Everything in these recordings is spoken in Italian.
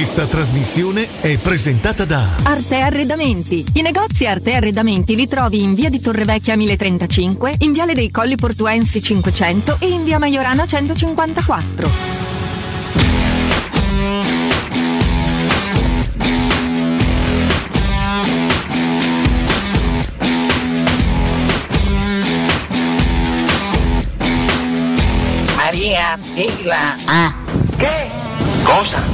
Questa trasmissione è presentata da Arte Arredamenti. I negozi Arte Arredamenti li trovi in via di Torrevecchia 1035, in viale dei Colli Portuensi 500 e in via Maiorana 154. Maria, sigla. Ah. Che? Cosa?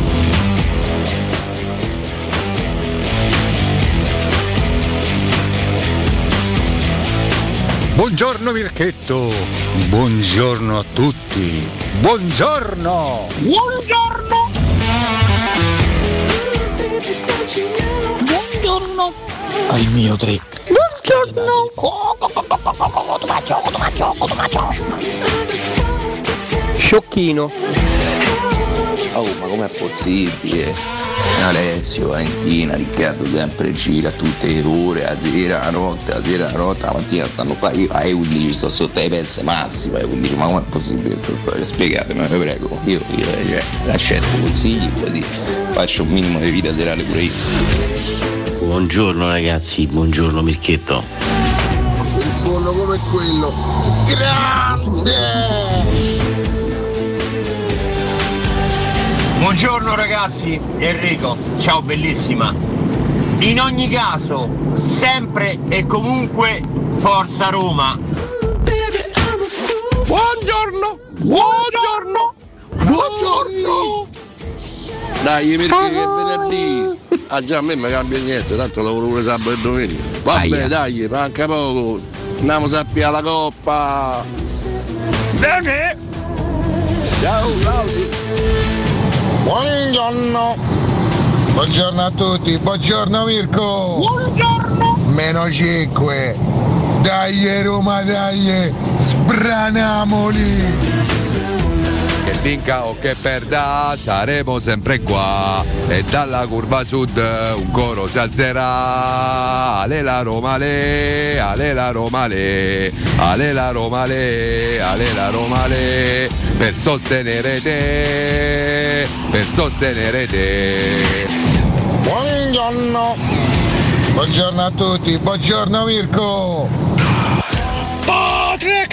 Buongiorno Mirchetto, buongiorno a tutti, buongiorno! Buongiorno! Buongiorno Al mio tre. Buongiorno Sciocchino. Oh, ma com'è possibile? Alessio, Valentina, Riccardo sempre gira tutte le ore, la sera, la notte, la mattina stanno qua, io ai 11 sto sotto ai pezzi massimo, ai 11, ma com'è possibile questa storia? Spiegatemi, vi prego, io accetto consigli così, faccio un minimo di vita serale pure io. Buongiorno ragazzi, buongiorno Mirchetto. Buono come quello. Grande! Buongiorno ragazzi, Enrico, ciao bellissima. In ogni caso, sempre e comunque Forza Roma. Buongiorno! Buongiorno! Buongiorno! Dai, perché è venerdì. Ah già, a me mi cambia niente, tanto lavoro pure sabato e domenica. Vabbè, dai, manca poco. Andiamo sappi alla coppa. Bene! Ciao Claudio. Buongiorno! Buongiorno a tutti, buongiorno Mirko! Buongiorno! Meno 5! Dai Roma, dai! Sbranamoli! Che vinca o che perda, saremo sempre qua. E dalla curva sud un coro si alzerà. Ale la Roma le, ale la Roma le, ale la Roma le, ale la Roma le. Per sostenere te, per sostenere te. Buongiorno! Buongiorno a tutti, buongiorno Mirko! Patria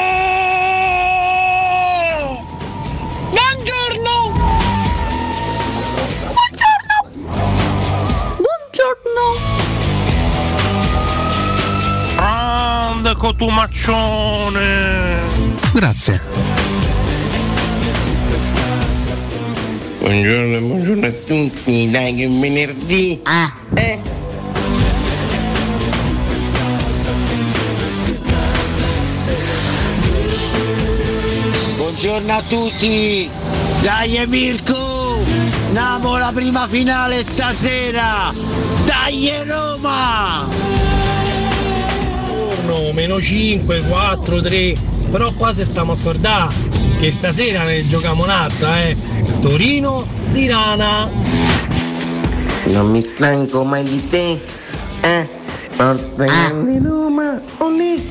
Buongiorno! Grande cotumaccione. Grazie. Buongiorno a tutti, dai che è venerdì. Buongiorno a tutti! Dai Mirko! Andiamo la prima finale stasera! Dai Roma! Buongiorno, meno 5, 4, 3. Però qua se stiamo a scordare che stasera ne giochiamo un'altra, Torino-Tirana. Non mi stanco mai di te, Forza Grande Roma, olè,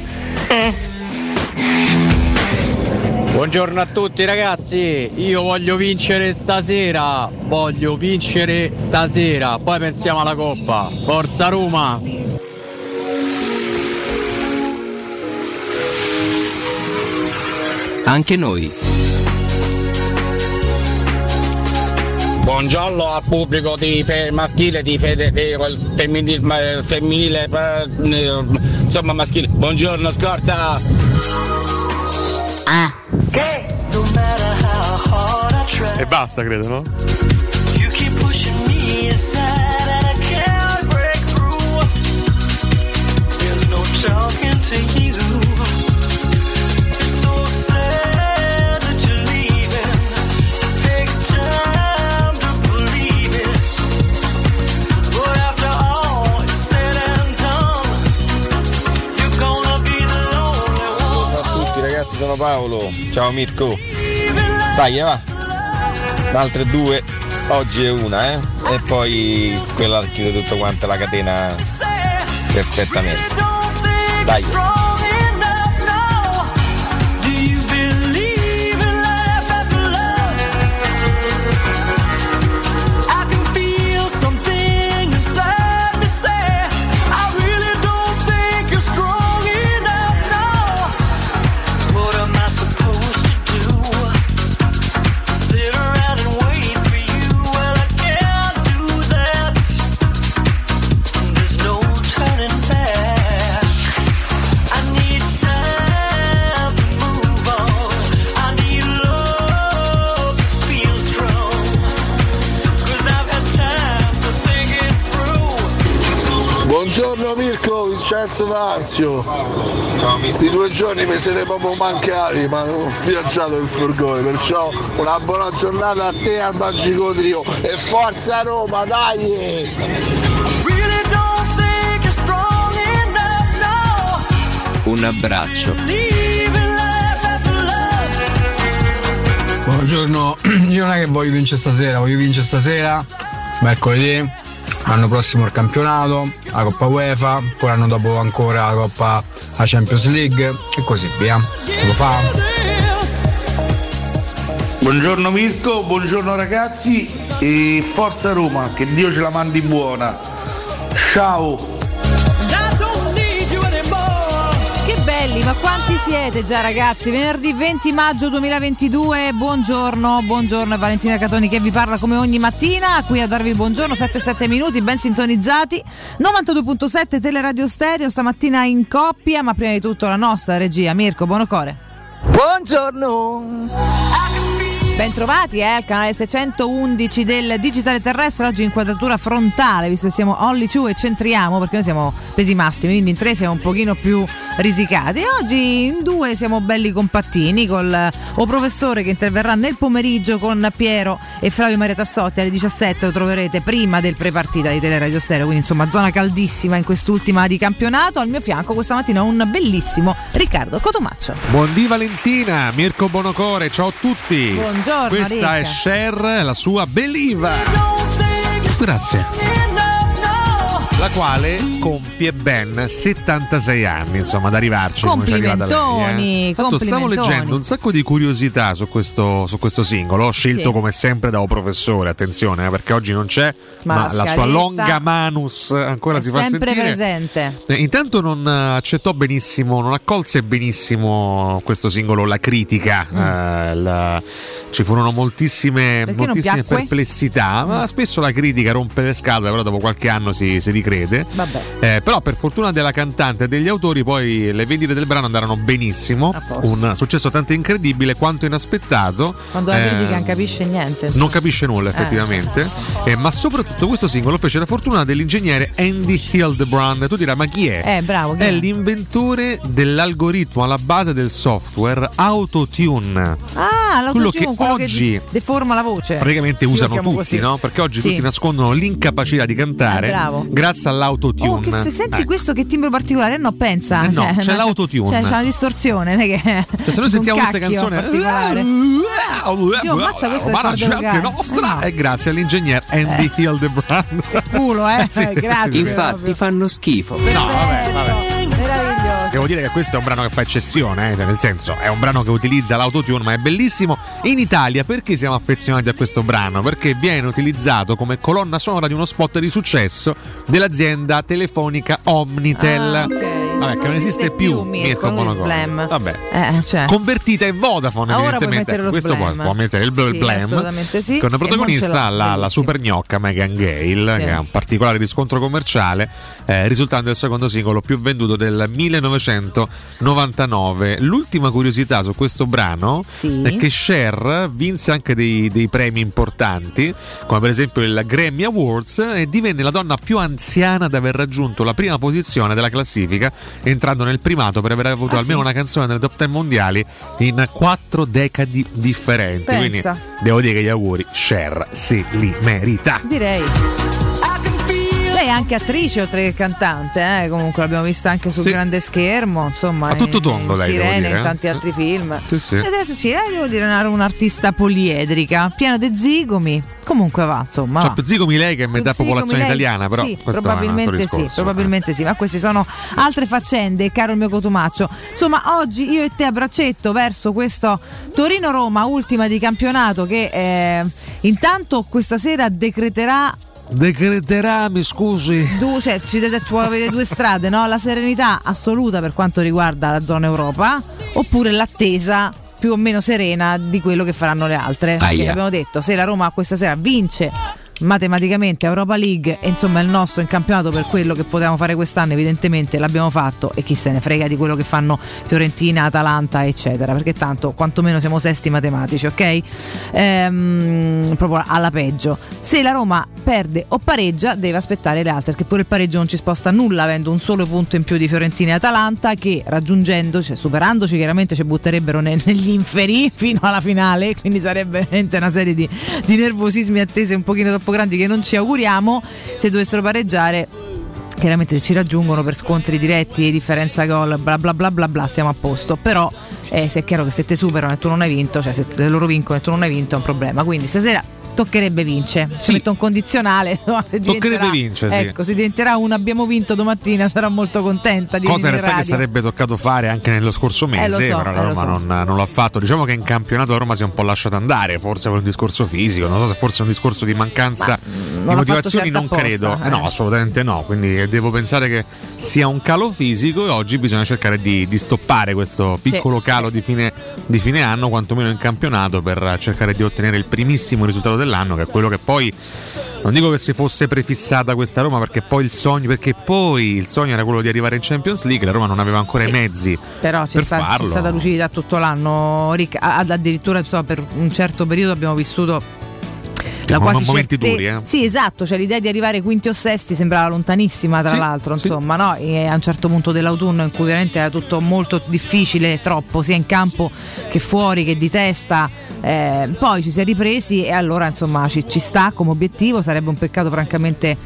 Buongiorno a tutti ragazzi, io voglio vincere stasera, poi pensiamo alla Coppa. Forza Roma! Anche noi. Buongiorno al pubblico maschile di femminile, insomma maschile. Buongiorno Scorta. Che? E basta, credo, no? Sono Paolo, ciao Mirko. Dai, va. Altre due, oggi è una, e poi quella chiude tutto quanto la catena perfettamente. Dai. Buongiorno Mirko, Vincenzo D'Anzio. Questi 2 giorni mi siete proprio mancati, ma non ho viaggiato il furgone, perciò una buona giornata a te e al Magico Trio e forza Roma, dai! Un abbraccio. Buongiorno, io non è che voglio vincere stasera, mercoledì, l'anno prossimo il campionato, la Coppa UEFA, poi l'anno dopo ancora la Champions League e così via. Se lo fa? Buongiorno Mirko, buongiorno ragazzi e forza Roma, che Dio ce la mandi buona. Ciao. Belli, ma quanti siete già ragazzi? Venerdì 20 maggio 2022, buongiorno, è Valentina Catoni che vi parla come ogni mattina, qui a darvi il buongiorno, 7 minuti, ben sintonizzati, 92.7 Teleradio Stereo, stamattina in coppia, ma prima di tutto la nostra regia, Mirko Bonocore. Buongiorno! Ben trovati al canale 611 del Digitale Terrestre, oggi inquadratura frontale, visto che siamo only two e centriamo, perché noi siamo pesi massimi, quindi in 3 siamo un pochino più risicati. Oggi in 2 siamo belli compattini, col professore che interverrà nel pomeriggio con Piero e Flavio Maria Tassotti alle 17, lo troverete prima del prepartita di Teleradio Stereo, quindi insomma zona caldissima in quest'ultima di campionato. Al mio fianco questa mattina un bellissimo Riccardo Cotomaccio. Buondì Valentina, Mirko Bonocore, ciao a tutti. Buongiorno. Questa è Cher, la sua Believer. Grazie. La quale compie ben 76 anni, insomma, ad arrivarci. Complimentoni, Tanto stavo leggendo un sacco di curiosità su questo singolo. Ho scelto come sempre da un professore, attenzione, perché oggi non c'è, ma la sua longa manus ancora si fa sentire. Sempre presente. Intanto non accettò benissimo, non accolse benissimo questo singolo la critica. Ci furono moltissime perplessità, ma spesso la critica rompe le scatole, però dopo qualche anno si ricrede. Però per fortuna della cantante e degli autori poi le vendite del brano andarono benissimo, un successo tanto incredibile quanto inaspettato. Quando la critica non capisce niente. Non capisce nulla effettivamente, ma soprattutto questo singolo fece la fortuna dell'ingegnere Andy Hildebrand. Tu dirai, ma chi è? Bravo, è l'inventore dell'algoritmo alla base del software Autotune. L'autotune, quello oggi che deforma la voce. Praticamente usano tutti, così. no? Perché oggi tutti nascondono l'incapacità di cantare grazie all'autotune. Senti questo che timbro particolare? No, pensa. No, c'è l'autotune. C'è una distorsione, non è che se noi sentiamo queste canzoni particolare. Ammazza, questo ma la gente nostra è grazie all'ingegner Andy Hildebrand. Culo, grazie. Infatti fanno schifo. No, vabbè. Devo dire che questo è un brano che fa eccezione, nel senso è un brano che utilizza l'autotune, ma è bellissimo. In Italia perché siamo affezionati a questo brano? Perché viene utilizzato come colonna sonora di uno spot di successo dell'azienda telefonica Omnitel. Vabbè, che non esiste più Mirko Bonocore. Vabbè. Convertita in Vodafone, ora evidentemente. Questo può mettere il Blam. Assolutamente sì. Con una protagonista la super gnocca Megan Gale, che ha un particolare riscontro commerciale, risultando il secondo singolo più venduto del 1999. L'ultima curiosità su questo brano è che Cher vinse anche dei premi importanti, come per esempio il Grammy Awards, e divenne la donna più anziana ad aver raggiunto la prima posizione della classifica, entrando nel primato per aver avuto almeno una canzone nelle top 10 mondiali in 4 decadi differenti. Quindi devo dire che gli auguri, Cher si li merita. Direi. Lei è anche attrice oltre che cantante, comunque l'abbiamo vista anche sul grande schermo, insomma, a tutto tondo in lei, Sirene, in tanti altri film. Sì. Devo dire, un'artista poliedrica, piena di zigomi. Comunque va, insomma. C'ha zigomi lei che è metà popolazione italiana, però sì, probabilmente sì, ma queste sono altre faccende, caro il mio Cotumaccio. Insomma, oggi io e te a braccetto verso questo Torino-Roma, ultima di campionato, che intanto questa sera decreterà, mi scusi. Ci può avere 2 strade, no? La serenità assoluta per quanto riguarda la zona Europa, oppure l'attesa più o meno serena di quello che faranno le altre. Perché abbiamo detto, se la Roma questa sera vince matematicamente Europa League e insomma il nostro in campionato, per quello che potevamo fare quest'anno evidentemente l'abbiamo fatto, e chi se ne frega di quello che fanno Fiorentina, Atalanta eccetera, perché tanto quantomeno siamo sesti matematici, ok? Proprio alla peggio. Se la Roma perde o pareggia deve aspettare le altre, perché pure il pareggio non ci sposta nulla, avendo un solo punto in più di Fiorentina e Atalanta, che raggiungendoci, superandoci, chiaramente ci butterebbero negli inferi fino alla finale, quindi sarebbe veramente una serie di nervosismi attese un pochino troppo grandi che non ci auguriamo. Se dovessero pareggiare, chiaramente ci raggiungono per scontri diretti e differenza gol, bla bla bla bla bla, siamo a posto. Però se è chiaro che se te superano e tu non hai vinto, cioè se loro vincono e tu non hai vinto, è un problema. Quindi stasera toccherebbe vincere, ci metto un condizionale, no? Se toccherebbe vincere, ecco, se diventerà un abbiamo vinto domattina sarò molto contenta di cosa in realtà radio. Che sarebbe toccato fare anche nello scorso mese, però la Roma non l'ha fatto. Diciamo che in campionato la Roma si è un po' lasciata andare, forse per un discorso fisico, non so se forse è un discorso di mancanza di motivazioni, non credo, no, assolutamente no, quindi devo pensare che sia un calo fisico e oggi bisogna cercare di stoppare questo piccolo calo di fine anno, quantomeno in campionato, per cercare di ottenere il primissimo risultato dell'anno, che è quello che poi, non dico che si fosse prefissata questa Roma, perché poi il sogno era quello di arrivare in Champions League, la Roma non aveva ancora i mezzi, però c'è stata lucidità tutto l'anno, addirittura insomma, per un certo periodo abbiamo vissuto la quasi momenti duri, Sì, esatto, cioè l'idea di arrivare quinti o sesti sembrava lontanissima, tra l'altro, insomma, no? E a un certo punto dell'autunno in cui veramente era tutto molto difficile, troppo, sia in campo che fuori, che di testa, poi ci si è ripresi e allora insomma ci sta come obiettivo. Sarebbe un peccato francamente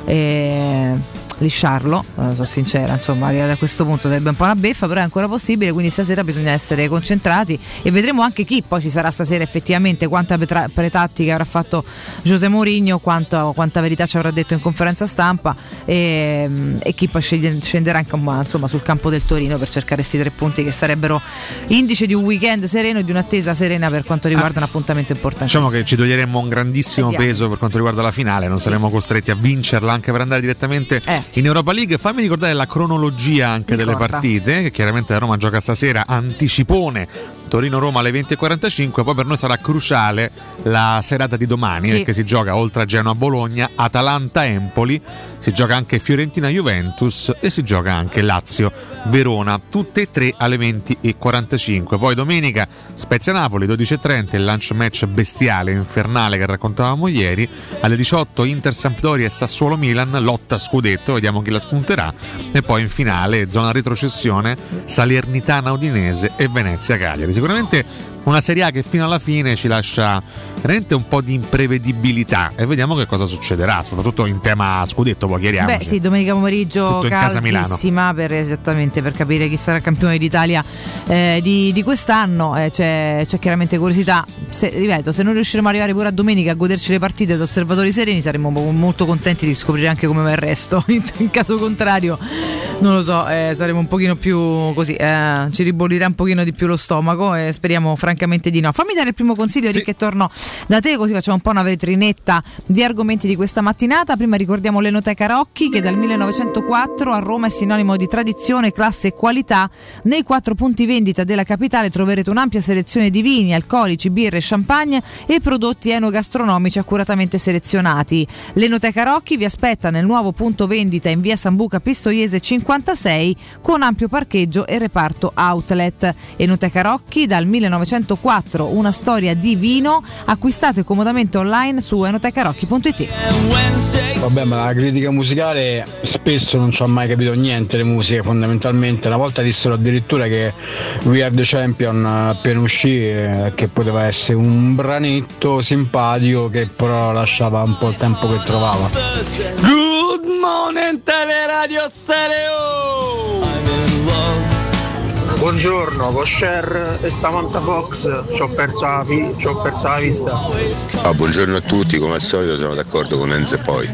lisciarlo, sono sincera, insomma arrivare a questo punto sarebbe un po' una beffa, però è ancora possibile, quindi stasera bisogna essere concentrati e vedremo anche chi poi ci sarà stasera effettivamente, quanta pretattica avrà fatto José Mourinho, quanta verità ci avrà detto in conferenza stampa e chi poi scenderà insomma sul campo del Torino per cercare questi 3 punti che sarebbero indice di un weekend sereno e di un'attesa serena per quanto riguarda un appuntamento importantissimo. Diciamo che ci toglieremmo un grandissimo peso per quanto riguarda la finale, non saremo costretti a vincerla anche per andare direttamente in Europa League. Fammi ricordare la cronologia anche delle partite, che chiaramente la Roma gioca stasera, anticipone Torino-Roma alle 20.45, poi per noi sarà cruciale la serata di domani, perché si gioca oltre a Genoa-Bologna, Atalanta-Empoli, si gioca anche Fiorentina-Juventus e si gioca anche Lazio-Verona, tutte e 3 alle 20.45. Poi domenica Spezia-Napoli 12.30, il lunch match bestiale, infernale che raccontavamo ieri, alle 18 Inter-Sampdoria e Sassuolo-Milan, lotta scudetto, vediamo chi la spunterà, e poi in finale zona retrocessione Salernitana-Udinese e Venezia-Cagliari. Sicuramente una Serie A che fino alla fine ci lascia veramente un po' di imprevedibilità e vediamo che cosa succederà, soprattutto in tema scudetto, poi chiariamoci. Beh sì, domenica pomeriggio caldissima per capire chi sarà campione d'Italia di quest'anno, c'è chiaramente curiosità. Ripeto, se non riusciremo ad arrivare pure a domenica a goderci le partite da osservatori sereni, saremmo molto contenti di scoprire anche come va il resto. In caso contrario non lo so, saremo un pochino più così, ci ribollirà un pochino di più lo stomaco e speriamo francamente di no. Fammi dare il primo consiglio, Rick, che torno da te, così facciamo un po' una vetrinetta di argomenti di questa mattinata. Prima ricordiamo l'Enoteca Rocchi, che dal 1904 a Roma è sinonimo di tradizione, classe e qualità. Nei 4 punti vendita della capitale troverete un'ampia selezione di vini, alcolici, birre, champagne e prodotti enogastronomici accuratamente selezionati. L'Enoteca Rocchi vi aspetta nel nuovo punto vendita in via Sambuca Pistoiese 56 con ampio parcheggio e reparto outlet. Enoteca Rocchi dal 1904, una storia di vino. Acquistate comodamente online su enotecarocchi.it. Vabbè, ma la critica musicale spesso non ci ho mai capito niente, le musiche fondamentalmente. Una volta dissero addirittura che We Are The Champion appena uscì, che poteva essere un branetto simpatico che però lasciava un po' il tempo che trovava. Good morning Teleradio Stereo. Buongiorno, con Cher e Samantha Fox ci ho perso la vista. Buongiorno a tutti, come al solito sono d'accordo con Enzo e poi.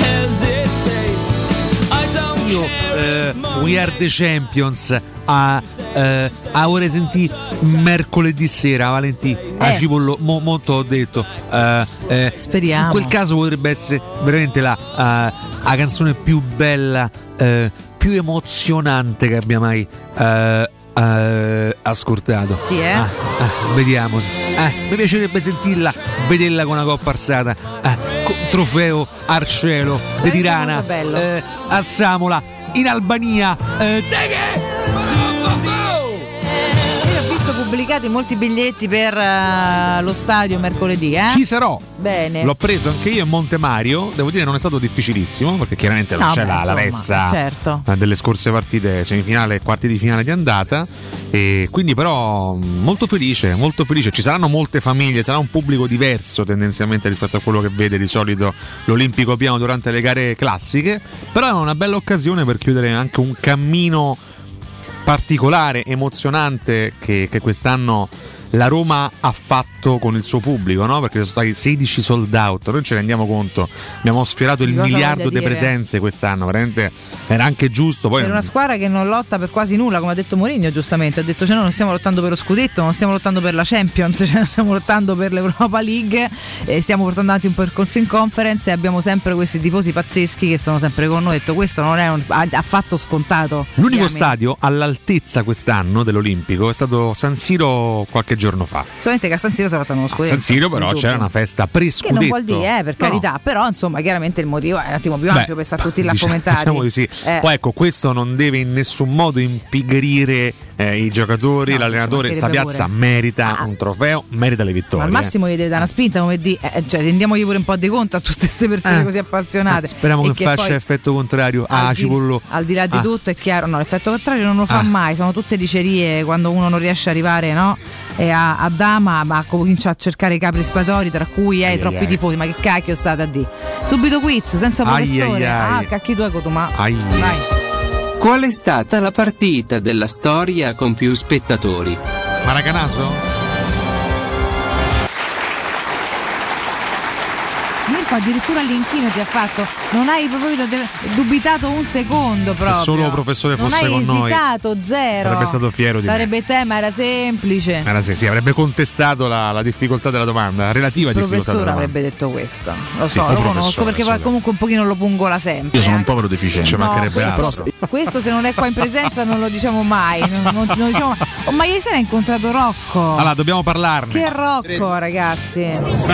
Io We Are The Champions a ore sentì mercoledì sera, Valentì, a Cipollo, molto ho detto, speriamo. In quel caso potrebbe essere veramente la canzone più bella, più emozionante che abbia mai ascoltato. Sì, vediamo. Mi piacerebbe sentirla, vederla con una coppa alzata, trofeo al cielo di Tirana, alziamola in Albania. Io ho visto applicati molti biglietti per lo stadio mercoledì, Ci sarò. Bene. L'ho preso anche io in Montemario, devo dire non è stato difficilissimo perché chiaramente non c'è la ressa certo. delle scorse partite, semifinale e quarti di finale di andata, e quindi però molto felice, ci saranno molte famiglie, sarà un pubblico diverso tendenzialmente rispetto a quello che vede di solito l'Olimpico pieno durante le gare classiche, però è una bella occasione per chiudere anche un cammino particolare, emozionante che quest'anno la Roma ha fatto con il suo pubblico, no? Perché sono stati 16 sold out, noi ce ne rendiamo conto, abbiamo sfiorato il miliardo di presenze quest'anno, veramente era anche giusto. Poi per una squadra che non lotta per quasi nulla, come ha detto Mourinho giustamente, ha detto noi non stiamo lottando per lo scudetto, non stiamo lottando per la Champions, non stiamo lottando per l'Europa League, stiamo portando avanti un percorso in Conference e abbiamo sempre questi tifosi pazzeschi che sono sempre con noi. Detto questo non è affatto scontato. L'unico stadio all'altezza quest'anno dell'Olimpico è stato San Siro qualche giorno fa. Solamente che a San Siro si è fatto uno scudetto. A San Siro però c'era una festa pre-scudetto. Che non vuol dire, per carità, però insomma chiaramente il motivo è un attimo più ampio per stare tutti là fomentati. Diciamo di sì. Poi ecco, questo non deve in nessun modo impigrire i giocatori, l'allenatore. Sta piazza merita un trofeo, merita le vittorie. Ma al massimo gli deve dare una spinta, come cioè rendiamogli pure un po' di conto a tutte queste persone così appassionate. Speriamo che faccia effetto contrario a Cipollo. Al di là di tutto è chiaro, no, l'effetto contrario non lo fa mai, sono tutte dicerie quando uno non riesce a arrivare, no? A Dama, ma comincia a cercare i capri espiatori, tra cui troppi tifosi. Ma che cacchio state a dire? Subito quiz senza professore. Cacchi tu Cotuma. Vai. Qual è stata la partita della storia con più spettatori? Maracanazo? Mirko addirittura l'inchino ti ha fatto, non hai proprio dubitato un secondo proprio. Se solo il professore fosse con noi. Non hai esitato, zero. Sarebbe stato fiero di Sarebbe te, ma era semplice. Sì, avrebbe contestato la difficoltà della domanda, relativa difficoltà della domanda. Il professore avrebbe detto questo. Lo so, lo conosco perché comunque un pochino lo pungola sempre. Io sono un povero deficiente, ci mancherebbe altro. Questo se non è qua in presenza non lo diciamo mai. Non diciamo. Oh, ma ieri sera hai incontrato Rocco. Allora, dobbiamo parlarne. Che Rocco, ragazzi.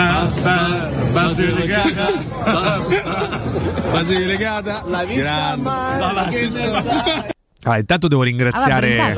Basilicata, la vista intanto devo ringraziare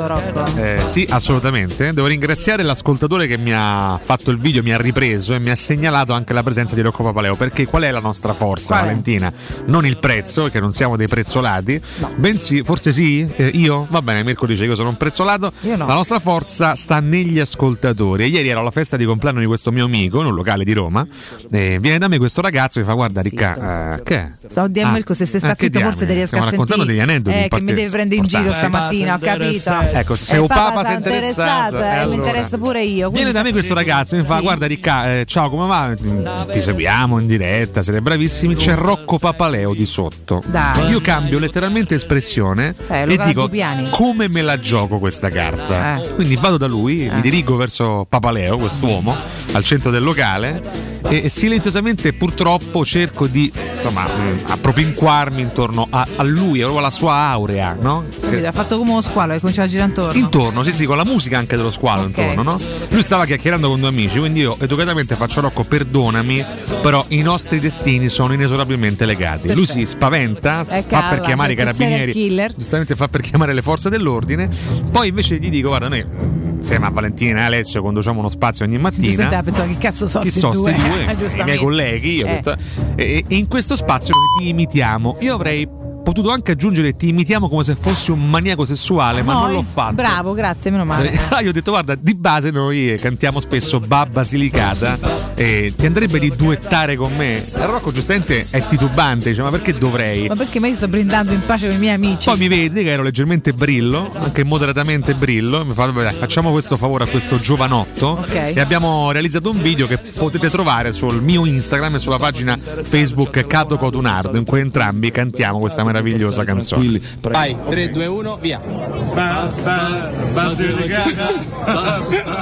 sì, assolutamente. Devo ringraziare l'ascoltatore che mi ha fatto il video, mi ha ripreso e mi ha segnalato anche la presenza di Rocco Papaleo. Perché qual è la nostra forza, Valentina? Non il prezzo, perché non siamo dei prezzolati, bensì, forse sì, io? Va bene, Mirko dice io sono un prezzolato. No. La nostra forza sta negli ascoltatori. E ieri ero alla festa di compleanno di questo mio amico in un locale di Roma. Viene da me questo ragazzo e mi fa: guarda Ricca, che è? So di Mirko, se stai zitto forse ti riesco a sentire. Stiamo raccontando degli aneddoti che mi deve prendere in giro stamattina, ho capito. Ecco, se o Papa si è interessato, allora mi interessa pure io. Viene da me questo ragazzo e mi fa: guarda Ricca, ciao, come va? Ti seguiamo in diretta, siete bravissimi. C'è Rocco Papaleo di sotto. Dai. Io cambio letteralmente espressione e dico: come me la gioco questa carta? Quindi vado da lui, mi dirigo verso Papaleo, quest'uomo, al centro del locale, e silenziosamente purtroppo cerco di appropinquarmi intorno a lui, proprio alla sua aurea, no? Ha fatto come uno squalo che cominciava a girare intorno. Intorno, sì, con la musica anche dello squalo intorno, no? Lui stava chiacchierando con due amici, quindi io educatamente faccio: Rocco, perdonami, però i nostri destini sono inesorabilmente legati. Lui si spaventa, fa per chiamare i carabinieri, giustamente fa per chiamare le forze dell'ordine. Poi invece gli dico: guarda, noi insieme a Valentina e Alessio conduciamo uno spazio ogni mattina. Pensavo che cazzo so sti due i miei colleghi, io ho detto, e in questo spazio noi ti imitiamo. Io avrei potuto anche aggiungere: ti imitiamo come se fossi un maniaco sessuale, ma non l'ho fatto. Bravo, grazie, meno male. Io ho detto: guarda, di base noi cantiamo spesso Babba Silicata, ti andrebbe di duettare con me? E Rocco giustamente è titubante, dice: ma perché dovrei? Ma perché io sto brindando in pace con i miei amici? Poi mi vede che ero leggermente brillo, anche moderatamente brillo, mi fa: vabbè, facciamo questo favore a questo giovanotto, e abbiamo realizzato un video che potete trovare sul mio Instagram e sulla pagina Facebook Cato Cotunardo, in cui entrambi cantiamo questa meravigliosa canzone. Vai, 3, 2, 1, via.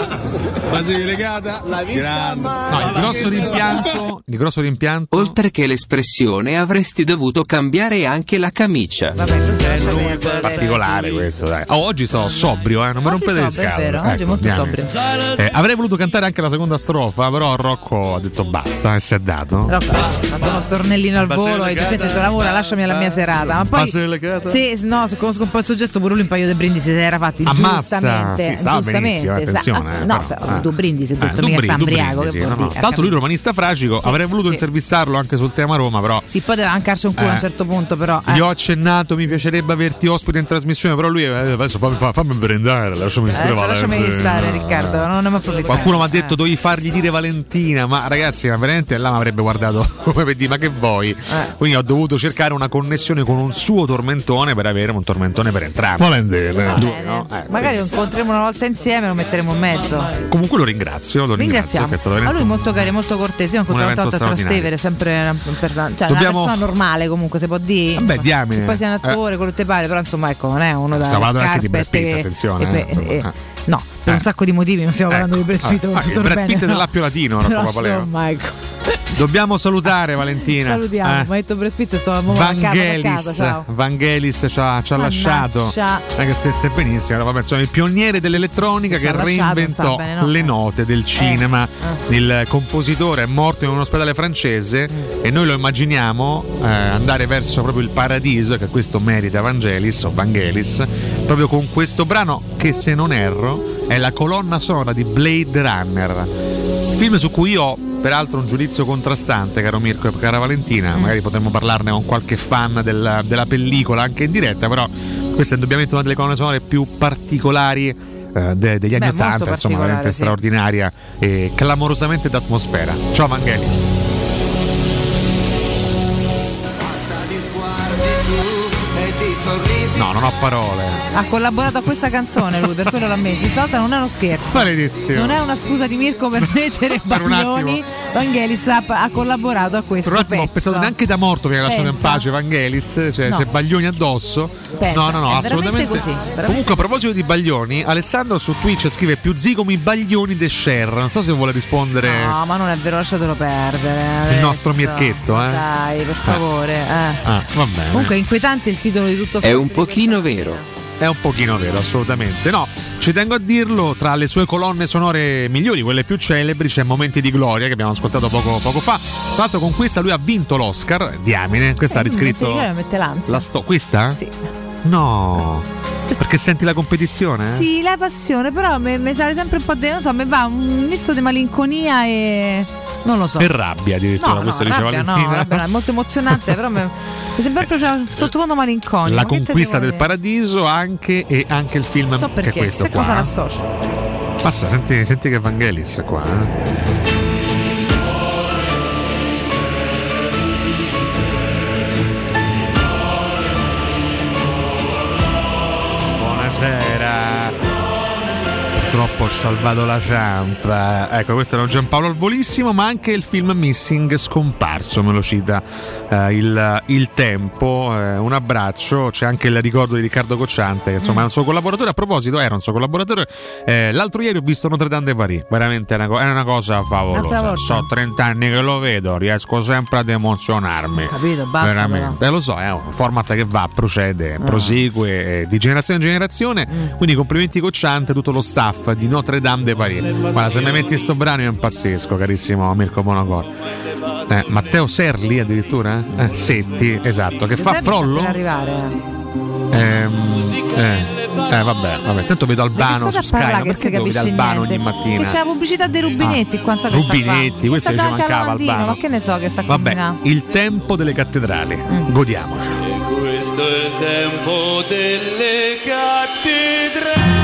Basilicata, grande. No, il grosso rimpianto. Oltre che l'espressione, avresti dovuto cambiare anche la camicia. Particolare questo, dai. Oggi sto sobrio, non mi rompete le scale. Oggi è molto sobrio. Avrei voluto cantare anche la seconda strofa, però Rocco ha detto basta e si è dato. Rocco ha fatto uno stornellino al volo e giustamente ha detto lavora, lasciami alla mia serata. Ma poi se conosco un po' il soggetto, pure lui un paio di brindisi si era fatti. Ammazza, giustamente. Benissimo, attenzione. No, però due brindisi, ho detto mica sta ambriaco. Tanto lui romanista fragico, avrei voluto intervistarlo anche sul tema Roma, però si poteva ancarci un culo a un certo punto, però gli ho accennato, mi piacerebbe averti ospite in trasmissione, però lui adesso fammi brindare, lasciami stare Riccardo, non ne ho approfittato. Qualcuno mi ha detto dovevi fargli dire Valentina, ma ragazzi, ma veramente là mi avrebbe guardato come per dire ma che vuoi? Quindi ho dovuto cercare una connessione con un suo tormentone per avere un tormentone per entrambi. Valentina, magari lo incontreremo una volta insieme, lo metteremo in mezzo. Comunque lo ringrazio. Ringraziamo. Ma lui è molto caro, molto cortese. Io ho incontrato una volta a Trastevere, sempre una persona normale, comunque si può dire. Beh, diamine. Poi sei un attore, quello che ti pare, però insomma ecco, non è uno da stiamo parlando anche di Brad Pitt, attenzione. No, per un sacco di motivi non stiamo parlando di Brad Pitt. Il Brad Pitt dell'Appio Latino, insomma, ecco. Dobbiamo salutare Valentina. Salutiamo, mi ha detto Brad Pitt, sto Vangelis ci ha lasciato. Che stesse benissimo. Vabbè, insomma, il pioniere dell'elettronica che reinventò le note del cinema. Il compositore è morto in un ospedale francese e noi lo immaginiamo andare verso proprio il paradiso, che questo merita Vangelis proprio con questo brano che, se non erro, è la colonna sonora di Blade Runner, film su cui ho peraltro un giudizio contrastante, caro Mirko e cara Valentina. Magari potremmo parlarne con qualche fan della pellicola anche in diretta, però questa è indubbiamente una delle colonne sonore più particolari degli anni 80, insomma, veramente straordinaria e clamorosamente d'atmosfera. Ciao Vangelis. No, non ho parole. Ha collaborato a questa canzone lui, per quello l'ha messo. Stavolta non è uno scherzo. Maledizione. Non è una scusa di Mirko per mettere Baglioni. Vangelis ha collaborato a questo per un attimo, pezzo. Ho pensato neanche da morto mi ha lasciato in pace Vangelis, cioè c'è Baglioni addosso. Pensa, no, assolutamente così. Comunque, a proposito di Baglioni, Alessandro su Twitch scrive più zigomi Baglioni de Cher. Non so se vuole rispondere. No, ma non è vero, lasciatelo perdere. Il nostro Mirchetto, Dai, per favore. Va bene. Comunque è inquietante il titolo di tutto. È un pochino vero. È un pochino vero, assolutamente. No, ci tengo a dirlo, tra le sue colonne sonore migliori, quelle più celebri, c'è Momenti di Gloria che abbiamo ascoltato poco fa. Tra l'altro con questa lui ha vinto l'Oscar, diamine, questa ha riscritto mette l'ansia. Questa? Sì. No, perché senti la competizione? Sì, la passione, però mi sale sempre un po' non so, mi va un misto di malinconia e non lo so. E rabbia addirittura, questo dice Valentina. No, è molto emozionante, però mi sembra proprio sottofondo malinconico. La conquista del paradiso anche il film so perché, che è questo qua. Cosa l'associa? Passa, senti che Vangelis qua. Purtroppo ho salvato la ciampa. Ecco, questo era Giampaolo al volissimo, ma anche il film Missing scomparso, me lo cita il Tempo. Un abbraccio. C'è anche il ricordo di Riccardo Cocciante, che insomma è un suo collaboratore. A proposito, era un suo collaboratore. L'altro ieri ho visto Notre Dame de Paris, veramente è una cosa favolosa. So 30 anni che lo vedo, riesco sempre ad emozionarmi. Capito, basta. Veramente. Lo so, è un format che va, procede, prosegue di generazione in generazione. Quindi complimenti Cocciante, tutto lo staff di Notre Dame de Paris. Guarda, se mi metti sto brano io impazzisco, carissimo Mirko Monocor. Matteo Serli addirittura? Setti, esatto, che fa Frollo. Per arrivare. Vabbè, tanto vedo Albano su Sky, ma perché devo vedere Albano ogni mattina? Che c'è la pubblicità dei rubinetti qua, non so che rubinetti, questo ci mancava Albano. Ma che ne so che sta combinando? Il tempo delle cattedrali, godiamoci. Questo è il tempo delle cattedrali.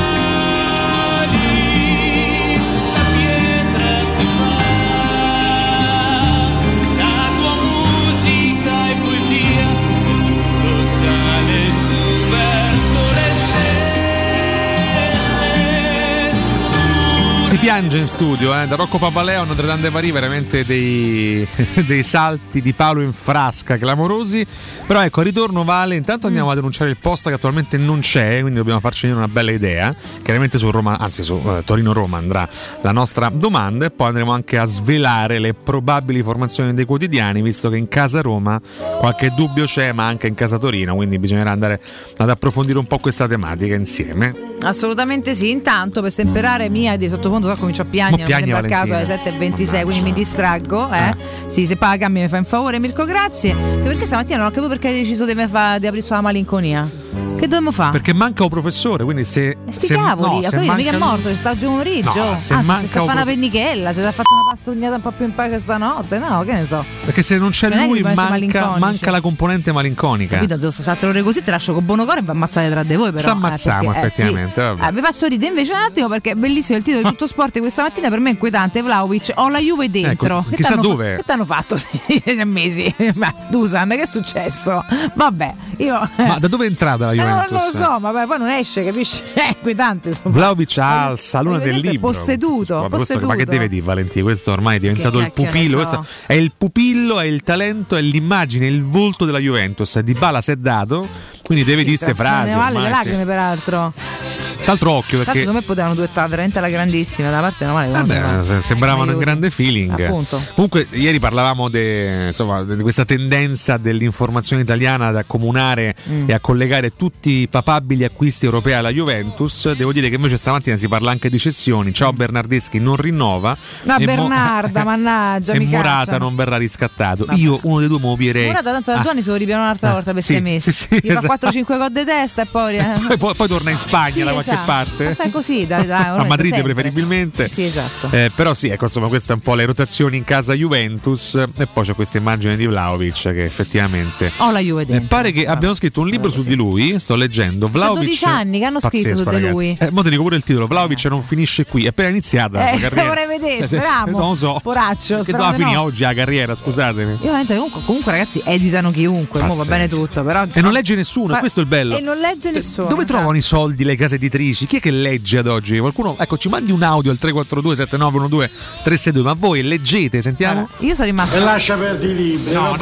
piange in studio, da Rocco Papaleo a Notre Dame de Paris, veramente dei salti di palo in frasca clamorosi. Però ecco, al ritorno Vale, intanto andiamo a denunciare il posta che attualmente non c'è, quindi dobbiamo farci una bella idea. Chiaramente su Roma, anzi su Torino-Roma andrà la nostra domanda, e poi andremo anche a svelare le probabili formazioni dei quotidiani, visto che in casa Roma qualche dubbio c'è, ma anche in casa Torino, quindi bisognerà andare ad approfondire un po' questa tematica insieme. Assolutamente sì. Intanto per stemperare mia di sottofondo comincio a piangere, non mi sembra il caso alle 7:26, quindi mi distraggo. Sì, se paga Gambi mi fa un favore, Mirko, grazie. Perché stamattina non ho capito perché hai deciso di aprire sulla malinconia. Che dobbiamo fare? Perché manca un professore, quindi se cavoli, no, se mica è morto, è stato pomeriggio. No, se sta a fare una pennichella, se si è fatta una pastognata un po' più in pace stanotte, no, che ne so. Perché se non c'è lui manca la componente malinconica. Capito, devo stare 3 ore così, te lascio con buono cuore e va ammazzare tra di voi, però. Ci ammazziamo effettivamente. Sì. Mi fa sorridere invece un attimo perché è bellissimo il titolo di Tutto Sport di questa mattina, per me è inquietante. Vlahovic, ho la Juve dentro. Ecco, chissà dove. Che t'hanno fatto 6 mesi? Ma Dusan, che è successo? Vabbè, ma da dove è entrata la Juventus? Non lo so, ma poi non esce, capisci? È inquietante. Vlahovic ha il salone del libro. Posseduto. Ma che deve dire Valentino? Questo ormai è diventato il pupillo. Questo è il pupillo, è il talento, è l'immagine, il volto della Juventus. Dybala si è dato, quindi deve dire queste frasi. Ne vale le lacrime, peraltro. T'altro occhio, perché secondo me potevano duettare veramente alla grandissima, da parte normale. Sembravano in grande feeling. Appunto. Comunque ieri parlavamo di questa tendenza dell'informazione italiana ad accomunare e a collegare tutti i papabili acquisti europei alla Juventus. Devo dire che invece stamattina si parla anche di cessioni. Ciao Bernardeschi non rinnova. Ma Bernarda, mannaggia, e Morata non verrà riscattato. Vabbè. Io uno dei due me lo pirei. Morata tanto da 2 anni se lo ripiano un'altra volta per 6 mesi. Sì, gli fa 4-5 gol di testa e poi poi torna in Spagna da qualche parte. Ma sai così, dai, a Madrid preferibilmente. Sì, esatto. Però sì, ecco, insomma, queste è un po' le rotazioni in casa Juventus. E poi c'è questa immagine di Vlahovic che effettivamente ho la Juve dentro. Pare che abbiano scritto un libro su di lui. Sto leggendo Vlahovic. 12 anni che hanno scritto su di lui. Mo ti dico pure il titolo: Vlahovic non finisce qui. È appena iniziata la carriera. Vorrei vedere, speriamo. Non lo so. Poraccio. Che doveva finire oggi la carriera, scusatemi. Io comunque ragazzi editano chiunque, mo va bene tutto, però. E non legge nessuno, questo è il bello. E non legge nessuno. Dove trovano i soldi le case editrici? Chi è che legge ad oggi? Qualcuno, ecco, ci mandi un audio al 342 7912 362, ma voi leggete, sentiamo? Allora, io sono rimasta. E lascia perdere i libri, no.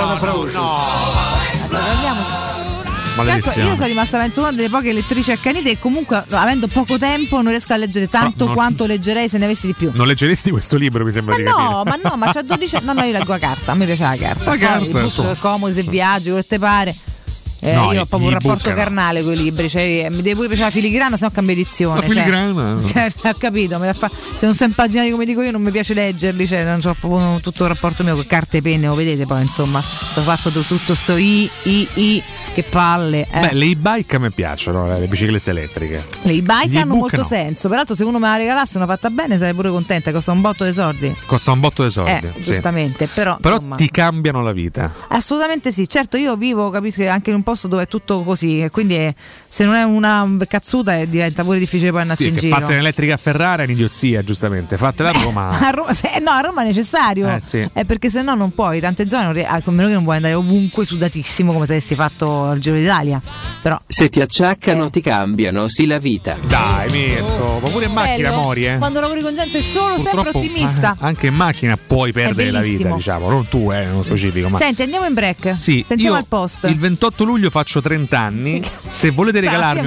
Io sono rimasta penso una delle poche lettrici accanite e comunque avendo poco tempo non riesco a leggere tanto quanto leggerei se ne avessi di più. Non leggeresti questo libro, mi sembra di capire. Ma c'ha 12 anni. No, io leggo la carta, a me piace la carta. La carta, il bus è comodo se viaggi, quello che te pare. Io ho proprio un rapporto carnale con i libri, cioè mi deve pure piacere la filigrana, se no cambia edizione. La filigrana? Ha capito? Se non sono impaginati come dico io non mi piace leggerli, cioè non so proprio tutto il rapporto mio con carte e penne, lo vedete poi insomma, ho fatto tutto sto che palle. Beh, le e-bike a me piacciono, le biciclette elettriche. Le e-bike hanno molto senso, peraltro se uno me la regalasse una fatta bene sarei pure contenta, costa un botto di soldi. Sì. Giustamente, però insomma, ti cambiano la vita. Assolutamente sì, certo io vivo, capisco, anche in un posto dove è tutto così e quindi se non è una cazzuta diventa pure difficile poi andarci in giro. Fatte l'elettrica a Ferrara è un'idiozia, giustamente, fattela a Roma. A Roma è necessario, sì. Perché se no non puoi, tante zone, a meno che non puoi andare ovunque sudatissimo come se avessi fatto al Giro d'Italia. Però se ti acciaccano ti cambiano, sì, la vita. Dai Mirko, ma pure in macchina mori, quando lavori con gente solo sempre ottimista. Anche in macchina puoi perdere la vita, diciamo, non tu, nello specifico. Ma... Senti, andiamo in break. Sì, pensiamo al post. Il 28 luglio faccio 30 anni. Se volete regalarmi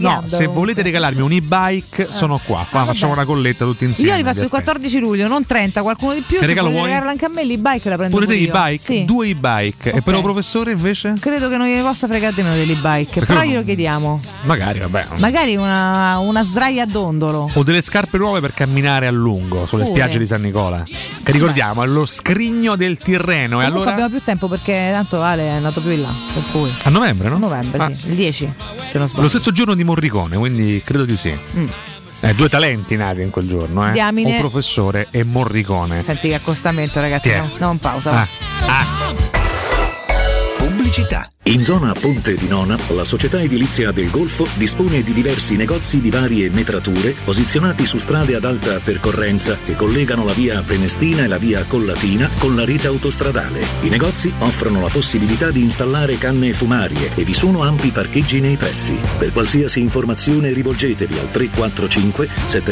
un e-bike, sono qua. Facciamo una colletta tutti insieme. Io li faccio il 14 luglio, non 30, qualcuno di più. Se volete regalarlo anche a me l'e-bike la prendo. Volete e-bike? Sì. 2 e-bike. E per un professore invece? Credo che non gliene possa fregare di meno dell'e-bike, però glielo chiediamo. Magari, vabbè. Magari una sdraia a dondolo. O delle scarpe nuove per camminare a lungo sulle spiagge di San Nicola. Che ricordiamo, è lo scrigno del Tirreno. E allora abbiamo più tempo perché tanto Ale è andato più in là. Per cui. A novembre, no? A novembre, sì. Il 10, se non sbaglio. Lo stesso giorno di Morricone, quindi credo di sì. 2 talenti nati in quel giorno, Diamine. Un professore e Morricone. Senti che accostamento, ragazzi. Non pausa. Pubblicità. In zona Ponte di Nona, la società edilizia del Golfo dispone di diversi negozi di varie metrature posizionati su strade ad alta percorrenza che collegano la via Prenestina e la via Collatina con la rete autostradale. I negozi offrono la possibilità di installare canne fumarie e vi sono ampi parcheggi nei pressi. Per qualsiasi informazione rivolgetevi al 345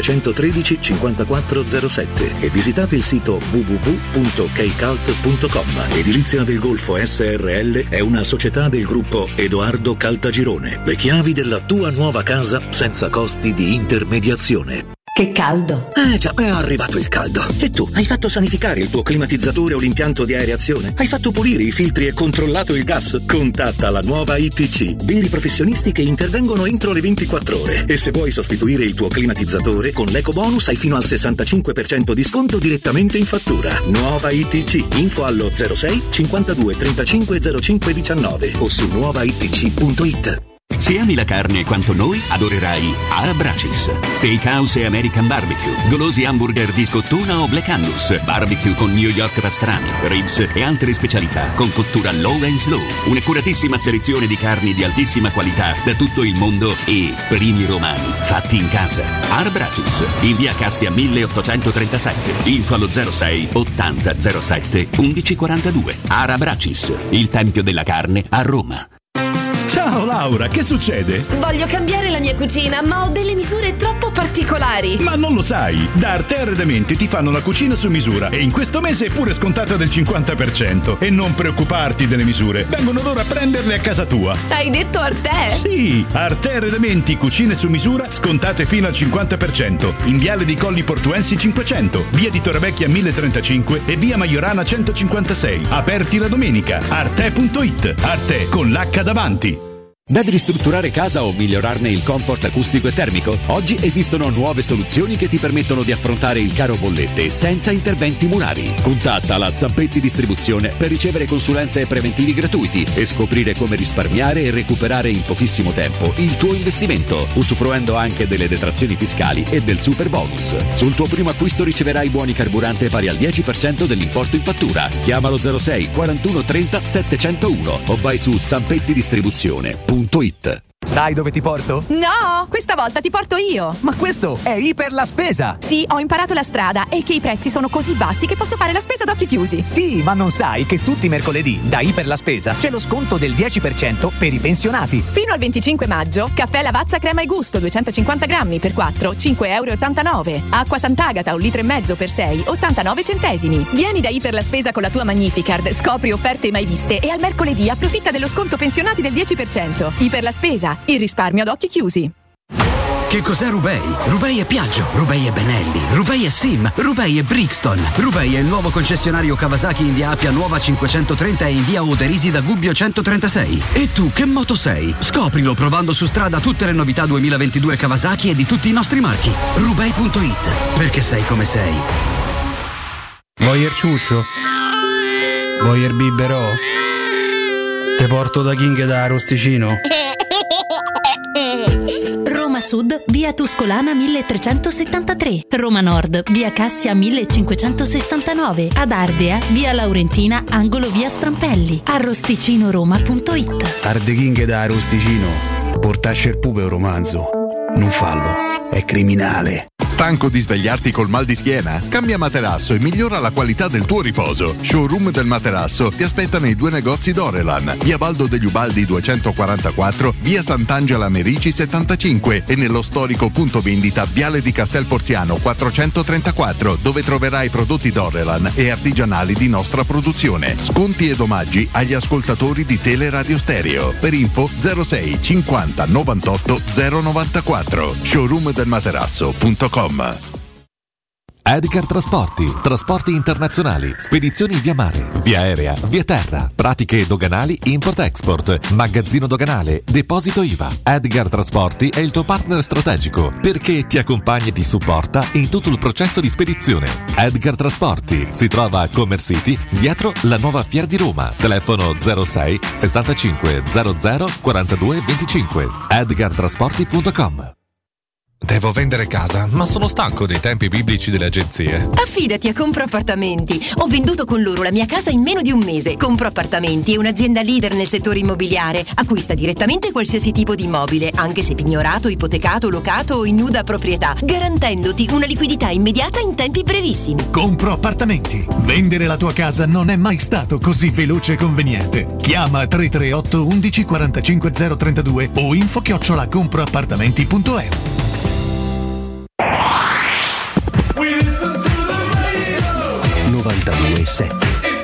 713 5407 e visitate il sito www.keicalt.com. Edilizia del Golfo SRL è una società del gruppo Edoardo Caltagirone. Le chiavi della tua nuova casa senza costi di intermediazione. Che caldo! Già, è arrivato il caldo. E tu, hai fatto sanificare il tuo climatizzatore o l'impianto di areazione? Hai fatto pulire i filtri e controllato il gas? Contatta la nuova ITC, veri professionisti che intervengono entro le 24 ore. E se vuoi sostituire il tuo climatizzatore, con l'eco bonus hai fino al 65% di sconto direttamente in fattura. Nuova ITC, info allo 06 52 35 05 19 o su nuovaitc.it. Se ami la carne quanto noi, adorerai Arab Racis. Steakhouse e American Barbecue, golosi hamburger di scottuna o Black Angus, barbecue con New York pastrami, ribs e altre specialità con cottura low and slow. Un'accuratissima selezione di carni di altissima qualità da tutto il mondo e primi romani fatti in casa. Arab Racis, in via Cassia 1837, info allo 06 80 07 1142. Arab Racis, il tempio della carne a Roma. Ciao Laura, che succede? Voglio cambiare la mia cucina, ma ho delle misure troppo particolari. Ma non lo sai, da Arte Arredamenti ti fanno la cucina su misura e in questo mese è pure scontata del 50%. E non preoccuparti delle misure, vengono loro a prenderle a casa tua. Hai detto Arte? Sì, Arte Arredamenti, cucine su misura, scontate fino al 50%. In viale dei Colli Portuensi 500, via di Torrevecchia 1035 e via Maiorana 156. Aperti la domenica. Arte.it, Arte con l'H davanti. Devi ristrutturare casa o migliorarne il comfort acustico e termico? Oggi esistono nuove soluzioni che ti permettono di affrontare il caro bollette senza interventi murari. Contatta la Zampetti Distribuzione per ricevere consulenze e preventivi gratuiti e scoprire come risparmiare e recuperare in pochissimo tempo il tuo investimento, usufruendo anche delle detrazioni fiscali e del super bonus. Sul tuo primo acquisto riceverai buoni carburante pari al 10% dell'importo in fattura. Chiamalo 06 41 30 701 o vai su zampettidistribuzione.it. Sai dove ti porto? No, questa volta ti porto io. Ma questo è Iper la Spesa. Sì, ho imparato la strada e che i prezzi sono così bassi che posso fare la spesa ad occhi chiusi. Sì, ma non sai che tutti i mercoledì da Iper la Spesa c'è lo sconto del 10% per i pensionati. Fino al 25 maggio, caffè Lavazza crema e gusto 250 grammi per 4, 5,89 €. Acqua Sant'Agata 1,5 litri per 6, 89 centesimi. Vieni da Iper la Spesa con la tua Magnificard, scopri offerte mai viste e al mercoledì approfitta dello sconto pensionati del 10%. Iper la Spesa, il risparmio ad occhi chiusi. Che cos'è Rubei? Rubei è Piaggio, Rubei è Benelli, Rubei è Sim, Rubei è Brixton. Rubei è il nuovo concessionario Kawasaki in via Appia Nuova 530 e in via Oderisi da Gubbio 136. E tu che moto sei? Scoprilo provando su strada tutte le novità 2022 Kawasaki e di tutti i nostri marchi. Rubei.it, perché sei come sei. Voyer ciuscio? Voyer biberò? Te porto da King da Arosticino? Roma Sud, via Tuscolana 1373. Roma Nord, via Cassia 1569. Ad Ardea, via Laurentina, angolo via Strampelli. Arrosticinoroma.it. Arde King da Arosticino. Portasce il pupe un romanzo. Non fallo, è criminale. Stanco di svegliarti col mal di schiena? Cambia materasso e migliora la qualità del tuo riposo. Showroom del materasso ti aspetta nei 2 negozi Dorelan, via Baldo degli Ubaldi 244, via Sant'Angela Merici 75 e nello storico punto vendita Viale di Castel Porziano 434, dove troverai prodotti Dorelan e artigianali di nostra produzione. Sconti ed omaggi agli ascoltatori di Teleradio Stereo. Per info 06 50 98 094. showroomdelmaterasso.com. Edgar Trasporti internazionali, spedizioni via mare, via aerea, via terra, pratiche doganali import-export, magazzino doganale, deposito IVA. Edgar Trasporti è il tuo partner strategico perché ti accompagna e ti supporta in tutto il processo di spedizione. Edgar Trasporti si trova a Commerce City, dietro la nuova Fiera di Roma. Telefono 06 65 00 42 25. edgartrasporti.com. Devo vendere casa, ma sono stanco dei tempi biblici delle agenzie. Affidati a Compro Appartamenti. Ho venduto con loro la mia casa in meno di un mese. Compro Appartamenti è un'azienda leader nel settore immobiliare. Acquista direttamente qualsiasi tipo di immobile, anche se pignorato, ipotecato, locato o in nuda proprietà, garantendoti una liquidità immediata in tempi brevissimi. Compro Appartamenti. Vendere la tua casa non è mai stato così veloce e conveniente. Chiama 338 11 45 032 o info@comproappartamenti.eu. 92.7.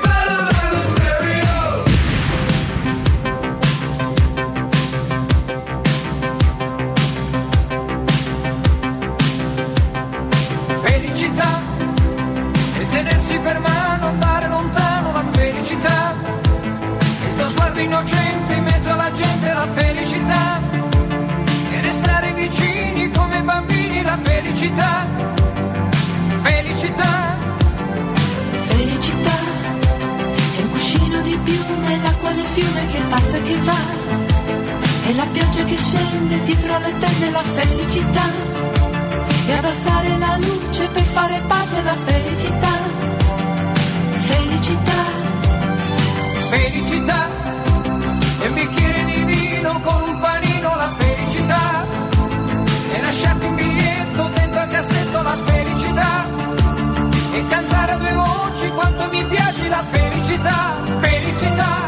Felicità e tenersi per mano, andare lontano, la felicità, il tuo sguardo innocente in mezzo alla gente, la felicità, e restare vicini come bambini, la felicità, felicità. Felicità è un cuscino di piume, l'acqua del fiume che passa e che va, è la pioggia che scende dietro le tende, la felicità, e abbassare la luce per fare pace, la felicità, felicità, felicità, e un bicchiere di vino con un panino, la felicità, e lasciarti un biglietto dentro al cassetto, la felicità, e cantare a due voci quanto mi piace, la felicità, felicità.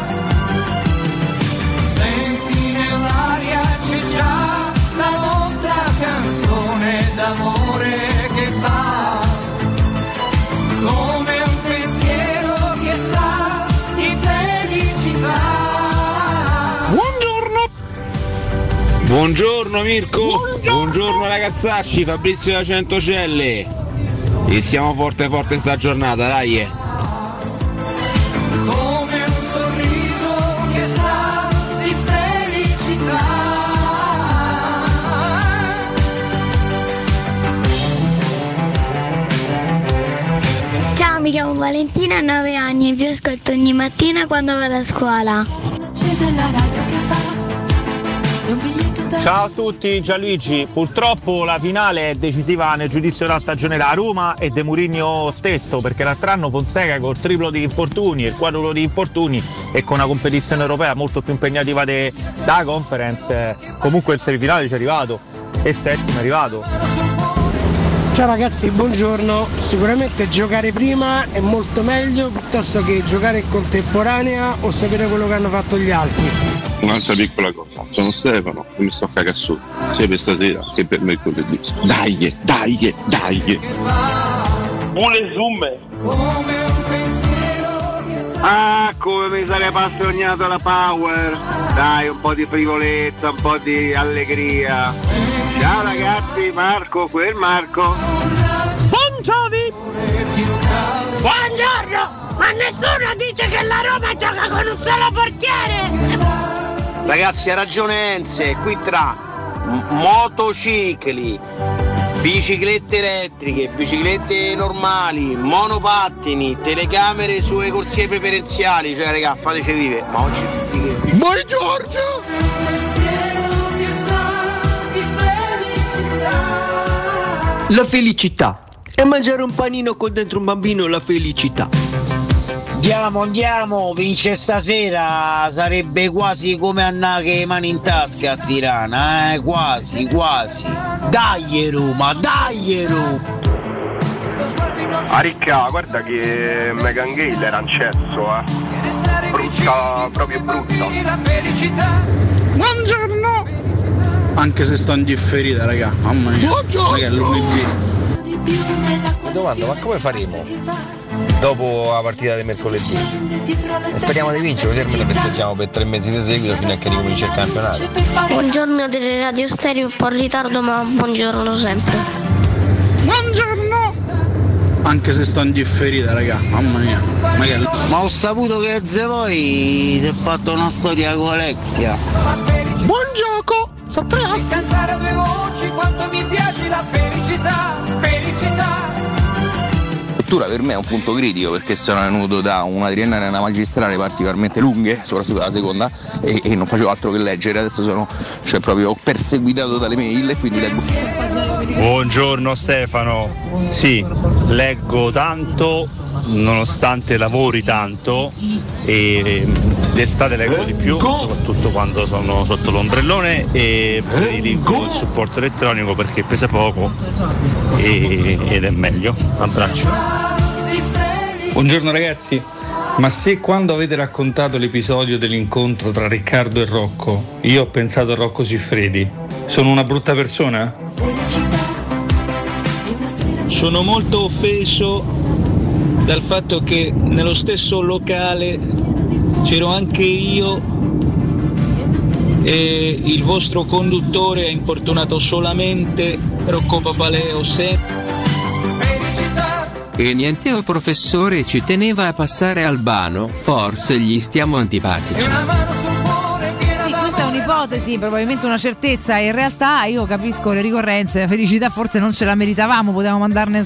Senti nell'aria c'è già la nostra canzone d'amore che fa come un pensiero che sa di felicità. Buongiorno Mirko. Buongiorno ragazzacci, Fabrizio da Centocelle. E siamo forte sta giornata, dai. Come un sorriso che sa di felicità. Ciao, mi chiamo Valentina, ho 9 anni e vi ascolto ogni mattina quando vado a scuola. Ciao a tutti, Gianluigi. Purtroppo la finale è decisiva nel giudizio della stagione da Roma e De Mourinho stesso, perché l'altro anno Fonseca col triplo di infortuni e il quadruplo di infortuni e con una competizione europea molto più impegnativa da Conference, comunque il semifinale ci è arrivato e settimo è arrivato. Ciao ragazzi, buongiorno. Sicuramente giocare prima è molto meglio piuttosto che giocare in contemporanea o sapere quello che hanno fatto gli altri. Un'altra piccola cosa, sono Stefano e mi sto a cagare su, sia per stasera che per mercoledì. Dai. Buone zoom. Ah, come mi sarei appassionato alla Power. Dai, un po' di frivolezza, un po' di allegria. Ciao ragazzi, Marco, quel Marco. Buongiorno, ma nessuno dice che la Roma gioca con un solo portiere. Ragazzi, ha ragione Enze, qui tra motocicli, biciclette elettriche, biciclette normali, monopattini, telecamere sulle corsie preferenziali, cioè raga, fateci vive, ma oggi tutti che... Buon Giorgio! La felicità è mangiare un panino con dentro un bambino, la felicità. Andiamo, vince stasera, sarebbe quasi come andare mani in tasca a Tirana, quasi. Dai Roma, A Ricca, guarda che Megan Gale era un cesso, brutta, proprio brutta. Buongiorno! Anche se sto in differita, raga, mamma mia. Buongiorno! Raga, è lunedì. Mi domando, ma come faremo dopo la partita del mercoledì? Speriamo di vincere, così almeno festeggiamo per 3 mesi di seguito fino a che ricomincia il campionato. Buongiorno delle Radio Stereo, un po' in ritardo ma buongiorno sempre. Buongiorno! Anche se sto in differita, raga, mamma mia. Ma ho saputo che voi si è fatto una storia con Alexia. Buon gioco! Sorpresa! Cantare a due voci quanto mi piace, la felicità. addirittura per me è un punto critico, perché sono venuto da una triennale e una magistrale particolarmente lunghe, soprattutto la seconda, e non facevo altro che leggere. Adesso sono proprio perseguitato dalle mail e quindi leggo. Buongiorno Stefano, sì, leggo tanto nonostante lavori tanto, e d'estate leggo di più, soprattutto quando sono sotto l'ombrellone, e prediligo il supporto elettronico perché pesa poco ed è meglio. Abbraccio. Buongiorno ragazzi, ma se quando avete raccontato l'episodio dell'incontro tra Riccardo e Rocco io ho pensato a Rocco Siffredi, sono una brutta persona? Sono molto offeso dal fatto che nello stesso locale c'ero anche io e il vostro conduttore ha importunato solamente Rocco Papaleo E niente, il professore ci teneva a passare Albano, forse gli stiamo antipatici. Sì, questa è un'ipotesi, probabilmente una certezza. In realtà io capisco le ricorrenze, la felicità forse non ce la meritavamo, potevamo mandarne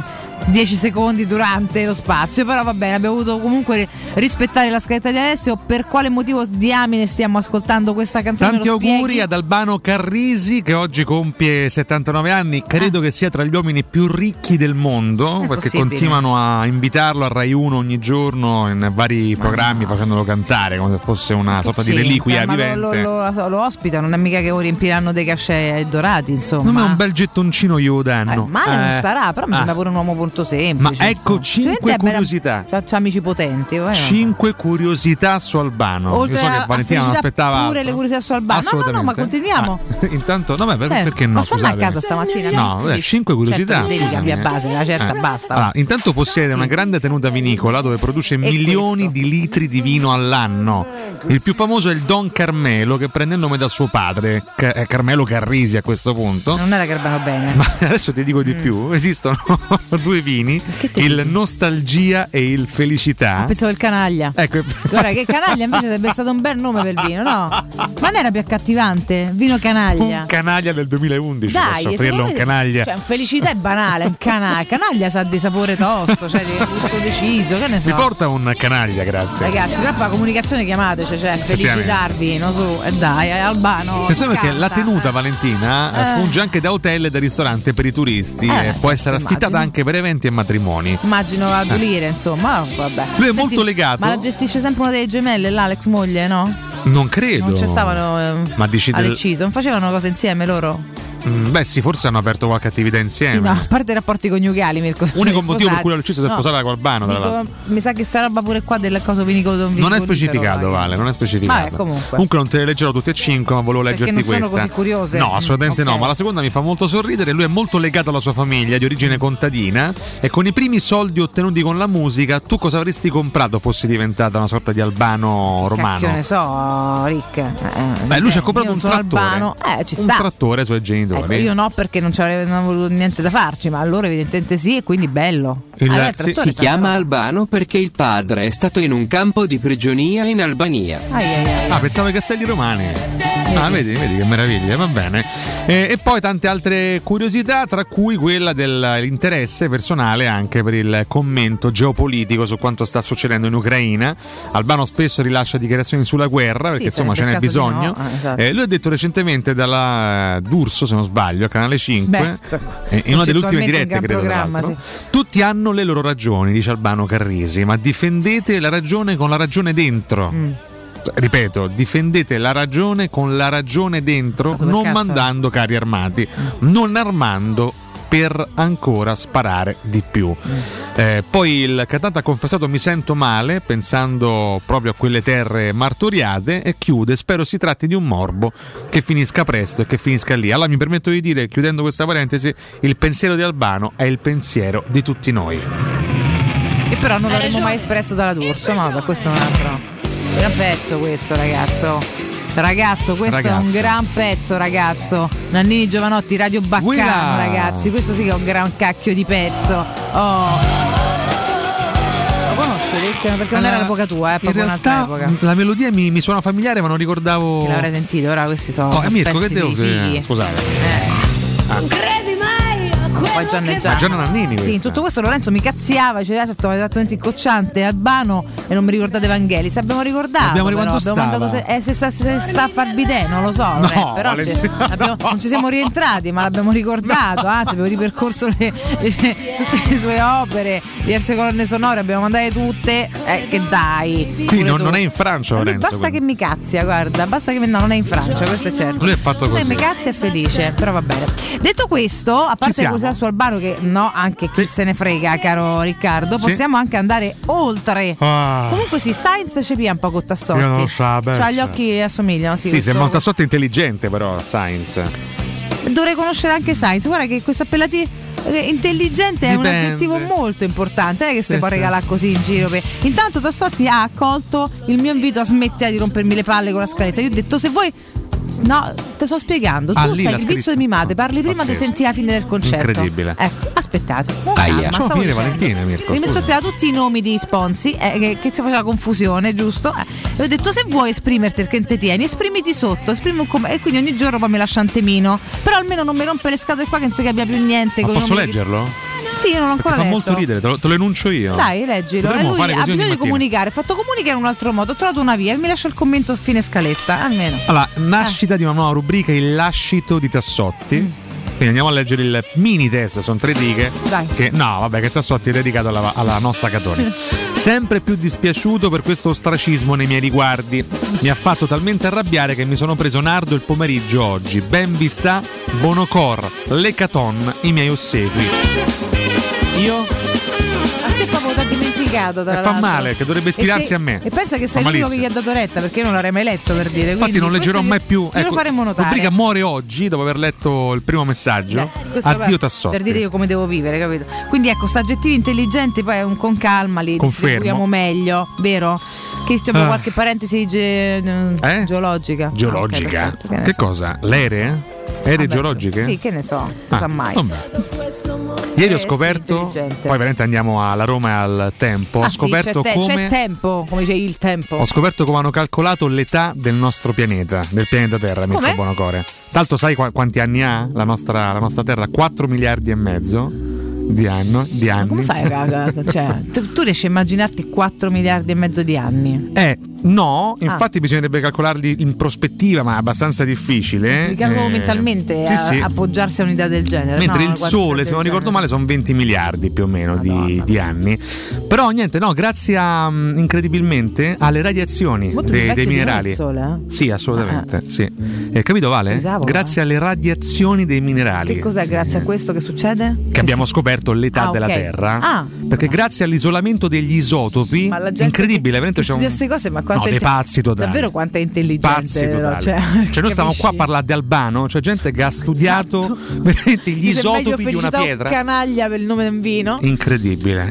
10 secondi durante lo spazio, però va bene, abbiamo voluto comunque rispettare la scaletta di Alessio. Per quale motivo diamine stiamo ascoltando questa canzone? Tanti auguri ad Albano Carrisi, che oggi compie 79 anni, credo che sia tra gli uomini più ricchi del mondo, perché possibile. continuano a invitarlo a Rai 1 ogni giorno in vari programmi, facendolo cantare come se fosse una sorta di reliquia vivente. Lo ospita, non è mica che riempiranno dei cachet dorati, insomma. Non è un bel gettoncino glielo danno. Male non starà, però mi sembra pure un uomo molto semplice. Ma ecco, 5 curiosità. C'ha amici potenti. 5 curiosità su Albano. Oltre Io so che Valentina non aspettava pure le curiosità su Albano. No, ma continuiamo. Intanto, perché no? Ma sono a casa stamattina. No, 5 curiosità. Devi cambiare base, la certa basta. Allora, intanto possiede una grande tenuta vinicola dove produce milioni di litri di vino all'anno. Il più famoso è il Don Carmelo, che prende il nome da suo padre, Carmelo Carrisi a questo punto. Non era Carbano bene. Ma adesso ti dico di più, esistono 2 vini, il Nostalgia e il Felicità. Pensavo il Canaglia. Ecco. Guarda che Canaglia invece sarebbe stato un bel nome per il vino, no? Ma non era più accattivante? Vino Canaglia. Un Canaglia del 2011. Dai, posso offrirlo un Canaglia. Cioè, Felicità è banale, un Canaglia sa di sapore tosto, cioè di gusto deciso, che ne so. Mi porta un Canaglia, grazie. Ragazzi, però la comunicazione chiamateci, cioè felicitarvi, no, su, e dai, Albano. Pensate che la tenuta Valentina funge anche da hotel e da ristorante per i turisti, e può essere affittata anche per eventi e matrimoni. Immagino ad Ulire, insomma, vabbè. Lui è molto legato. Ma la gestisce sempre una delle gemelle, l'Alex moglie, no? Non credo. Non ci stavano ma dici all'inciso, non facevano cose insieme loro? Beh sì, forse hanno aperto qualche attività insieme. Sì, no, a parte i rapporti coniugali, Mirko. Unico motivo per cui l'ucciso si è sposata con Albano, tra l'altro. Mi sa che sarà pure qua del coso vinicolo. Non è specificato, Vale, non è specificato. Vabbè, comunque non te le leggerò tutte e 5, ma volevo leggerti questa. Perché non questa. sono così curiose? No, assolutamente no, ma la seconda mi fa molto sorridere. Lui è molto legato alla sua famiglia, di origine contadina, e con i primi soldi ottenuti con la musica, tu cosa avresti comprato fossi diventata una sorta di Albano romano? Che ne so, Rick. Beh, lui ci ha comprato un trattore. Albano. Ci sta. Un trattore ai suoi genitori. Ecco, io no, perché non c'avevano voluto niente da farci, ma allora evidentemente sì, e quindi bello. Si chiama Albano perché il padre è stato in un campo di prigionia in Albania. Pensavo ai Castelli Romani. Vedi che meraviglia, va bene. E poi tante altre curiosità, tra cui quella dell'interesse personale anche per il commento geopolitico su quanto sta succedendo in Ucraina. Albano spesso rilascia dichiarazioni sulla guerra, perché insomma ce n'è bisogno. Lui ha detto recentemente dalla D'Urso, se non sbaglio, a Canale 5, in una delle ultime dirette, credo, tutti hanno le loro ragioni, dice Albano Carrisi, ma difendete la ragione con la ragione dentro. Ripeto, difendete la ragione con la ragione dentro, non mandando carri armati, non armando per ancora sparare di più. Poi il cantante ha confessato: mi sento male pensando proprio a quelle terre martoriate, e chiude: spero si tratti di un morbo che finisca presto e che finisca lì. Allora mi permetto di dire, chiudendo questa parentesi, il pensiero di Albano è il pensiero di tutti noi, che però non l'avremmo mai espresso dalla D'Urso. Ma per questo è un altro gran pezzo, questo ragazzo, questo è un gran pezzo, ragazzo. Nannini Giovanotti, Radio Baccano, ragazzi, questo sì che è un gran cacchio di pezzo. Lo conosci, perché non era l'epoca tua, è proprio un'altra epoca. La melodia mi suona familiare, ma non ricordavo che l'avrei sentito. Ora questi sono Mirko, che devo scusate. Non credi mai a poi Gianna Nannini. Sì, in tutto questo Lorenzo mi cazziava, diceva certo, esattamente Cocciante, Albano e non mi ricordate Vangelis. Abbiamo ricordato. Abbiamo mandato se sta a far bidè, non lo so, no, però non ci siamo rientrati, ma l'abbiamo ricordato, anzi abbiamo ripercorso tutte le sue opere, diverse colonne sonore, abbiamo mandate tutte, che dai. Qui non è in Francia, Lorenzo. Basta che mi cazzia, guarda, non è in Francia, questo è certo. Lui è fatto così. Se mi cazzia è felice, però va bene. Detto questo, a parte la curiosità su Albano, che no, anche chi se ne frega, caro Riccardo, possiamo anche andare oltre. Comunque sì, Sainz ci pia un po' con Tassotti. Io non lo so, cioè gli occhi assomigliano. Sì, sembra un Tassotti intelligente, però Sainz. Dovrei conoscere anche Sainz. Guarda che questo appellativo intelligente è un aggettivo molto importante, non è che si può regalare così in giro. Intanto Tassotti ha accolto il mio invito a smettere di rompermi le palle con la scaletta. Io ho detto, se voi te sto spiegando, tu sei il visto di Mimate, parli prima di sentire la fine del concerto. Incredibile. Ecco, aspettate. Facciamo finire Valentina, Mirko. Mi sono spiegati tutti i nomi di sponsi, che si faceva confusione, giusto? E ho detto, se vuoi esprimerti perché te tieni, esprimiti sotto, e quindi ogni giorno poi mi lascia un temino. Però almeno non mi rompe le scatole qua, che non si capisce più niente. Ma posso leggerlo? Sì, io non l'ho ancora letto. Fa molto ridere, te lo enuncio io. Dai, leggilo. E lui ha bisogno di comunicare. Ha fatto comunicare in un altro modo. Ho trovato una via e mi lascia il commento a fine scaletta. Almeno. Allora, nascita di una nuova rubrica, il lascito di Tassotti. Quindi andiamo a leggere il mini test, sono 3 righe. Dai. Che Tassotti è dedicato alla nostra Catone. Sempre più dispiaciuto per questo ostracismo nei miei riguardi. Mi ha fatto talmente arrabbiare che mi sono preso nardo il pomeriggio oggi. Ben vi sta, Bonocor, le Caton, i miei ossequi. Io? A te proprio t'ho dimenticato. E fa male, che dovrebbe ispirarsi a me. E pensa che sei l'unico che gli ha dato retta, perché io non l'avrei mai letto, per dire. Infatti non leggerò mai più. Lo faremo notare. Rubrica muore oggi dopo aver letto il primo messaggio. Addio Tassotti. Per dire io come devo vivere, capito? Quindi ecco, sta aggettivi intelligenti, poi con calma li distribuiamo meglio, vero? Che abbiamo qualche parentesi geologica. Geologica? Okay, perfetto, che cosa? L'ere? Ere geologiche? Sì, che ne so, si sa mai. Ieri ho scoperto, poi veramente andiamo alla Roma e al tempo. Ho scoperto c'è tempo, come dice il tempo. Ho scoperto come hanno calcolato l'età del nostro pianeta, del pianeta Terra, Mirko Bonocore. Tanto sai quanti anni ha la nostra Terra? 4 miliardi e mezzo di anni. Come fai? Cioè, tu riesci a immaginarti 4 miliardi e mezzo di anni? No, infatti bisognerebbe calcolarli in prospettiva, ma è abbastanza difficile. Li calcolo mentalmente appoggiarsi a un'idea del genere. Mentre il Sole, se non ricordo male, sono 20 miliardi più o meno di anni. Però niente, grazie incredibilmente alle radiazioni dei minerali. Il Sole, Sì, assolutamente. Sì. Capito, Vale? Pensavo, grazie alle radiazioni dei minerali. Che cos'è grazie a questo che succede? Che abbiamo scoperto l'età della Terra. Perché grazie all'isolamento degli isotopi, incredibile, veramente c'è queste cose, ma dei pazzi totali. Davvero quanta intelligenza. Pazzi totali. Cioè noi stiamo qua a parlare di Albano, cioè gente che ha studiato veramente gli isotopi di una pietra. Canaglia per il nome del vino. Incredibile.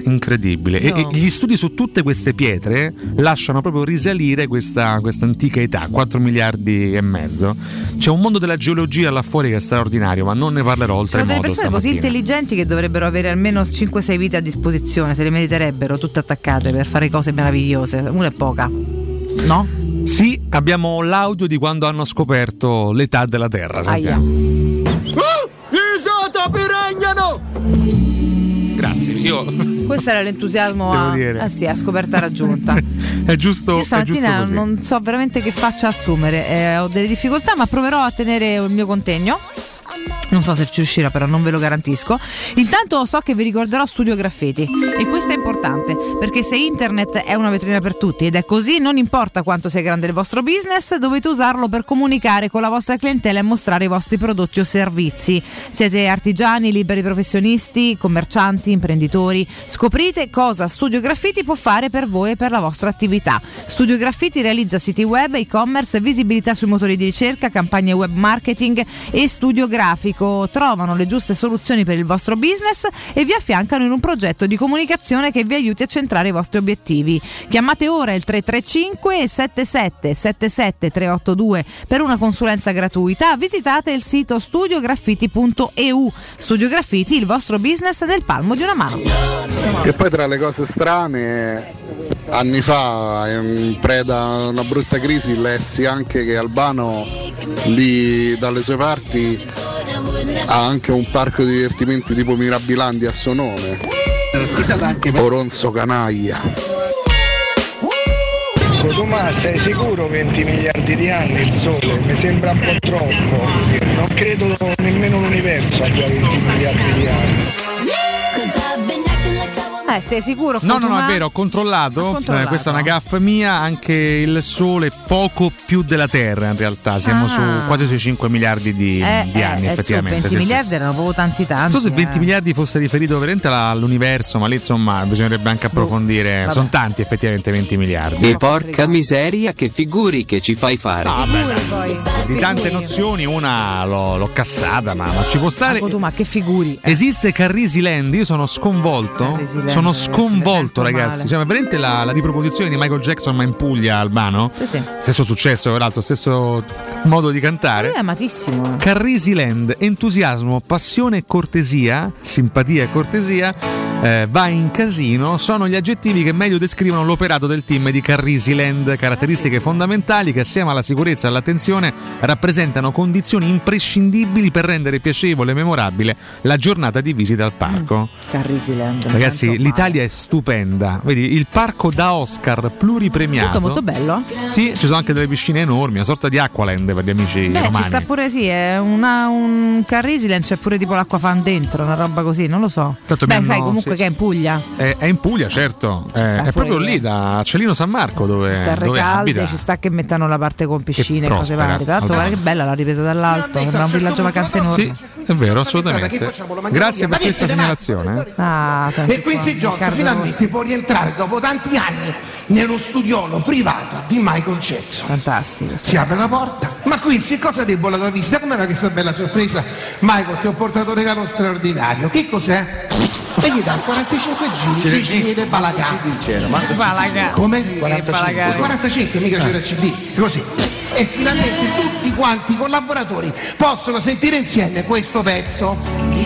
E gli studi su tutte queste pietre lasciano proprio risalire questa antica età, 4 miliardi e mezzo. C'è un mondo della geologia là fuori che è straordinario, ma non ne parlerò oltre modo. Sono delle persone così intelligenti che dovrebbero avere almeno 5-6 vite a disposizione, se le meriterebbero tutte attaccate per fare cose meravigliose. Una è poca. No? Sì, abbiamo l'audio di quando hanno scoperto l'età della Terra. Sentiamo. Gli isotopi regnano! Grazie, questo era l'entusiasmo a scoperta raggiunta. È giusto. Io stamattina così. Non so veramente che faccia assumere, ho delle difficoltà, ma proverò a tenere il mio contegno. Non so se ci riuscirà, però non ve lo garantisco. Intanto so che vi ricorderò Studio Graffiti, e questo è importante perché se internet è una vetrina per tutti ed è così, non importa quanto sia grande il vostro business, dovete usarlo per comunicare con la vostra clientela e mostrare i vostri prodotti o servizi. Siete artigiani, liberi professionisti, commercianti, imprenditori, scoprite cosa Studio Graffiti può fare per voi e per la vostra attività. Studio Graffiti realizza siti web, e-commerce, visibilità sui motori di ricerca, campagne web marketing e studio grafico. Trovano le giuste soluzioni per il vostro business e vi affiancano in un progetto di comunicazione che vi aiuti a centrare i vostri obiettivi. Chiamate ora il 335 77 77 382 per una consulenza gratuita. Visitate il sito studiograffiti.eu. Studio Graffiti, il vostro business nel palmo di una mano. E poi tra le cose strane, anni fa, in preda a una brutta crisi, lessi anche che Albano lì dalle sue parti ha anche un parco di divertimenti tipo Mirabilandia a suo nome. Oronzo canaglia. Tommaso, sei sicuro 20 miliardi di anni il Sole? Mi sembra un po' troppo. Non credo nemmeno l'universo abbia 20 miliardi di anni. Sei sicuro? No, è vero, ho controllato. Questa è una gaffa mia. Anche il Sole è poco più della Terra, in realtà. Siamo quasi sui 5 miliardi di anni, effettivamente. 20 miliardi erano proprio tanti. Non so se 20 miliardi fosse riferito veramente all'universo, ma lì insomma bisognerebbe anche approfondire. Vabbè. Sono tanti, effettivamente, 20 miliardi. E porca miseria, che figuri che ci fai fare. Di tante nozioni, una l'ho cassata, ma ci può stare. Ma che figuri? Esiste Carrisi Land? Io sono sconvolto. Sono sconvolto, ragazzi. Cioè, veramente la riproposizione di Michael Jackson, ma in Puglia, Albano? Sì. Stesso successo, peraltro, stesso modo di cantare. È amatissimo. Carrisi Land, entusiasmo, passione e cortesia, simpatia e cortesia. Va in casino, sono gli aggettivi che meglio descrivono l'operato del team di Carrisi Land, caratteristiche fondamentali che assieme alla sicurezza e all'attenzione rappresentano condizioni imprescindibili per rendere piacevole e memorabile la giornata di visita al parco. Carrisi Land. Ragazzi, l'Italia è stupenda. Vedi, il parco da Oscar pluripremiato. È molto bello. Sì, ci sono anche delle piscine enormi, una sorta di Aqualand per gli amici romani. Ci sta pure, è un Carrisi Land, c'è pure tipo l'acquafan dentro, una roba così, non lo so. Tanto sai comunque che è in Puglia. È in Puglia, certo. È proprio lì da Celino San Marco dove Terre calde, abita. ci sta che mettano la parte con piscine e cose varie. Tra l'altro, guarda che bella la ripresa dall'alto. Sembra un villaggio vacanze enorme. Sì, è vero, assolutamente. Grazie per questa segnalazione. E Quincy Jones finalmente può rientrare dopo tanti anni nello studiolo privato di Michael Jackson. Fantastico. Si apre la porta. Ma Quincy, cosa devo la tua visita? Com'era questa bella sorpresa? Michael, ti ho portato un regalo straordinario. Che cos'è? E gli dà 45 giri di CD Balagà. Balagà. Come? 45, mica c'era il CD. Così. E finalmente tutti quanti i collaboratori possono sentire insieme questo pezzo.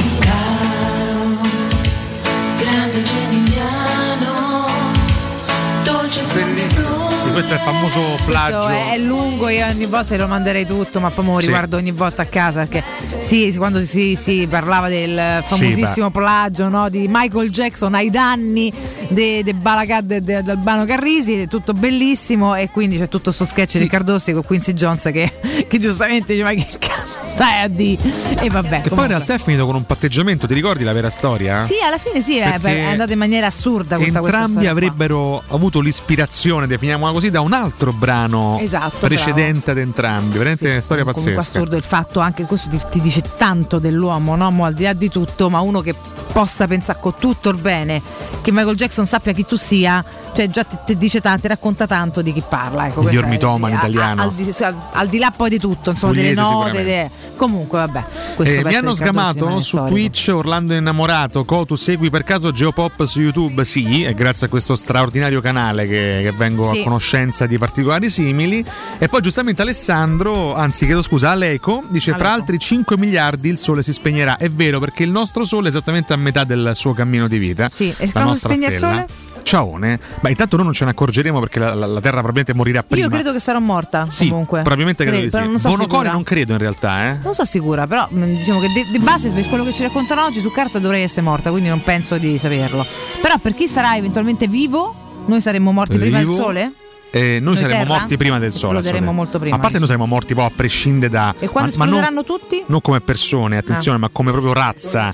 Grande genigliano, dolce sogno. Sì, questo è il famoso plagio. Questo è lungo, io ogni volta lo manderei tutto, ma poi me lo riguardo ogni volta a casa. Perché quando si parlava del famosissimo plagio, no, di Michael Jackson ai danni de Balagà di Albano Carrisi, è tutto bellissimo. E quindi c'è tutto sto sketch di Cardossi con Quincy Jones che giustamente dice: ma che cazzo stai a dire? E vabbè. Che poi in realtà è finito con un patteggiamento, ti ricordi la vera storia? Sì, alla fine è andata in maniera assurda tutta questa storia. Entrambi avrebbero avuto l'ispirazione, definiamola così, da un altro brano precedente ad entrambi. Veramente storia pazzesca. Comunque assurdo il fatto, anche questo ti dice tanto dell'uomo, no? Mo al di là di tutto, ma uno che possa pensare con tutto il bene che Michael Jackson sappia chi tu sia, cioè già ti dice tanto, ti racconta tanto di chi parla. Ecco, di ormitomane italiano. Al di là poi di tutto, insomma, Pugliese, delle note. Comunque, vabbè. Mi hanno sgamato su Twitch Orlando Innamorato. Tu segui per caso Geopop su YouTube? Sì, e grazie a questo straordinario canale che vengo a conoscenza di particolari simili. E poi giustamente Alessandro, anzi chiedo scusa, Aleco dice: fra altri 5 miliardi il sole si spegnerà. È vero, perché il nostro sole è esattamente a metà del suo cammino di vita. Sì, e la nostra spegne il sole? Ciaone. Ma intanto noi non ce ne accorgeremo perché la Terra probabilmente morirà prima. Io credo che sarò morta, comunque. Probabilmente credo di sì. Bonocore non credo in realtà, Non so sicura, però diciamo che di base per quello che ci raccontano oggi su carta dovrei essere morta, quindi non penso di saperlo. Però per chi sarà eventualmente vivo, noi saremmo morti prima del sole? Noi saremmo morti prima del sole. Esploderemo molto prima. A parte noi saremmo morti poi a prescindere da. E quando esploderanno tutti? Non come persone, attenzione, ma come proprio razza.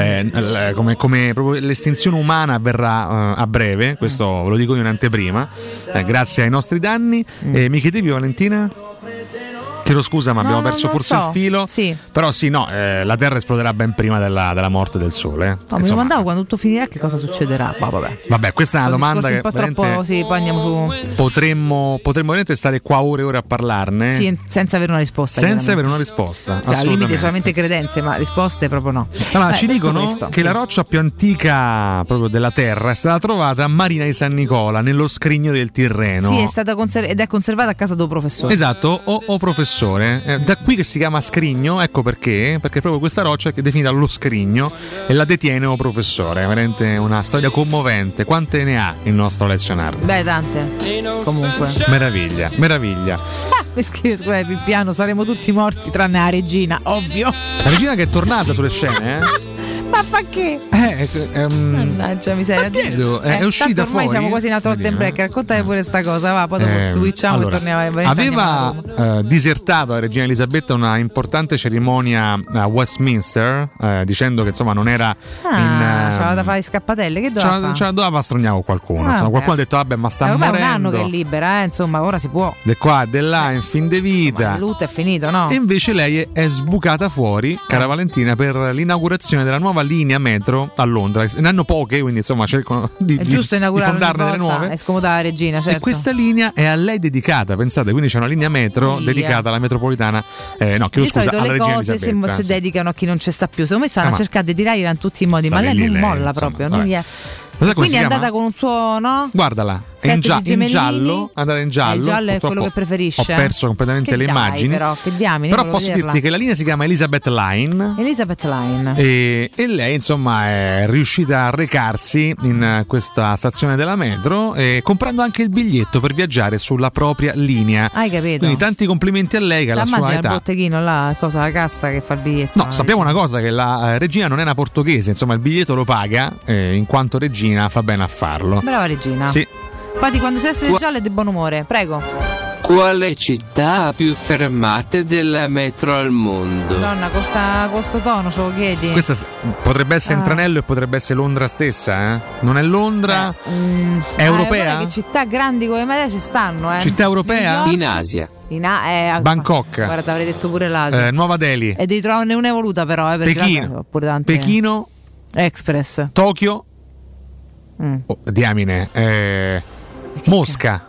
Come proprio l'estinzione umana avverrà a breve. Questo ve lo dico io in anteprima. Grazie ai nostri danni. Mi chiedevi, Valentina? Chiedo scusa, ma abbiamo perso forse il filo. Sì. Però la Terra esploderà ben prima della morte del Sole. Mi domandavo quando tutto finirà che cosa succederà. Vabbè, questa è una domanda che un po' troppo, poi andiamo su. Potremmo veramente stare qua ore e ore a parlarne. Sì, senza avere una risposta. Senza avere una risposta. Al limite solamente credenze, ma risposte proprio no. Allora, ci dicono che la roccia più antica proprio della Terra è stata trovata a Marina di San Nicola, nello scrigno del Tirreno. Sì, è stata ed è conservata a casa del professore. Esatto, o professore. professore, da qui che si chiama Scrigno, ecco perché proprio questa roccia è definita lo Scrigno e la detiene o professore, è veramente una storia commovente. Quante ne ha il nostro Alessio Nardi? Beh, tante. Comunque. Meraviglia. Mi scrive scusa Pippiano, saremo tutti morti tranne la regina, ovvio. La regina che è tornata sulle scene, Ma fa che? Mannaggia miseria. È uscita ormai fuori. siamo quasi in altra in break. Raccontate pure sta cosa, va, poi dopo switchiamo allora, e torniamo. Aveva disertato la regina Elisabetta una importante cerimonia a Westminster, dicendo che insomma non era c'aveva da fare le scappatelle. Che doveva fare? Doveva strognare con qualcuno. Insomma, qualcuno ha detto vabbè, ma sta ormai morendo. È un anno che è libera, insomma, ora si può. De qua, de là, in fin de vita. Ma il lutto è finito, no? E invece lei è sbucata fuori, cara Valentina, per l'inaugurazione della nuova linea metro a Londra. Ne hanno poche, quindi insomma cercano di fondarne delle nuove. È scomoda la regina, certo. E questa linea è a lei dedicata, pensate, quindi c'è una linea metro dedicata alla metropolitana. Di solito le cose si dedicano a chi non ci sta più. Secondo me stanno cercando di tirarla in tutti i modi, ma lei non molla proprio. Quindi è andata con un suo, no? Guardala, è in giallo, è andata in giallo. Il giallo è quello che preferisce. Ho perso completamente le immagini. Però posso dirti che la linea si chiama Elizabeth Line. E lei insomma è riuscita a recarsi in questa stazione della metro, comprando anche il biglietto per viaggiare sulla propria linea. Hai capito? Quindi tanti complimenti a lei che alla sua età. Il botteghino là, cosa, la cassa che fa il biglietto. No, sappiamo una cosa, che la regina non è una portoghese, insomma il biglietto lo paga, in quanto regina fa bene a farlo. Brava regina. Sì. Infatti quando si veste di giallo è di buon umore. Prego. Quale città ha più fermate della metro al mondo? Donna, con sto tono ce lo chiedi? Questa potrebbe essere Entranello e potrebbe essere Londra stessa, Non è Londra? È europea? Che città grandi come me ci stanno, Città europea? In Asia. Bangkok. Guarda, avrei detto pure l'Asia. Nuova Delhi. E devi trovare un'evoluta però, Pechino. Express. Tokyo. Diamine. Mosca.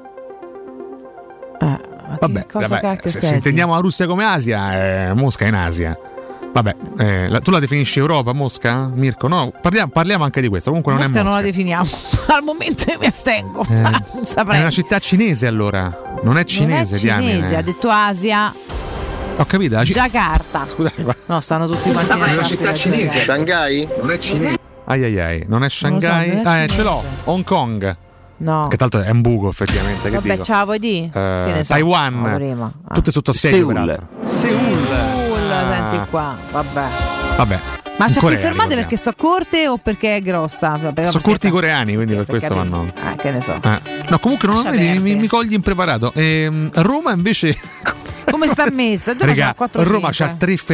Vabbè, se intendiamo la Russia come Asia, Mosca è in Asia. Vabbè, tu la definisci Europa, Mosca? Mirko? No, parliamo anche di questo. Comunque Mosca non è Mosca. Non la definiamo. Al momento mi astengo. Non saprei. È una città cinese allora. Non è cinese, diamine. Ha detto Asia. Ho capito. Giacarta. Scusate, no, stanno tutti quanti. È una città cinese. Shanghai? Non è cinese. Non è Shanghai? Ce l'ho. Hong Kong. No. Che tanto è un buco effettivamente. Che vabbè, dico? ciao, vuoi dire? Taiwan. Tutte sotto Seul. Seul, senti qua. Vabbè. Ma c'è più fermate perché sono corte o perché è grossa? Sono corti coreani, quindi per questo vanno. Che ne so. No, comunque non mi cogli impreparato. Roma invece. Come sta messa? Raga, Roma c'ha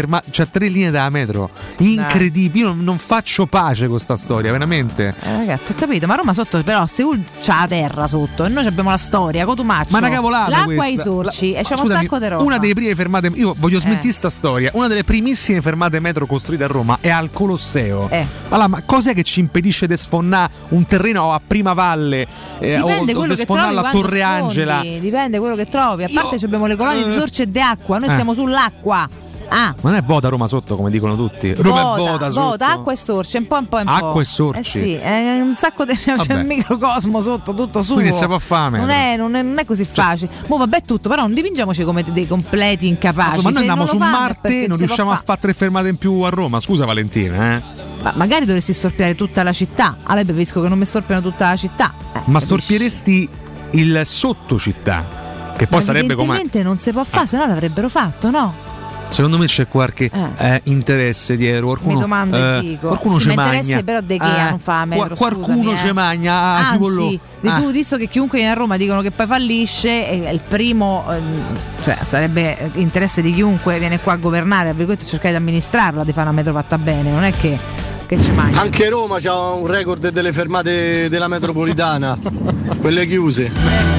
3 linee da metro. Incredibile. Io non faccio pace con sta storia, veramente. Ragazzi, ho capito, ma Roma sotto, però Seul c'ha la terra sotto e noi abbiamo la storia, Cotumaccio. Ma una cavolata. L'acqua e i sorci. E c'è un sacco di roba. Una delle prime fermate. Io voglio smentire sta storia. Una delle primissime fermate metro costruite a Roma è al Colosseo. Allora, ma cos'è che ci impedisce di sfondare un terreno a Prima Valle? O di sfondare la Torre Angela? Dipende quello che trovi. A parte abbiamo le colonne di sorci e di acqua, noi siamo sull'acqua. Ma non è Vota Roma sotto, come dicono tutti. Roma è Vota sotto. Vota, acqua e sorci, un po'. Acqua e sorci. Sì, è un sacco di. C'è un microcosmo sotto, tutto suo. Quindi siamo a fame. Non è così facile. Mo vabbè tutto, però non dipingiamoci come dei completi incapaci. Ma noi andiamo su Marte e non riusciamo a fare 3 fermate in più a Roma. Scusa Valentina, Ma magari dovresti storpiare tutta la città. Allora preferisco che non mi storpiano tutta la città. Ma storpieresti il sottocittà? Che poi sarebbe come. Evidentemente non si può fare, se no l'avrebbero fatto, no? Secondo me c'è qualche interesse dietro. Qualcuno, mi domando e dico. Qualcuno ci magna. Però de che non fa metro, qualcuno ci magna. Anzi, tu visto che chiunque viene a Roma dicono che poi fallisce, è il primo, cioè sarebbe interesse di chiunque viene qua a governare, a cercare di amministrarla, di fare una metro fatta bene, non è che ci manca. Anche Roma c'ha un record delle fermate della metropolitana, quelle chiuse.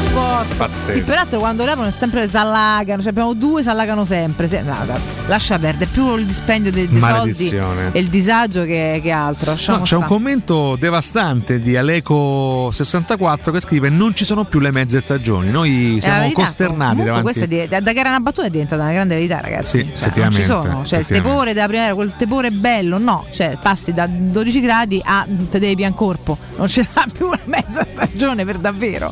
Sì, peraltro quando levano sempre si allagano, cioè abbiamo 2 si allagano sempre. Lascia perdere, più il dispendio dei soldi e il disagio che altro. C'è un commento devastante di Aleco64 che scrive: non ci sono più le mezze stagioni, noi siamo costernati davanti. Questa da che era una battuta è diventata una grande verità, ragazzi. Sì, effettivamente, non ci sono, cioè il tepore della primavera, quel tepore bello, no, cioè passi da 12 gradi a te devi pian corpo, non ci sarà più una mezza stagione per davvero.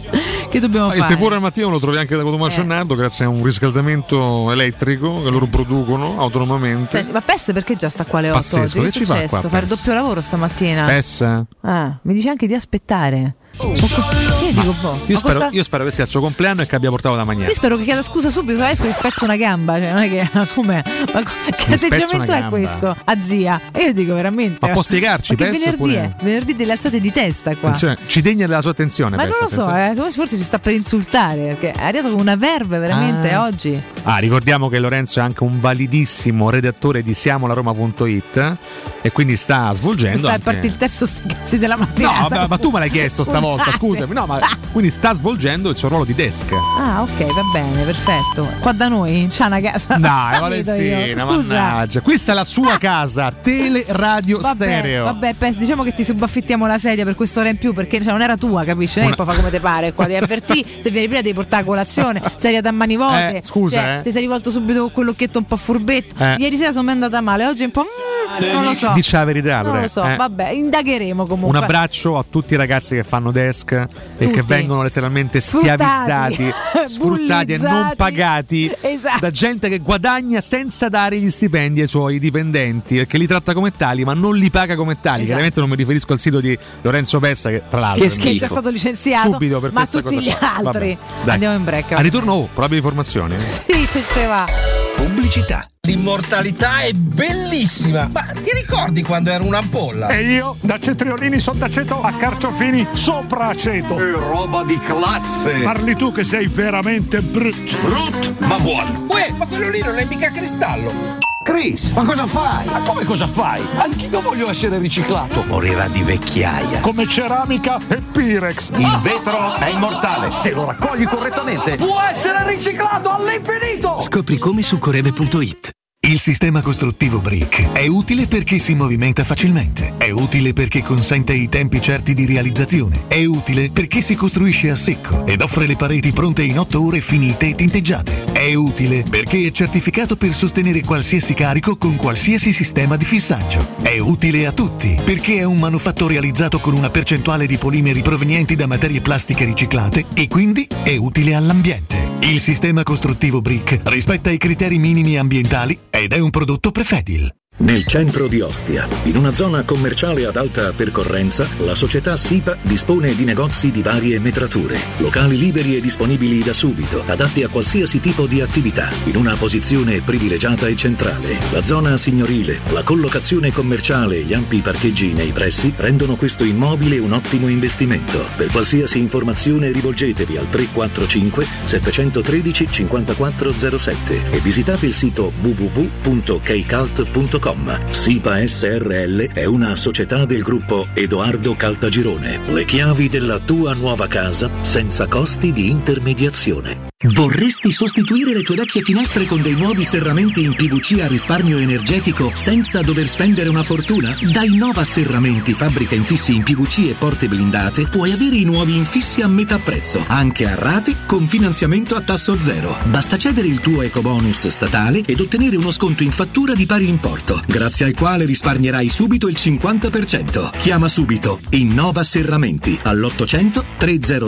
Che dobbiamo Il fare? tepore al mattino lo trovi anche da Cotumaccio Nardo grazie a un riscaldamento elettrico che loro producono autonomamente. Senti, ma PES perché già sta qua alle 8 Pazzesco, oggi? che Che ci è fa qua, successo? Fare PES? doppio lavoro stamattina? PES? Mi dice anche di aspettare. Io dico, Io spero che sia il suo compleanno e che abbia portato da mangiare. Io spero che chieda scusa subito, adesso gli spezzo una gamba, cioè non è che come che atteggiamento è questo a zia? E io dico veramente. Ma può spiegarci, perché PES, venerdì oppure... è venerdì delle alzate di testa qua. Attenzione, ci degna della sua attenzione. Ma PES, non lo so, forse ci sta per insultare perché è arrivato con una verve veramente oggi. Ricordiamo che Lorenzo è anche un validissimo redattore di siamolaroma.it e quindi sta svolgendo Fai anche... parte il terzo cazzi della mattinata. No, ma tu me l'hai chiesto stavolta, scusami. No, ma quindi sta svolgendo il suo ruolo di desk. Ah, ok, va bene, perfetto. Qua da noi c'ha una casa. Dai, Valentina, mannaggia. Questa è la sua casa, teleradio stereo. Vabbè, diciamo che ti subaffittiamo la sedia per quest'ora in più perché non era tua, capisci? Non è che poi fa come te pare qua, devi avvertì, se vieni prima devi portare a colazione, sedia da mani volte. Scusa, ti sei rivolto subito con quell'occhietto un po' furbetto. Ieri sera sono andata male, oggi è un po'. Non lo so. Dici la verità, non lo so, vabbè, indagheremo comunque. Un abbraccio a tutti i ragazzi che fanno desk e che vengono letteralmente schiavizzati, sfruttati e non pagati da gente che guadagna senza dare gli stipendi ai suoi dipendenti, perché li tratta come tali ma non li paga come tali. Chiaramente non mi riferisco al sito di Lorenzo Pessa che tra l'altro che è già stato licenziato subito per ma questa tutti cosa gli altri. Vabbè, andiamo in break. A ritorno probabili formazioni. Sì, se ce va. Pubblicità. L'immortalità è bellissima. Ma ti ricordi quando ero un'ampolla? E io da Cetriolini Sottaceto a Carciofini sopra aceto. È roba di classe. Parli tu che sei veramente brut, ma buono. Uè, ma quello lì non è mica cristallo. Chris, ma cosa fai? Ma come cosa fai? Anch'io voglio essere riciclato. Morirà di vecchiaia. Come ceramica e Pirex. Il vetro è immortale. Se lo raccogli correttamente, può essere riciclato all'infinito. Scopri come su Correde.it. Il sistema costruttivo Brick è utile perché si movimenta facilmente, è utile perché consente i tempi certi di realizzazione, è utile perché si costruisce a secco ed offre le pareti pronte in 8 ore finite e tinteggiate, è utile perché è certificato per sostenere qualsiasi carico con qualsiasi sistema di fissaggio, è utile a tutti perché è un manufatto realizzato con una percentuale di polimeri provenienti da materie plastiche riciclate e quindi è utile all'ambiente. Il sistema costruttivo Brick rispetta i criteri minimi ambientali ed è un prodotto Prefedil. Nel centro di Ostia, in una zona commerciale ad alta percorrenza, la società SIPA dispone di negozi di varie metrature, locali liberi e disponibili da subito, adatti a qualsiasi tipo di attività, in una posizione privilegiata e centrale. La zona signorile, la collocazione commerciale e gli ampi parcheggi nei pressi rendono questo immobile un ottimo investimento. Per qualsiasi informazione rivolgetevi al 345 713 5407 e visitate il sito www.keicalt.com. SIPA SRL è una società del gruppo Edoardo Caltagirone. Le chiavi della tua nuova casa senza costi di intermediazione. Vorresti sostituire le tue vecchie finestre con dei nuovi serramenti in PVC a risparmio energetico senza dover spendere una fortuna? Da Innova Serramenti, fabbrica infissi in PVC e porte blindate, puoi avere i nuovi infissi a metà prezzo, anche a rate con finanziamento a tasso zero. Basta cedere il tuo ecobonus statale ed ottenere uno sconto in fattura di pari importo, grazie al quale risparmierai subito il 50%. Chiama subito Innova Serramenti all'800 300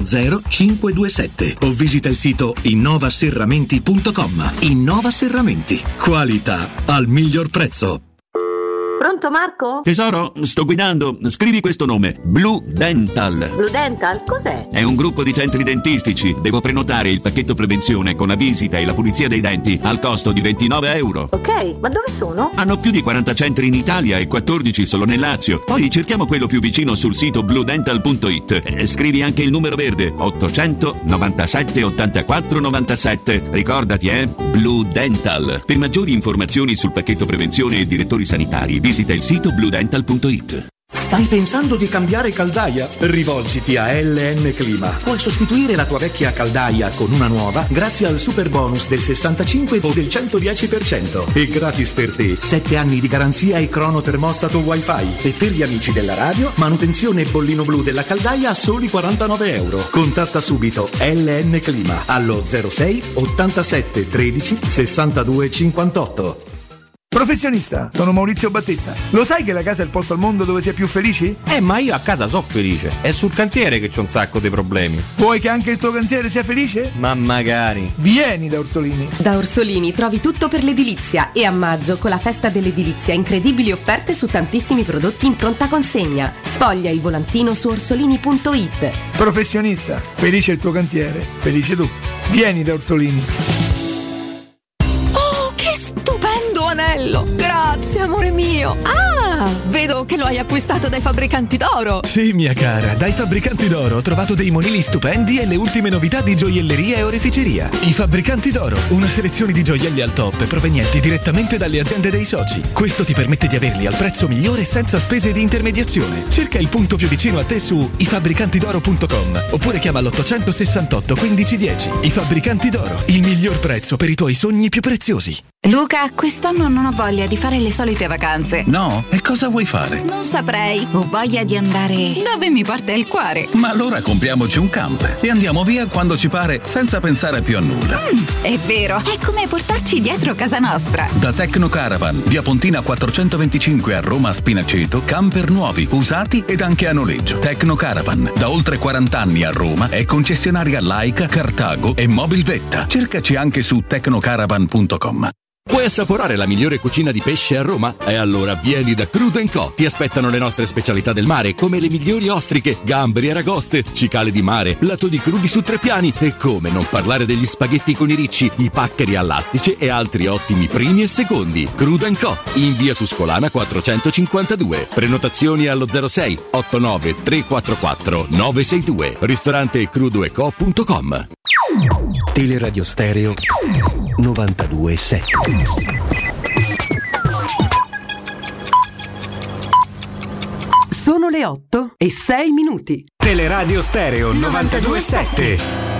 527 o visita il sito innovaserramenti.com. Innova Serramenti, qualità al miglior prezzo. Pronto Marco? Tesoro, sto guidando. Scrivi questo nome. Blue Dental. Blue Dental? Cos'è? È un gruppo di centri dentistici. Devo prenotare il pacchetto prevenzione con la visita e la pulizia dei denti al costo di €29. Ok, ma dove sono? Hanno più di 40 centri in Italia e 14 solo nel Lazio. Poi cerchiamo quello più vicino sul sito bluedental.it. Scrivi anche il numero verde 800 97 84 97. Ricordati, Blue Dental. Per maggiori informazioni sul pacchetto prevenzione e direttori sanitari, visita il sito bluedental.it. Stai pensando di cambiare caldaia? Rivolgiti a LN Clima. Puoi sostituire la tua vecchia caldaia con una nuova grazie al super bonus del 65 o del 110% e gratis per te 7 anni di garanzia e cronotermostato wifi. E per gli amici della radio, manutenzione e bollino blu della caldaia a soli €49. Contatta subito LN Clima allo 06 87 13 62 58. Professionista, sono Maurizio Battista. Lo sai che la casa è il posto al mondo dove si è più felici? Ma io a casa so felice. È sul cantiere che c'ho un sacco di problemi. Vuoi che anche il tuo cantiere sia felice? Ma magari. Vieni da Orsolini. Da Orsolini trovi tutto per l'edilizia e a maggio, con la festa dell'edilizia, incredibili offerte su tantissimi prodotti in pronta consegna. Sfoglia il volantino su orsolini.it. Professionista, felice il tuo cantiere, felice tu. Vieni da Orsolini. Stupendo anello! Grazie, amore mio! Ah, vedo che lo hai acquistato dai Fabbricanti d'Oro! Sì, mia cara, dai Fabbricanti d'Oro ho trovato dei monili stupendi e le ultime novità di gioielleria e oreficeria. I Fabbricanti d'Oro, una selezione di gioielli al top provenienti direttamente dalle aziende dei soci. Questo ti permette di averli al prezzo migliore senza spese di intermediazione. Cerca il punto più vicino a te su ifabbricantidoro.com oppure chiama l'868 1510. I Fabbricanti d'Oro, il miglior prezzo per i tuoi sogni più preziosi. Luca, quest'anno non ho voglia di fare le solite vacanze. No? E cosa vuoi fare? Non saprei. Ho voglia di andare dove mi porta il cuore. Ma allora compriamoci un camper e andiamo via quando ci pare senza pensare più a nulla. È vero, è come portarci dietro casa nostra. Da Tecno Caravan, via Pontina 425 a Roma Spinaceto, camper nuovi, usati ed anche a noleggio. Tecno Caravan, da oltre 40 anni a Roma, è concessionaria Laika, Cartago e Mobilvetta. Cercaci anche su tecnocaravan.com. Puoi assaporare la migliore cucina di pesce a Roma? E allora vieni da Crudo & Co. Ti aspettano le nostre specialità del mare, come le migliori ostriche, gamberi e aragoste, cicale di mare, latoni crudi su 3 piani e come non parlare degli spaghetti con i ricci, i paccheri all'astice e altri ottimi primi e secondi. Crudo & Co. in via Tuscolana 452. Prenotazioni allo 06 89 344 962. Ristorante crudoeco.com. Teleradio Stereo 92.7. Sono le 8:06. Teleradio Stereo 92.7.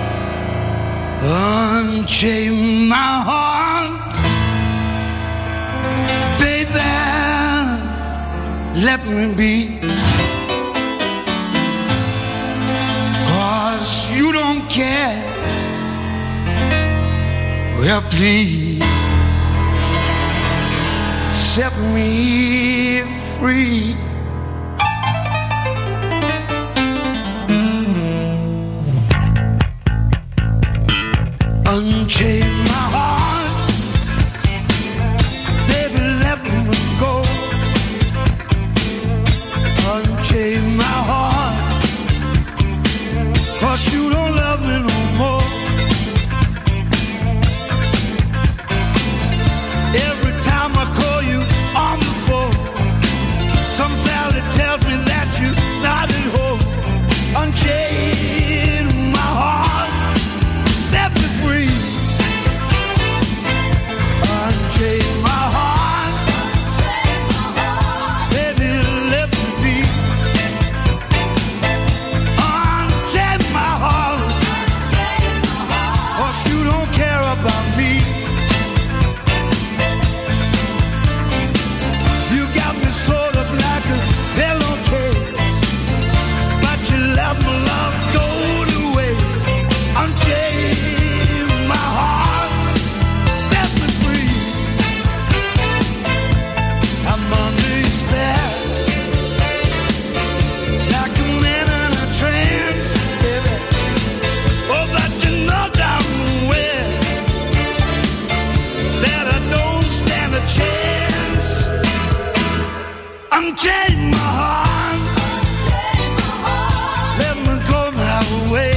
Unchain my heart, baby, let me be, 'cause you don't care. Well, please set me free. Unchain my heart, baby, let me go. Unchain my heart, 'cause you don't love me no more. Every time I call you on the phone, some fella tells me that you're not at home. Unchain my heart, set me free. Unchain my heart, baby, let me be. Unchain my heart, 'cause you don't care about me. You got me sort of like a pillowcase, but you let my love go to waste. Unchain my heart, set me free. I'm under your spell, like a man in a trance, baby. Oh, but you know damn well that I don't stand a chance. Unchain my heart, let me go my way.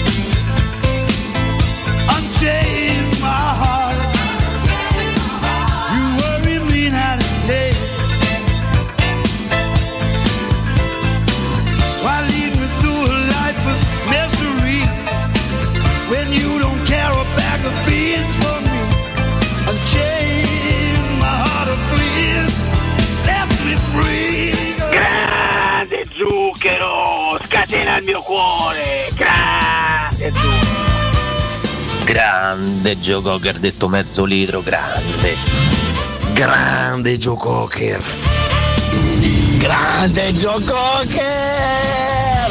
Unchain my heart, you worry me night and day. Why lead me through a life of misery when you don't care a bag of beans for me? Unchain my heart, oh please, set me free. Grande zucchero, scatena il mio cuore. Grande zucchero. Grande Joe Cocker, detto mezzo litro, grande. Grande Joe Cocker. Grande Joe Cocker.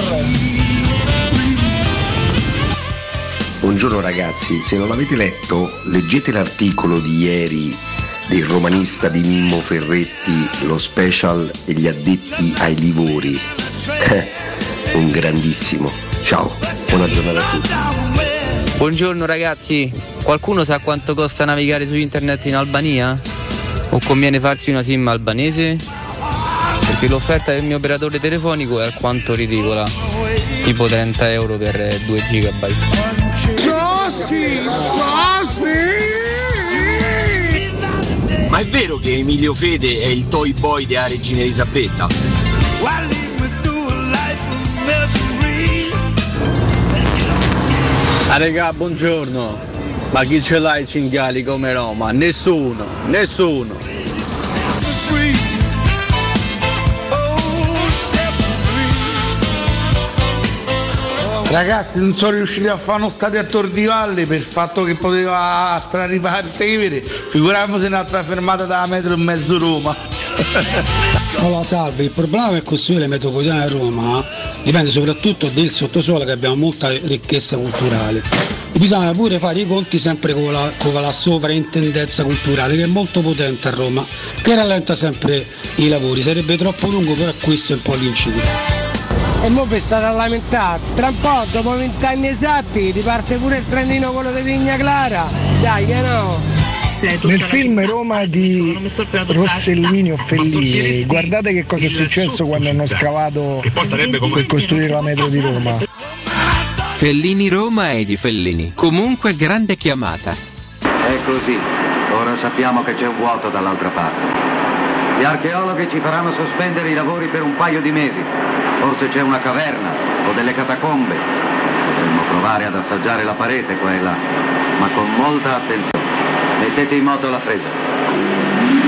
Buongiorno ragazzi, se non l'avete letto, leggete l'articolo di ieri del romanista di Mimmo Ferretti, lo special degli addetti ai livori. Un grandissimo. Ciao, buona giornata a tutti. Buongiorno ragazzi, qualcuno sa quanto costa navigare su internet in Albania? O conviene farsi una sim albanese? Perché l'offerta del mio operatore telefonico è alquanto ridicola, tipo 30 euro per 2 GB. Ma è vero che Emilio Fede è il toy boy della regina Elisabetta? Ah regà, buongiorno. Ma chi ce l'ha i cinghiali come Roma? Nessuno. Ragazzi, non sono riusciti a fare uno stadio a Tor di Valle per il fatto che poteva straripare il Tevere, figuriamoci un'altra fermata da metro e mezzo Roma. Allora, salve, il problema per costruire le metropolitane a Roma dipende soprattutto del sottosuolo, che abbiamo molta ricchezza culturale. E bisogna pure fare i conti sempre con la sovrintendenza culturale, che è molto potente a Roma, che rallenta sempre i lavori. Sarebbe troppo lungo, però questo è un po' l'incipito. E mo' vi state a lamentare, tra un po', dopo 20 anni esatti, riparte pure il trenino quello di Vigna Clara, dai che no? Nel film Roma di Rossellini o Fellini, guardate che cosa è successo quando hanno scavato per costruire la metro di Roma. Fellini Roma è di Fellini, comunque grande chiamata. È così, ora sappiamo che c'è un vuoto dall'altra parte. Gli archeologhi ci faranno sospendere i lavori per un paio di mesi. Forse c'è una caverna o delle catacombe. Potremmo provare ad assaggiare la parete qua e là, ma con molta attenzione. Mettete in moto la fresa.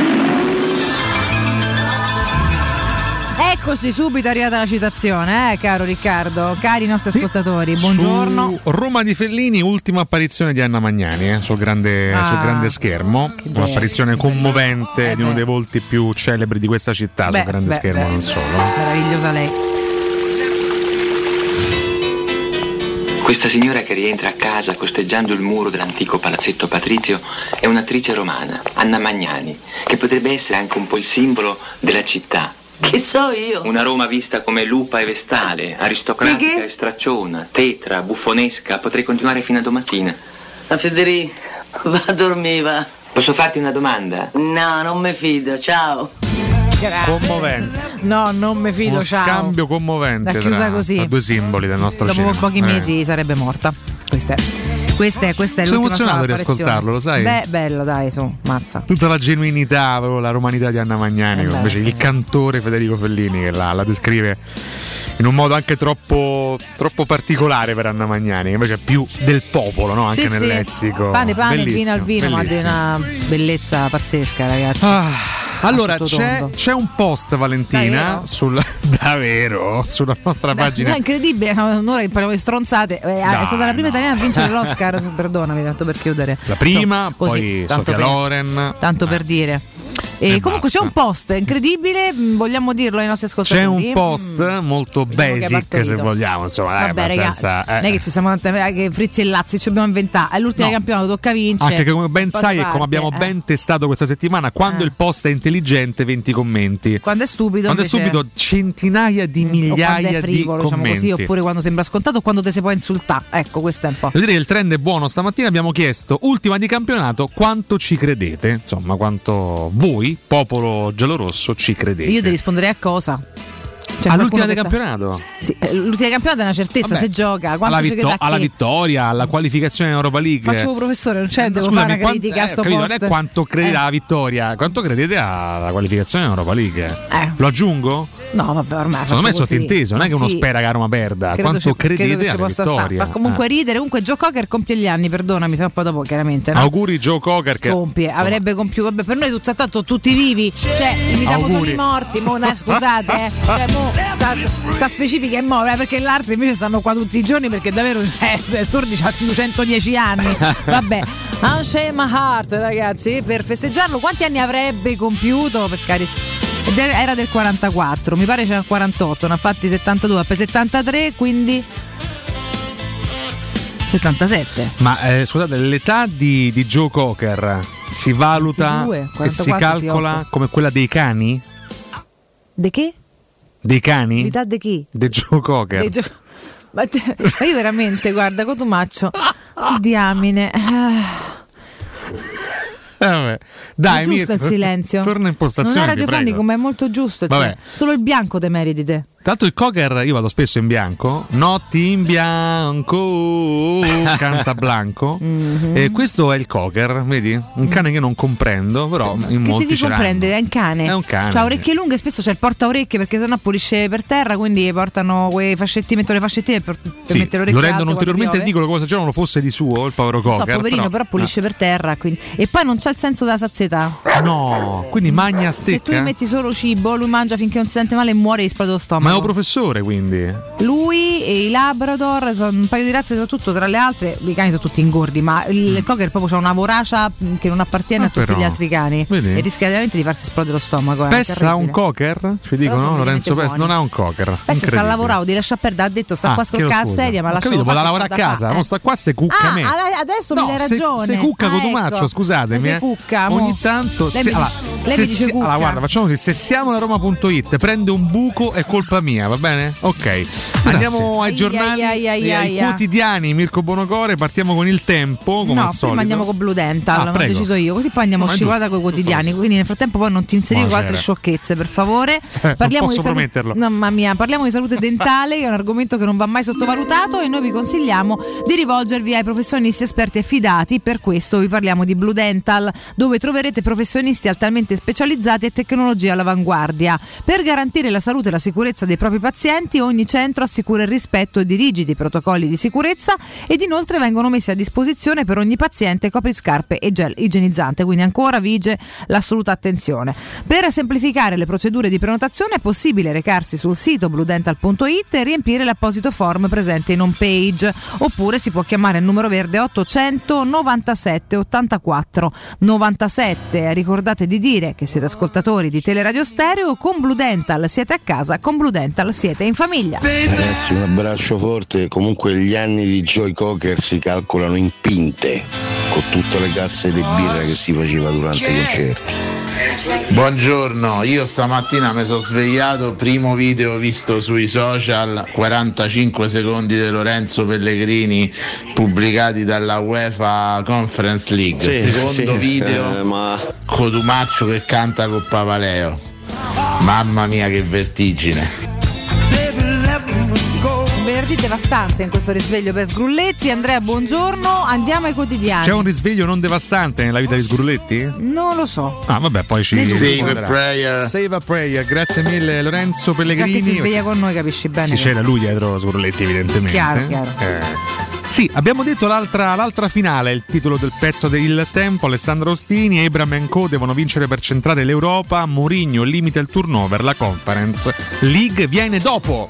Eccoci, subito è arrivata la citazione, caro Riccardo, cari nostri ascoltatori, buongiorno. Su Roma di Fellini, ultima apparizione di Anna Magnani sul grande schermo, un'apparizione commovente di uno dei volti più celebri di questa città sul grande schermo, non solo. Meravigliosa lei. Questa signora che rientra a casa costeggiando il muro dell'antico palazzetto patrizio è un'attrice romana, Anna Magnani, che potrebbe essere anche un po' il simbolo della città. Che so io? Una Roma vista come lupa e vestale, aristocratica e stracciona, tetra, buffonesca, potrei continuare fino a domattina. La Federica, va a dormire, va. Posso farti una domanda? No, non mi fido, ciao. Commovente. No, non mi fido, Uno ciao. scambio commovente tra due simboli del nostro dopo cinema. Pochi mesi sarebbe morta. Questa è Sono l'ultima emozionato di apparizione. ascoltarlo, lo sai? Beh, bello, dai, su, mazza. Tutta la genuinità, proprio la romanità di Anna Magnani, invece il cantore Federico Fellini che la descrive in un modo anche troppo particolare per Anna Magnani, che invece è più del popolo, no? Anche nel lessico. Pane, bellissimo, vino al vino, ma di una bellezza pazzesca, ragazzi. Allora c'è un post, Valentina, davvero sulla nostra pagina. No, è incredibile, un'ora che parliamo di stronzate. È stata la prima italiana a vincere l'Oscar, perdonami, tanto per chiudere. La prima, così, poi Sofia Loren. Tanto per dire. E comunque c'è un post incredibile, vogliamo dirlo ai nostri ascoltatori. C'è un post molto basic, se vogliamo, insomma. Vabbè, ragazzi, non è che ci siamo che Frizzi e Lazzi ci dobbiamo inventare. È l'ultima campionato, tocca vincere. Anche che come ben sai e come abbiamo ben testato questa settimana, quando il post è intelligente 20 commenti. Quando è stupido centinaia di migliaia frivolo, di commenti, diciamo così, oppure quando sembra scontato o quando te si può insultare. Ecco, questo è un po'. Devo dire che il trend è buono. Stamattina abbiamo chiesto, ultima di campionato, quanto ci credete? Insomma, quanto voi, popolo giallorosso, ci credete? Io ti risponderei a cosa? Cioè, all'ultima del campionato? Sì, l'ultima del campionato è una certezza. Vabbè, se gioca alla vittoria, alla qualificazione in Europa League. Faccio professore, non c'è, devo fare una critica a sto post. Non è quanto credete alla vittoria, quanto credete alla qualificazione in Europa League. Lo aggiungo? No, vabbè, ormai secondo me è sottinteso, non è che uno spera che Roma perda. Quanto credete alla vittoria? Ma comunque ridere. Comunque Joe Cocker compie gli anni, perdonami, se un po' dopo chiaramente, no? Auguri Joe Cocker che avrebbe compiuto. Vabbè, per noi tanto tutti vivi, cioè imitiamo solo i morti, scusate, cioè sta specifica è perché l'altro invece stanno qua tutti i giorni, perché davvero Sturdi ha 210 anni. Vabbè, Unshame My Heart, ragazzi, per festeggiarlo quanti anni avrebbe compiuto? Per carità, era del 44, mi pare c'era il 48, ne ha fatti 72 per 73, quindi 77. Ma scusate, l'età di Joe Cocker si valuta 22, e si 44, calcola come quella dei cani? De che? Dei cani? L'età di chi? De Joe Cocker. Ma io veramente, guarda, Cotumaccio, diamine. Vabbè. Dai, è giusto il silenzio. Torna in postazione. Non è radiofonico, ma è molto giusto. Cioè, solo il bianco te meriti te. Tanto il Cocker, io vado spesso in bianco, notti in bianco, canta Blanco. E questo è il Cocker, vedi? Un cane che non comprendo, però in molti devi ce l'hanno. comprendere, è un cane. È un cane. C'ha orecchie lunghe, spesso c'è il porta orecchie perché sennò pulisce per terra, quindi portano quei fascetti, mettono le fascettine per mettere le orecchie. Lo rendono ulteriormente ridicolo, come se già non lo fosse di suo, il povero Cocker. Poverino, però pulisce per terra, quindi. E poi non c'ha il senso della sazietà. No, quindi magna stecca. Se tu gli metti solo cibo, lui mangia finché non si sente male e muore e gli esplode lo stomaco. Ma è un professore, quindi. Lui e i Labrador sono un paio di razze, soprattutto tra le altre. I cani sono tutti ingordi, ma il Cocker proprio c'ha una voracia che non appartiene a tutti gli altri cani. Vedi? E rischia veramente di farsi esplodere lo stomaco. Pes ha un Cocker? Ci dicono, Lorenzo Pes non ha un Cocker. Pes sta a lavorare, di lasciare perdere, ha detto sta qua a scroccare la sedia, ma lascia vuole lavorare a casa, non sta qua se cucca me. Adesso mi dai ragione. Se cucca Cotumaccio, ecco. scusatemi. Se cucca, ogni tanto lei mi dice cucca. Allora guarda, facciamo così, se siamo alla Roma.it prende un buco è colpa mia, va bene? Ok. Andiamo ai giornali e ai quotidiani. Mirko Bonocore, partiamo con Il Tempo come al solito. Prima andiamo con Blue Dental, l'ho deciso io, così poi andiamo scivolata con i quotidiani, quindi nel frattempo poi non ti inserivo con altre sciocchezze, per favore. Parliamo di prometterlo. Mamma mia, parliamo di salute dentale, che è un argomento che non va mai sottovalutato e noi vi consigliamo di rivolgervi ai professionisti esperti e fidati. Per questo vi parliamo di Blue Dental, dove troverete professionisti altamente specializzati e tecnologie all'avanguardia. Per garantire la salute e la sicurezza dei propri pazienti, ogni centro assicura il rispetto di rigidi protocolli di sicurezza ed inoltre vengono messi a disposizione per ogni paziente copriscarpe e gel igienizzante, quindi ancora vige l'assoluta attenzione. Per semplificare le procedure di prenotazione è possibile recarsi sul sito bluedental.it e riempire l'apposito form presente in home page, oppure si può chiamare il numero verde 800 97 84 97. Ricordate di dire che siete ascoltatori di Teleradio Stereo. Con Blue Dental siete a casa, con Blue Dental siete in famiglia. Ragazzi, un abbraccio forte. Comunque gli anni di Joy Cocker si calcolano in pinte, con tutte le casse di birra che si faceva durante i concerti. Buongiorno, io stamattina mi sono svegliato, primo video visto sui social, 45 secondi di Lorenzo Pellegrini pubblicati dalla UEFA Conference League, secondo video Cotumaccio che canta con Papaleo. Mamma mia che vertigine. Venerdì devastante in questo risveglio per Sgrulletti. Andrea, buongiorno, andiamo ai quotidiani. C'è un risveglio non devastante nella vita di Sgrulletti? Non lo so. Ah vabbè, poi ci Save a prayer. Save a prayer. Grazie mille Lorenzo Pellegrini. Già che si sveglia con noi, capisci bene. Sì, c'era lui dietro Sgrulletti evidentemente. Chiaro. Sì, abbiamo detto l'altra finale, il titolo del pezzo del Tempo. Alessandro Ostini, Abraham e Co devono vincere per centrare l'Europa. Mourinho limita il turnover, la Conference League viene dopo.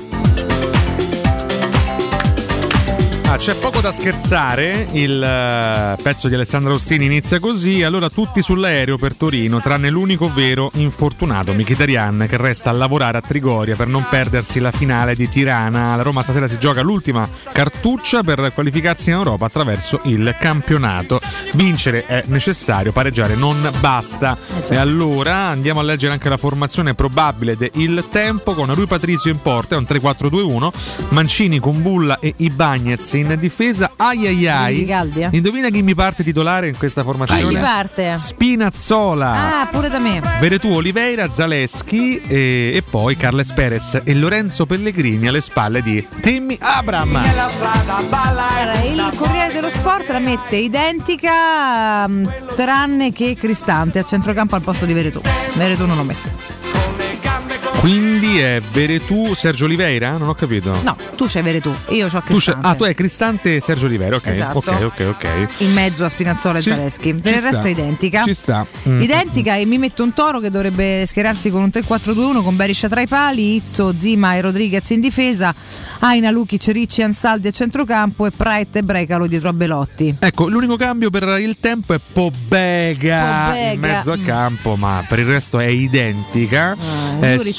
C'è poco da scherzare, il pezzo di Alessandro Ostini inizia così: allora tutti sull'aereo per Torino, tranne l'unico vero infortunato, Mkhitaryan, che resta a lavorare a Trigoria per non perdersi la finale di Tirana. La Roma stasera si gioca l'ultima cartuccia per qualificarsi in Europa attraverso il campionato. Vincere è necessario, pareggiare non basta. E allora andiamo a leggere anche la formazione probabile del Tempo, con Rui Patricio in porta, è un 3-4-2-1, Mancini, Kumbulla e Ibañez in difesa. Indovina chi mi parte titolare in questa formazione? Chi parte? Spinazzola. Pure da me. Veretù, Oliveira, Zaleschi e poi Carles Perez e Lorenzo Pellegrini alle spalle di Tammy Abraham. Il Corriere dello Sport la mette identica tranne che Cristante a centrocampo al posto di Veretù. Veretù non lo mette. Quindi è Veretù, Sergio Oliveira? Non ho capito. No, tu c'hai Veretù, io c'ho Cristante. Tu hai Cristante e Sergio Oliveira, ok. Esatto. Ok. In mezzo a Spinazzola e Zaleschi. Per il resto è identica. Ci sta. Identica e mi metto un Toro che dovrebbe schierarsi con un 3-4-2-1 con Beriscia tra i pali, Izzo, Zima e Rodriguez in difesa, Aina, Lukic, Ricci, Ansaldi a centrocampo e Praet e Brecalo dietro a Belotti. Ecco, l'unico cambio per il Tempo è Pobega in mezzo a campo, ma per il resto è identica. Juric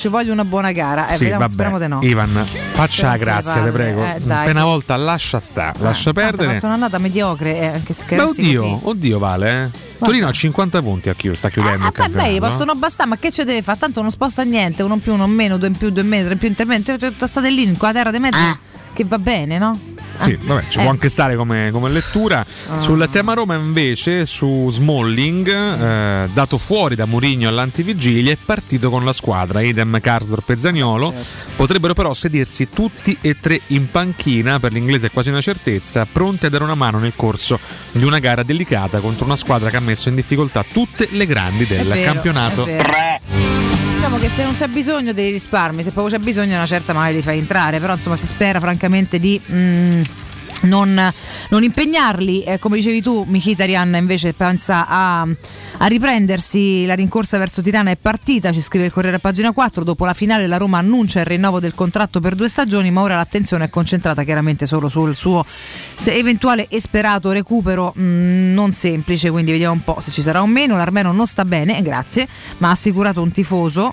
ci voglio una buona gara. Sì, vediamo, vabbè. speriamo di no. Ivan, faccia la grazia, te prego. Dai, Una volta lascia lascia perdere. Ha fatto un'annata mediocre. Anche se Oddio, Vale. Torino ha 50 punti sta chiudendo il campionato. Beh, possono bastare, ma che ci deve fare? Tanto non sposta niente, uno in più, uno in meno, 2 in più, 2 in meno, 3 in più, intervento. State lì con la terra di mezzo che va bene, no? Sì, vabbè, ci può anche stare come lettura. Sul tema Roma invece, su Smalling, dato fuori da Mourinho all'antivigilia, è partito con la squadra, idem Karsdorp e Zaniolo. Potrebbero però sedersi tutti e tre in panchina, per l'inglese è quasi una certezza, pronti a dare una mano nel corso di una gara delicata contro una squadra che ha messo in difficoltà tutte le grandi del campionato. Diciamo che se non c'è bisogno dei risparmi, se proprio c'è bisogno una certa magari li fai entrare, però insomma si spera francamente di non impegnarli. Come dicevi tu, Mkhitaryan invece pensa a riprendersi. La rincorsa verso Tirana è partita, ci scrive il Corriere a pagina 4. Dopo la finale la Roma annuncia il rinnovo del contratto per 2 stagioni, ma ora l'attenzione è concentrata chiaramente solo sul suo eventuale e sperato recupero non semplice, quindi vediamo un po' se ci sarà o meno. L'Armeno non sta bene, grazie, ma ha assicurato un tifoso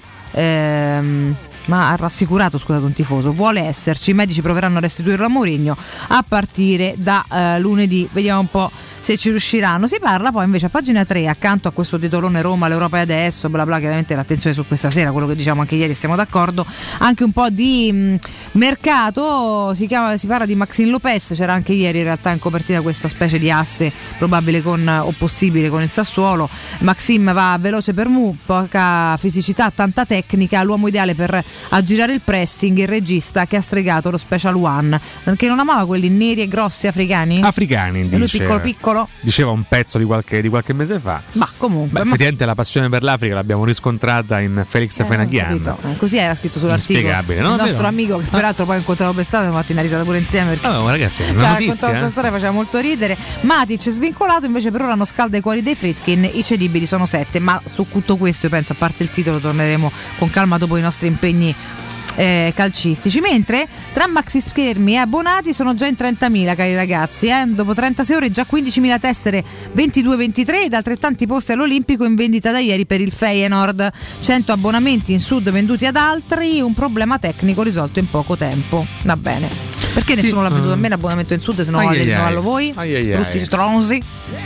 un tifoso, vuole esserci. I medici proveranno a restituirlo a Mourinho a partire da lunedì, vediamo un po' se ci riusciranno. Si parla poi invece a pagina 3, accanto a questo titolone Roma, l'Europa è adesso, bla bla, chiaramente l'attenzione su questa sera, quello che diciamo anche ieri, siamo d'accordo, anche un po' di mercato. Si parla di Maxime Lopez, c'era anche ieri in realtà in copertina questa specie di asse probabile o possibile con il Sassuolo. Maxime va veloce per poca fisicità, tanta tecnica, l'uomo ideale per aggirare il pressing, il regista che ha stregato lo Special One, perché non amava quelli neri e grossi africani dice. Lui piccolo diceva un pezzo di qualche mese fa. Ma comunque effettivamente la passione per l'Africa l'abbiamo riscontrata in Felix Fenagian. Così era scritto sull'articolo. No? Il nostro amico, che peraltro poi incontravo per strada, abbiamo fatto una risata pure insieme perché ragazzi, una notizia, questa storia faceva molto ridere. Matic svincolato, invece per ora non scalda i cuori dei Friedkin, i cedibili sono 7, ma su tutto questo io penso, a parte il titolo, torneremo con calma dopo i nostri impegni calcistici. Mentre tra maxi schermi e abbonati sono già in 30.000, cari ragazzi, dopo 36 ore già 15.000 tessere 22-23 ed altrettanti posti all'Olimpico in vendita da ieri per il Feyenoord. 100 abbonamenti in Sud venduti ad altri, un problema tecnico risolto in poco tempo. Va bene, perché nessuno l'ha venduto a me l'abbonamento in Sud, se no volete rinnovarlo voi, brutti stronzi.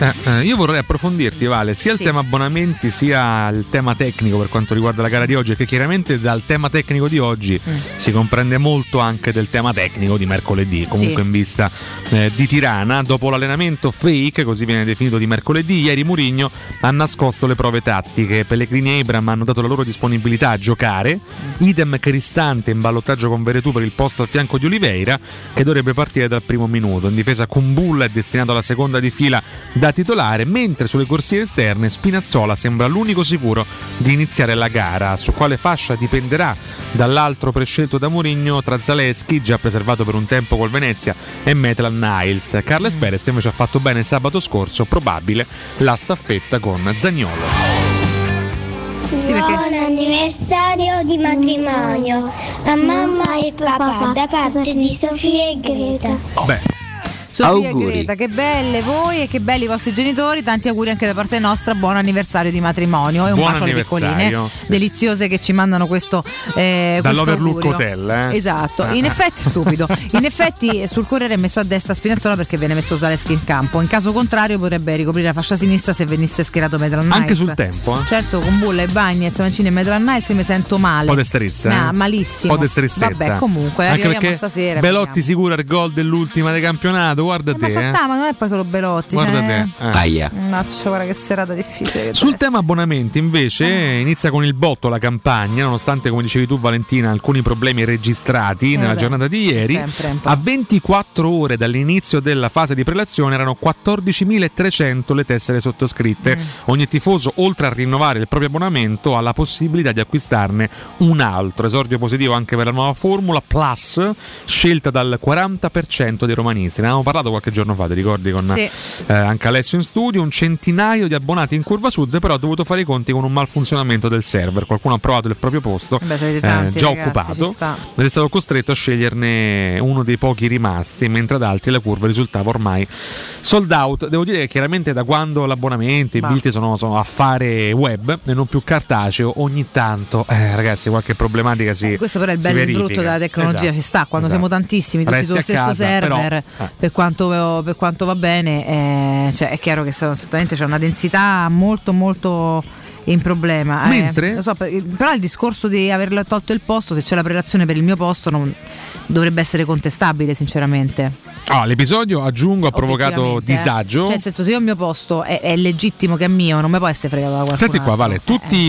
Io vorrei approfondirti, Vale, sia il tema abbonamenti sia il tema tecnico per quanto riguarda la gara di oggi, che chiaramente dal tema tecnico di oggi si comprende molto anche del tema tecnico di mercoledì, comunque in vista di Tirana. Dopo l'allenamento fake, così viene definito, di mercoledì, ieri Mourinho ha nascosto le prove tattiche. Pellegrini e Abraham hanno dato la loro disponibilità a giocare, idem Cristante in ballottaggio con Veretù per il posto al fianco di Oliveira, che dovrebbe partire dal primo minuto. In difesa Kumbulla è destinato alla seconda di fila da titolare, mentre sulle corsie esterne Spinazzola sembra l'unico sicuro di iniziare la gara. Su quale fascia dipenderà dall'altro prescelto da Mourinho tra Zalewski, già preservato per un tempo col Venezia, e Maitland-Niles. Carles Perez invece ha fatto bene sabato scorso, probabile la staffetta con Zaniolo. Buon anniversario di matrimonio a mamma e papà da parte di Sofia e Greta. Sofia e Greta, che belle voi e che belli i vostri genitori, tanti auguri anche da parte nostra, buon anniversario di matrimonio e un bacio alle piccoline deliziose che ci mandano questo dall'Overlook Hotel, esatto. In effetti stupido, in effetti sul Corriere è messo a destra Spinazzola perché viene messo Zalewski in campo, in caso contrario potrebbe ricoprire la fascia sinistra se venisse schierato Maitland-Niles anche sul tempo, certo, con Bulla e Bagnez, Mancini e Maitland-Niles mi sento male, un po' destrizza, malissimo, un po' destrizzetta. Vabbè, comunque anche arriviamo stasera, Belotti sicura il gol dell'ultima del campionato, guarda te, ma non è poi solo Belotti, guarda te. Guarda che serata difficile. Sul tema abbonamenti invece inizia con il botto la campagna, nonostante, come dicevi tu Valentina, alcuni problemi registrati nella giornata di ieri. A 24 ore dall'inizio della fase di prelazione erano 14.300 le tessere sottoscritte. Ogni tifoso, oltre a rinnovare il proprio abbonamento, ha la possibilità di acquistarne un altro. Esordio positivo anche per la nuova formula Plus, scelta dal 40% dei romanisti. Ne avevamo parlato qualche giorno fa, ti ricordi, con Sì. anche Alessio in studio. Un centinaio di abbonati in Curva Sud, però ha dovuto fare i conti con un malfunzionamento del server. Qualcuno ha provato il proprio posto, Beh, tanti, già ragazzi, occupato, ci sta. ed è stato costretto a sceglierne uno dei pochi rimasti, mentre ad altri la curva risultava ormai sold out. Devo dire che chiaramente da quando l'abbonamento, i biglietti sono affare web e non più cartaceo, ogni tanto ragazzi qualche problematica si questo però è il bello e il brutto della tecnologia, esatto, ci sta quando siamo tantissimi tutti Resti sullo a stesso casa, server, però, per quanto va bene, cioè è chiaro che sostanzialmente c'è una densità molto molto in problema. Mentre lo so, però il discorso di averlo tolto il posto, se c'è la prelazione per il mio posto, non dovrebbe essere contestabile sinceramente. L'episodio, aggiungo, ha provocato disagio. Cioè, nel senso, se io il mio posto è legittimo che è mio, non mi può essere fregato da qualcun Senti altro. qua, Vale, tutti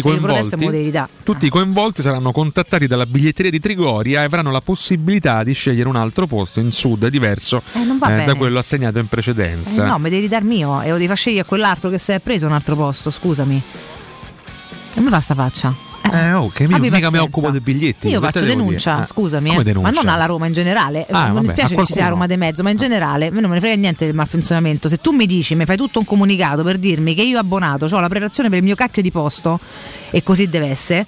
i coinvolti saranno contattati dalla biglietteria di Trigoria e avranno la possibilità di scegliere un altro posto in sud diverso non va bene. da quello assegnato in precedenza. No, mi devi ridare il mio e lo devi far scegliere a quell'altro che si è preso un altro posto, scusami. Che mi fa sta faccia? Che mica mi occupo dei biglietti. Io faccio denuncia, scusami, come denuncia? ma non alla Roma in generale. Non mi spiace che ci sia la Roma de mezzo, ma in generale a me non me ne frega niente del malfunzionamento. Se tu mi dici, mi fai tutto un comunicato per dirmi che io abbonato ho la prelazione per il mio cacchio di posto e così deve essere,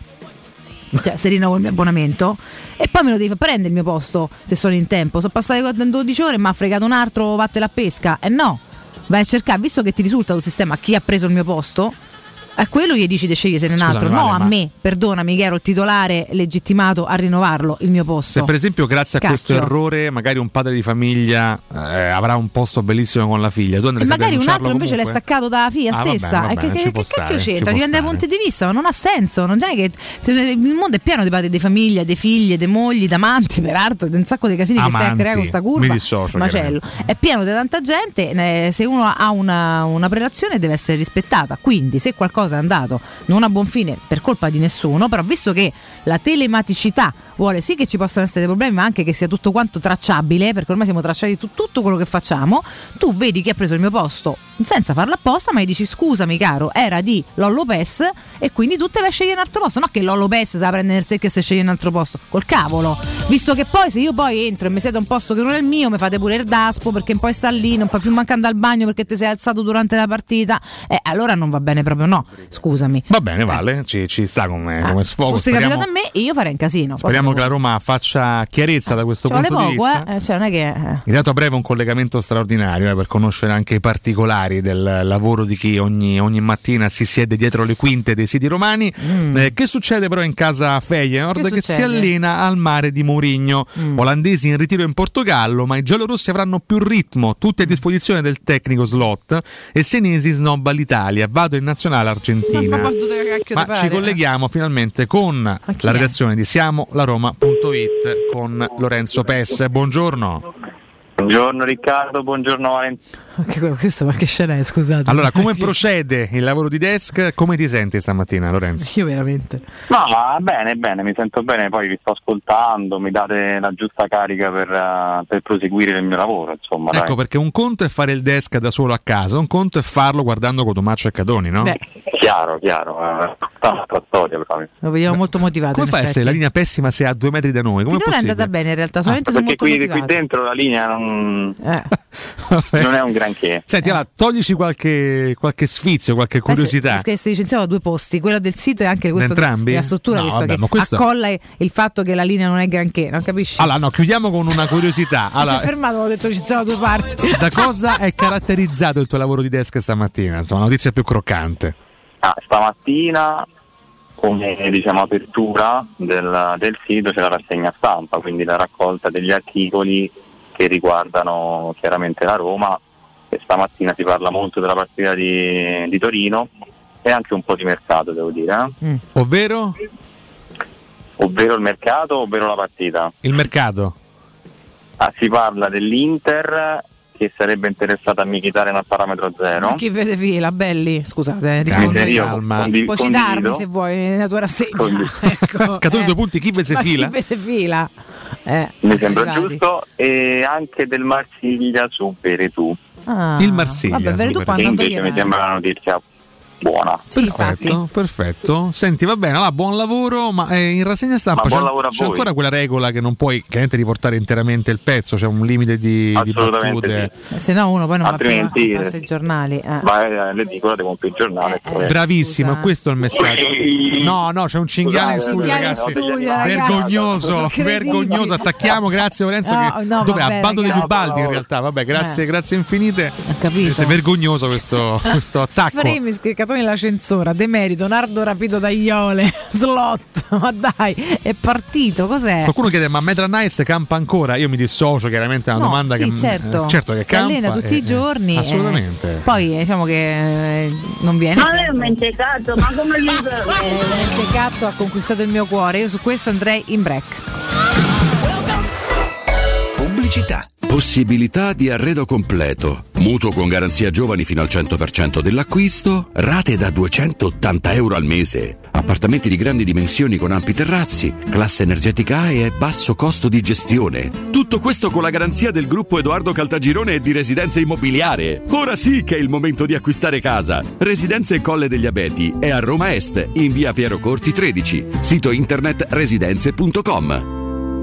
cioè se rinnovo il mio abbonamento, e poi me lo devi far prendere il mio posto se sono in tempo. Sono passate 12 ore e mi ha fregato un altro, vattene a pesca. No, vai a cercare, visto che ti risulta un sistema chi ha preso il mio posto, a quello gli dici di scegliere un altro, no a me, perdonami, che ero il titolare legittimato a rinnovarlo il mio posto. Se per esempio grazie a questo errore magari un padre di famiglia avrà un posto bellissimo con la figlia, tu andrai magari un altro comunque? invece l'hai staccato dalla figlia stessa, vabbè, che cacchio c'entra? Dipende dai punti di vista, ma non ha senso. Non è che il mondo è pieno di padri di famiglia, di figlie, di mogli, di amanti, peraltro un sacco di casini che stai a creare con sta curva. Mi dissocio, macello. È pieno di tanta gente, se uno ha una prelazione deve essere rispettata, quindi se qualcosa è andato non a buon fine per colpa di nessuno, però visto che la telematicità vuole sì che ci possano essere dei problemi, ma anche che sia tutto quanto tracciabile, perché ormai siamo tracciati tutto quello che facciamo, tu vedi chi ha preso il mio posto senza farlo apposta, ma gli dici scusami caro, era di Lollo Pes e quindi tu te vai a scegliere un altro posto, no che Lollo Pes sa prendere il secco e se sceglie un altro posto, col cavolo, visto che poi se io poi entro e mi siedo a un posto che non è il mio, mi fate pure il daspo perché poi sta lì, non puoi più mancando al bagno perché ti sei alzato durante la partita, allora non va bene proprio, no, scusami. Va bene, Vale, ci sta come sfogo. Fosse capitato a me, io farei un casino. Speriamo che la Roma faccia chiarezza da questo punto di vista. Cioè, non è che Intanto a breve un collegamento straordinario per conoscere anche i particolari del lavoro di chi ogni mattina si siede dietro le quinte dei siti romani. Che succede però in casa Feyenoord che si allena al mare di Mourinho? Olandesi in ritiro in Portogallo, ma i giallorossi avranno più ritmo, tutti a disposizione del tecnico Slot, e Senesi snobba l'Italia, vado in nazionale argentina. Ma ci colleghiamo finalmente con la redazione di siamolaroma.it con Lorenzo Pes. Buongiorno. Buongiorno Riccardo, buongiorno Valentino. Questa ma che scena è, scusate. Allora, come procede il lavoro di desk? Come ti senti stamattina, Lorenzo? Io veramente. No, bene, mi sento bene, poi vi sto ascoltando, mi date la giusta carica per proseguire il mio lavoro, insomma. Ecco, dai. perché un conto è fare il desk da solo a casa, un conto è farlo guardando Cotomaccio e Cadoni, no? Beh. Chiaro, tanta storia proprio. Lo vediamo molto motivato. Come fa a essere la linea pessima se è a 2 metri da noi? Come è andata bene in realtà, solamente sono perché molto qui dentro la linea non è un granché. Senti, allora toglici qualche sfizio, qualche curiosità. Sei licenziato a 2 posti, quello del sito e anche questo della struttura, no, visto vabbè, che questo... accolla il fatto che la linea non è granché, non capisci? Allora, no, chiudiamo con una curiosità. Allora, si è fermato, ho detto licenziato a 2 parti. Da cosa è caratterizzato il tuo lavoro di desk stamattina? Insomma, la notizia più croccante. Stamattina come apertura del sito c'è la rassegna stampa, quindi la raccolta degli articoli che riguardano chiaramente la Roma, e stamattina si parla molto della partita di Torino e anche un po' di mercato, devo dire. Ovvero il mercato, ovvero la partita? Il mercato. Si parla dell'Inter che sarebbe interessata a Mkhitaryan al parametro 0. Chi vede fila, belli? Scusate, rispondo calma. Puoi citarmi se vuoi nella tua rassegna. Ecco, Catone 2 punti, chi vede fila? Chi vede fila? Mi sembra giusto. E anche del Marsiglia su Veretù. Il Marsiglia. Vabbè, Veretù che invece mi sembra una notizia buona. Sì, perfetto. Senti, va bene, allora, buon lavoro, ma in rassegna stampa c'è ancora quella regola che non puoi chiaramente riportare interamente il pezzo, c'è un limite di battute. Sì. Se no uno poi non altrimenti va più ai giornali. Vai all'edicola, ti compri il giornale. Bravissima, questo è il messaggio. No, c'è un cinghiale in studio, ragazzi. Vergognoso. Attacchiamo, grazie Lorenzo. Dov'è? A Bando degli Ubaldi in realtà. Vabbè, grazie infinite. Ho capito. È vergognoso questo attacco. Fremi, scriccatoni la censura, demerito, Nardo rapito da Iole, slot, ma dai, è partito, cos'è? Qualcuno chiede, ma Metra Nights campa ancora? Io mi dissocio, chiaramente è una domanda che certo che si allena tutti i giorni. Assolutamente. Poi diciamo che non viene. Ma è un mentecato, ma come gli il mentecato ha conquistato il mio cuore, io su questo andrei in break. Pubblicità. Possibilità di arredo completo, mutuo con garanzia giovani fino al 100% dell'acquisto, rate da €280 al mese, appartamenti di grandi dimensioni con ampi terrazzi, classe energetica A e basso costo di gestione. Tutto questo con la garanzia del gruppo Edoardo Caltagirone e di Residenze Immobiliare. Ora sì che è il momento di acquistare casa. Residenze Colle degli Abeti è a Roma Est, in via Piero Corti 13, sito internet residenze.com.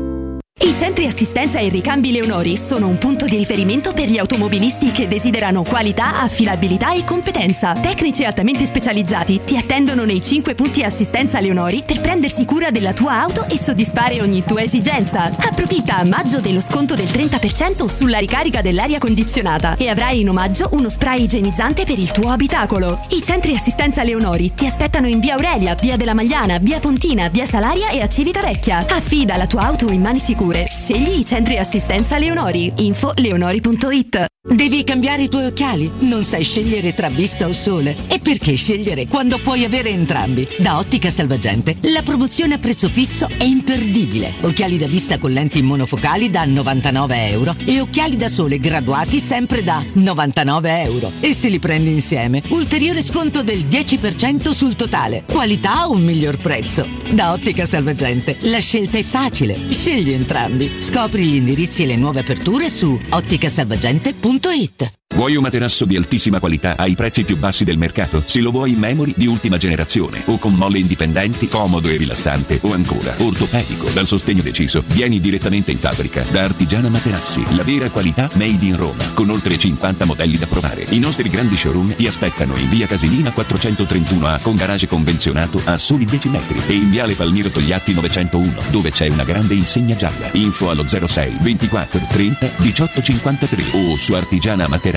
I centri assistenza e ricambi Leonori sono un punto di riferimento per gli automobilisti che desiderano qualità, affidabilità e competenza. Tecnici altamente specializzati ti attendono nei 5 punti assistenza Leonori per prendersi cura della tua auto e soddisfare ogni tua esigenza. Approfitta a maggio dello sconto del 30% sulla ricarica dell'aria condizionata e avrai in omaggio uno spray igienizzante per il tuo abitacolo. I centri assistenza Leonori ti aspettano in via Aurelia, via della Magliana, via Pontina, via Salaria e a Civitavecchia. Affida la tua auto in mani sicure. Scegli i centri assistenza Leonori. Info leonori.it. Devi cambiare i tuoi occhiali? Non sai scegliere tra vista o sole? E perché scegliere quando puoi avere entrambi? Da Ottica Salvagente la promozione a prezzo fisso è imperdibile. Occhiali da vista con lenti monofocali da €99 e occhiali da sole graduati sempre da €99. E se li prendi insieme, ulteriore sconto del 10% sul totale. Qualità o un miglior prezzo? Da Ottica Salvagente la scelta è facile. Scegli entrambi. Scopri gli indirizzi e le nuove aperture su otticasalvagente.it. Vuoi un materasso di altissima qualità ai prezzi più bassi del mercato? Se lo vuoi in memory di ultima generazione o con molle indipendenti, comodo e rilassante, o ancora ortopedico dal sostegno deciso, vieni direttamente in fabbrica da Artigiana Materassi, la vera qualità made in Roma, con oltre 50 modelli da provare. I nostri grandi showroom ti aspettano in via Casilina 431A con garage convenzionato a soli 10 metri e in viale Palmiro Togliatti 901, dove c'è una grande insegna gialla. Info allo 06 24 30 18 53 o su artigianamaterassi.com.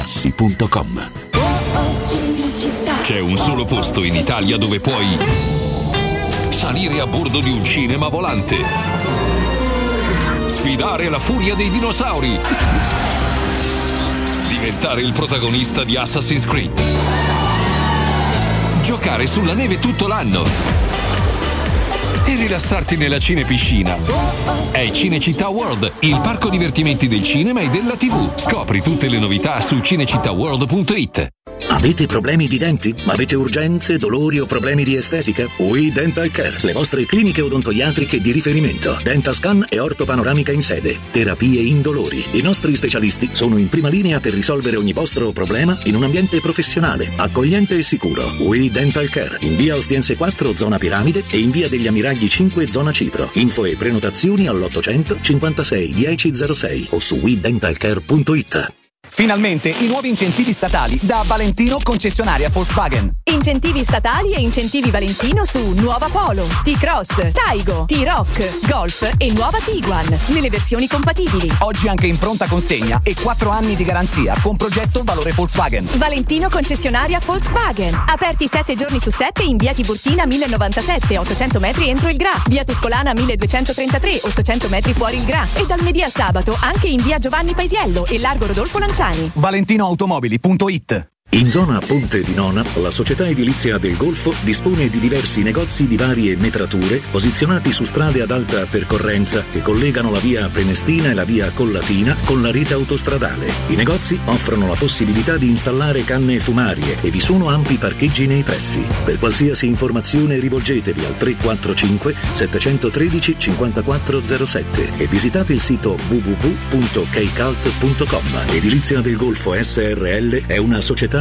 C'è un solo posto in Italia dove puoi salire a bordo di un cinema volante, sfidare la furia dei dinosauri, diventare il protagonista di Assassin's Creed, giocare sulla neve tutto l'anno e rilassarti nella cinepiscina. È Cinecittà World, il parco divertimenti del cinema e della TV. Scopri tutte le novità su cinecittàworld.it. Avete problemi di denti? Avete urgenze, dolori o problemi di estetica? We Dental Care, le vostre cliniche odontoiatriche di riferimento. Dentascan e ortopanoramica in sede. Terapie indolori. I nostri specialisti sono in prima linea per risolvere ogni vostro problema in un ambiente professionale, accogliente e sicuro. We Dental Care, in via Ostiense 4, zona Piramide e in via degli Ammiragli 5, zona Cipro. Info e prenotazioni all'800 56 1006 o su wedentalcare.it. Finalmente i nuovi incentivi statali da Valentino concessionaria Volkswagen. Incentivi statali e incentivi Valentino su nuova Polo, T-Cross, Taigo, T-Rock, Golf e nuova Tiguan nelle versioni compatibili. Oggi anche in pronta consegna e 4 anni di garanzia con progetto valore Volkswagen. Valentino concessionaria Volkswagen. Aperti 7 giorni su 7 in via Tiburtina 1097, 800 metri entro il Gra. Via Tuscolana 1233, 800 metri fuori il Gra. E dal lunedì a sabato anche in via Giovanni Paisiello e largo Rodolfo Lanciani. ValentinoAutomobili.it. In zona Ponte di Nona, la società edilizia del Golfo dispone di diversi negozi di varie metrature posizionati su strade ad alta percorrenza che collegano la via Prenestina e la via Collatina con la rete autostradale. I negozi offrono la possibilità di installare canne fumarie e vi sono ampi parcheggi nei pressi. Per qualsiasi informazione rivolgetevi al 345 713 5407 e visitate il sito www.kcult.com. Edilizia del Golfo SRL è una società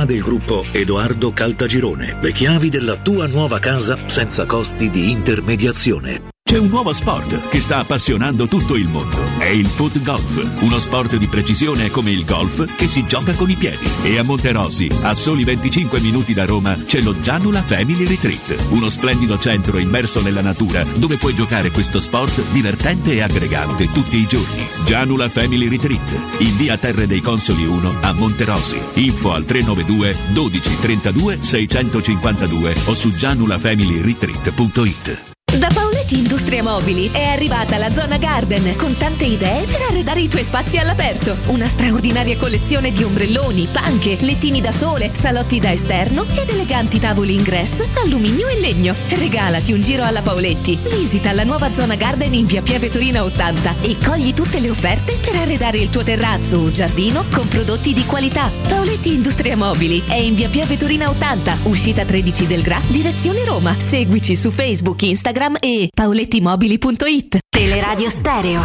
proprietà del gruppo Edoardo Caltagirone. Le chiavi della tua nuova casa senza costi di intermediazione. C'è un nuovo sport che sta appassionando tutto il mondo. È il foot golf, uno sport di precisione come il golf che si gioca con i piedi. E a Monterosi, a soli 25 minuti da Roma, c'è lo Gianula Family Retreat, uno splendido centro immerso nella natura dove puoi giocare questo sport divertente e aggregante tutti i giorni. Gianula Family Retreat, in via Terre dei Consoli 1 a Monterosi. Info al 392 12 32 652 o su gianulafamilyretreat.it. Da Paoletti Industria Mobili è arrivata la Zona Garden con tante idee per arredare i tuoi spazi all'aperto. Una straordinaria collezione di ombrelloni, panche, lettini da sole, salotti da esterno ed eleganti tavoli ingresso, alluminio e legno. Regalati un giro alla Paoletti. Visita la nuova Zona Garden in via Pieve Torina 80 e cogli tutte le offerte per arredare il tuo terrazzo o giardino con prodotti di qualità. Paoletti Industria Mobili è in via Pieve Torina 80, uscita 13 del Gra, direzione Roma. Seguici su Facebook, Instagram e paolettimobili.it. Teleradio Stereo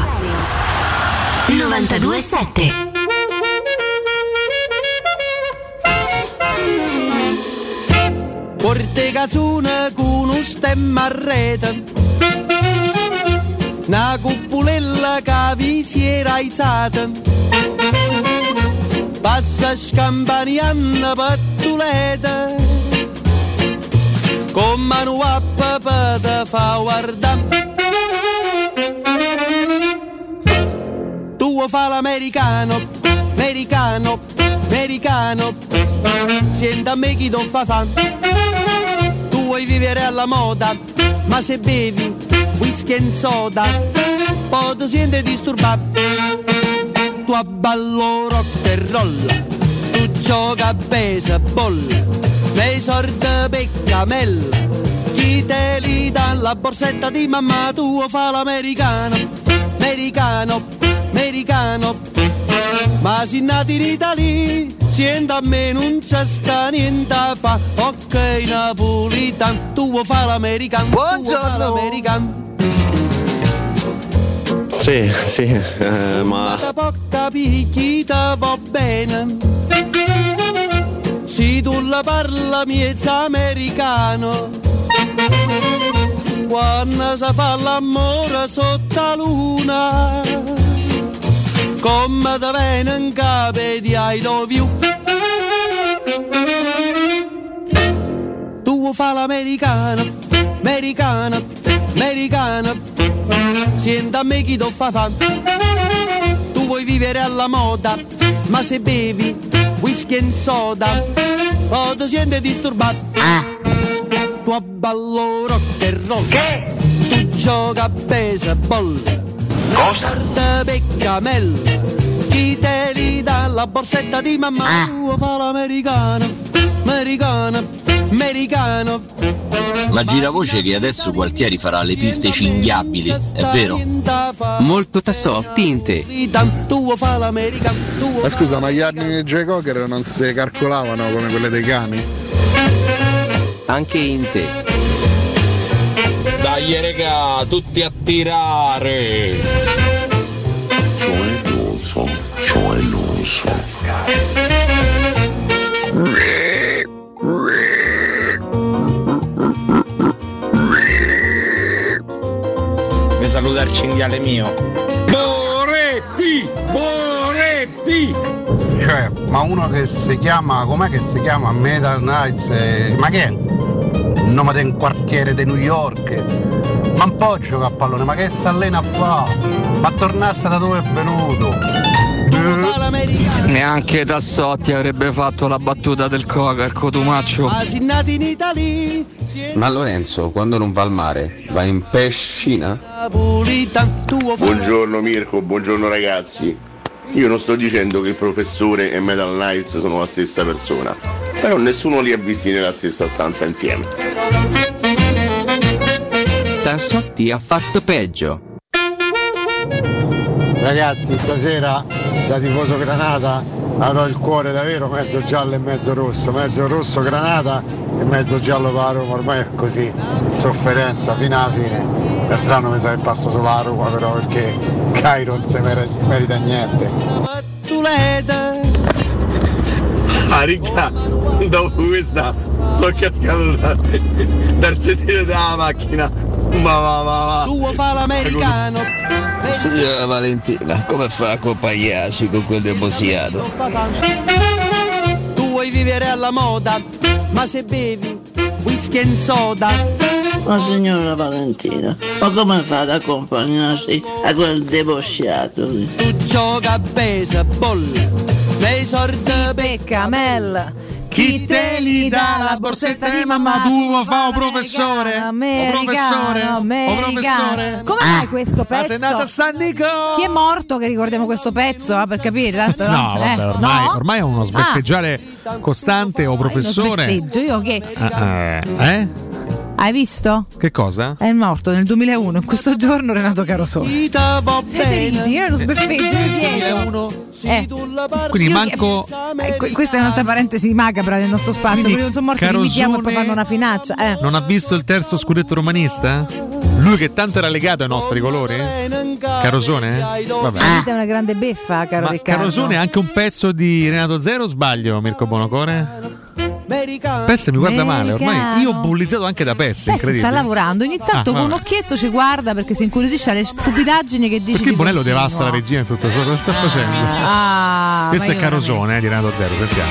92.7. Porte cazzone con un stemma a rete, una cuppulella che vi si era alzata, passa scampanianna pattuleta, con mano a papà te fa guardare. Tu fa l'americano, americano, americano, senta a me chi non fa fan. Tu vuoi vivere alla moda, ma se bevi whisky e soda, poi ti senti disturbato. Tu abballo rock e roll, tu gioca a baseball, lei sorda peccamella, chi te li dà la borsetta di mamma, tu fa l'americano, americano, americano, ma si nati in Italia, sienta a me non c'è sta niente fa, ok napolitan, tu fa l'americano, buongiorno l'americano. Sì, ma può capire chi ti va bene, se tu la parla miezza americano, quando si fa l'amore sotto la luna, come te viene in capo di I love you. Tu fa l'americano, americano, americano, senta a me chi ti fa fan. Tu vuoi vivere alla moda, ma se bevi whisky e soda, o ti senti disturbato. Tu abballo rock e roll, tu gioca a baseball, cosa? Sorda peccamella, chi te li dà la borsetta di mamma, tu fa l'americano, americano, americano. Ma gira voce che adesso Gualtieri farà le piste cinghiabili, è vero? Molto tassotti in te. Ma scusa, ma gli armi dei Joe Cocker non si calcolavano come quelle dei cani? Anche in te. Dai regà, tutti a tirare! Cioè non so. Mi saluta il cinghiale mio. Boretti! Cioè, ma uno che si chiama, com'è che si chiama? Metal Knights, ma che è? Il nome del quartiere di New York. Ma un po' gioca a pallone, ma che si allena a fa? Ma tornasse da dove è venuto? Neanche Tassotti avrebbe fatto la battuta del Cocker, Cotumaccio. Ma Lorenzo, quando non va al mare, va in piscina? Buongiorno Mirko, buongiorno ragazzi. Io non sto dicendo che il professore e Metal Knights sono la stessa persona, però nessuno li ha visti nella stessa stanza insieme. Tassotti ha fatto peggio. Ragazzi, stasera da tifoso Granata avrò il cuore davvero mezzo giallo e mezzo rosso Granata e mezzo giallo per la Roma, ormai è così, sofferenza fino alla fine. Bertrano mi sa che passa solo la Roma però, perché Cairo non si merita niente. Ricca, dopo questa sono cascato dal sedile della macchina. Ma. Tu vuoi fare l'americano? Signora Valentina, come fa a accompagnarsi con quel deposiato? Tu vuoi vivere alla moda, ma se bevi whisky e soda. Ma signora Valentina, ma come fa ad accompagnarsi a quel debosciato? Tu gioca a baseball, lei sorda becca Mel. Chi te li dà la borsetta di mamma? Tu vuoi fare un professore? Americano. Come mai questo pezzo? Ma sei nato a San Nicolò. Chi è morto che ricordiamo questo pezzo? Per capire, tanto, no, vabbè, ormai è uno sbeffeggiare costante o professore. Non sbeffeggio, io che hai visto? Che cosa? È morto nel 2001, in questo giorno Renato Carosone. Io lo sbeffeggio dietro. Quindi manco. Questa è un'altra parentesi macabra nel nostro spazio. Quindi non sono morti, limitiamo e poi fanno una finaccia. Non ha visto il terzo scudetto romanista? Lui che tanto era legato ai nostri colori? Carosone? Vabbè. È una grande beffa, caro Riccardo. Carosone è anche un pezzo di Renato Zero, o sbaglio, Mirko Bonocore? Pesce mi guarda male, ormai io ho bullizzato anche da Pesce, incredibile. Sta lavorando, ogni tanto con un occhietto ci guarda perché si incuriosisce alle stupidaggini che dice. Perché Bonello devasta la regina in tutto ciò, cosa sta facendo? Questo è Carosone di Renato Zero, sentiamo.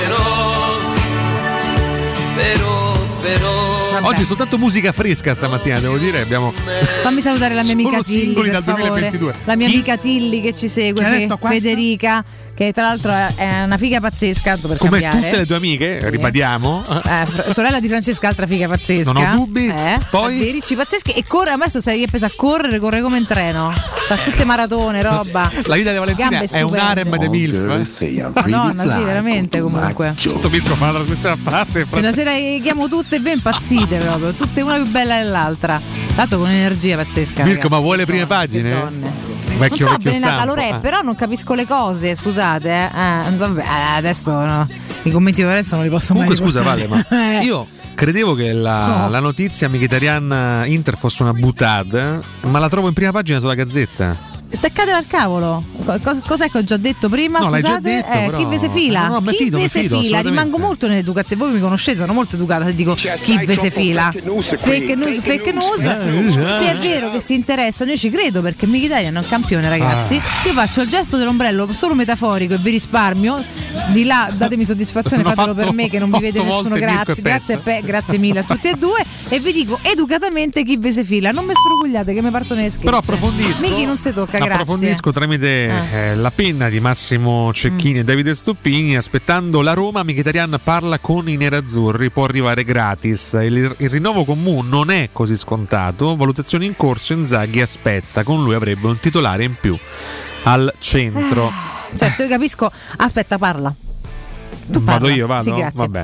Però oggi soltanto musica fresca stamattina, devo dire. Fammi salutare la mia amica Tilli, per dal favore. 2022. La mia amica Tilli che ci segue, Federica, che tra l'altro è una figa pazzesca, per come cambiare. Tutte le tue amiche, ribadiamo. Sorella di Francesca, altra figa pazzesca. Non ho dubbi. Poi dei ricci pazzeschi e corre, adesso sei presa a corre come in treno. Fa tutte maratone, roba. La vita di Valentina è un harem di MILF. Madonna, sì, veramente comunque. Tutto Mirko fa la trasmissione a parte. Una sera chiamo tutte ben impazzite proprio, tutte una più bella dell'altra. Tanto con energia pazzesca. Mirko, ragazzi, ma vuole le prime pagine? Vecchio, non so bene Natalo Re, però non capisco le cose, scusate. Vabbè, adesso no. I commenti di Lorenzo non li posso comunque mai scusa Vale, ma io credevo che la notizia Mkhitaryan Inter fosse una boutade, ma la trovo in prima pagina sulla Gazzetta. Attaccate al cavolo. Cos'è che ho già detto prima? No, scusate, l'hai già detto, chi ve se fila? No, chi ve se fila? Rimango molto nell'educazione. Voi mi conoscete, sono molto educata. Se dico chi ve se fila? Fake news. Se è vero che si interessano, io ci credo perché Mkhitaryan è un campione, ragazzi. Io faccio il gesto dell'ombrello solo metaforico e vi risparmio. Di là, datemi soddisfazione, fatelo per me che non mi vede nessuno. Grazie mille a tutti e due. E vi dico educatamente chi ve se fila. Non mi sfrugugliate che mi partono le scherze. Però approfondisco. Miki non si tocca. Approfondisco tramite la penna di Massimo Cecchini e Davide Stoppini. Aspettando la Roma, Mkhitaryan parla con i nerazzurri, può arrivare gratis. Il rinnovo con Mu non è così scontato. Valutazioni in corso, Inzaghi aspetta, con lui avrebbe un titolare in più al centro. Certo, io capisco. Aspetta, parla. Vado io, vado? Sì, grazie. Vabbè.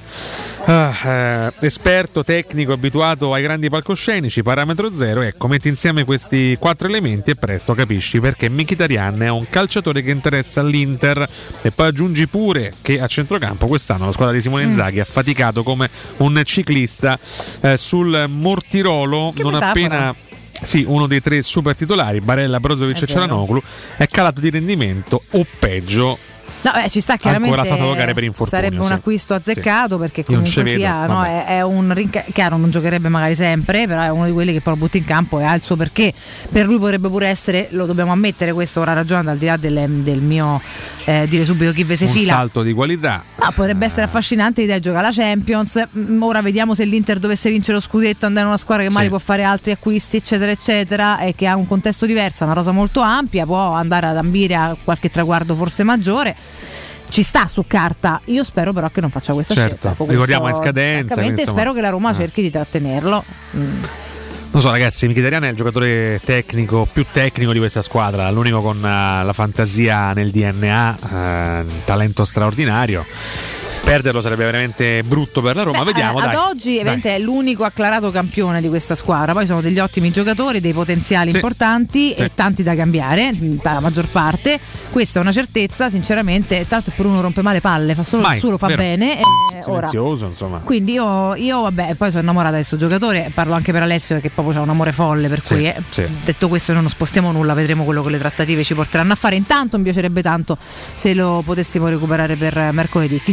Esperto, tecnico, abituato ai grandi palcoscenici, parametro zero. Ecco, metti insieme questi 4 elementi e presto capisci perché Mkhitaryan è un calciatore che interessa all'Inter. E poi aggiungi pure che a centrocampo quest'anno la squadra di Simone Inzaghi ha faticato come un ciclista sul Mortirolo. Che non metafora. Appena uno dei 3 super titolari, Barella, Brozovic e Çalhanoğlu, è calato di rendimento o peggio. No, ci sta chiaramente. Ancora stato giocare per infortunio, sarebbe un acquisto azzeccato perché comunque sia, no, è un chiaro, non giocherebbe magari sempre, però è uno di quelli che poi lo butti in campo e ha il suo perché. Per lui potrebbe pure essere, lo dobbiamo ammettere, questo ora ragionando al di là del mio dire subito chi ve se fila. Un salto di qualità. No, potrebbe essere affascinante l'idea di giocare alla Champions. Ora vediamo se l'Inter dovesse vincere lo scudetto, andare in una squadra che magari può fare altri acquisti, eccetera, eccetera, e che ha un contesto diverso, una rosa molto ampia, può andare ad ambire a qualche traguardo forse maggiore. Ci sta su carta, io spero però che non faccia questa scelta. Ricordiamo in scadenza. Spero che la Roma cerchi di trattenerlo. Non so ragazzi, Mkhitaryan è il giocatore tecnico più tecnico di questa squadra, l'unico con la fantasia nel DNA, talento straordinario. Perderlo sarebbe veramente brutto per la Roma. Vediamo. Ad oggi ovviamente è l'unico acclarato campione di questa squadra. Poi sono degli ottimi giocatori, dei potenziali importanti e tanti da cambiare, la maggior parte. Questa è una certezza, sinceramente. Tanto per uno rompe male palle, fa solo il suo, lo fa bene. Silenzioso, insomma. Quindi io vabbè, poi sono innamorata di questo giocatore. Parlo anche per Alessio che proprio c'ha un amore folle. Per cui detto questo, noi non spostiamo nulla, vedremo quello che le trattative ci porteranno a fare. Intanto mi piacerebbe tanto se lo potessimo recuperare per mercoledì. Chissà se il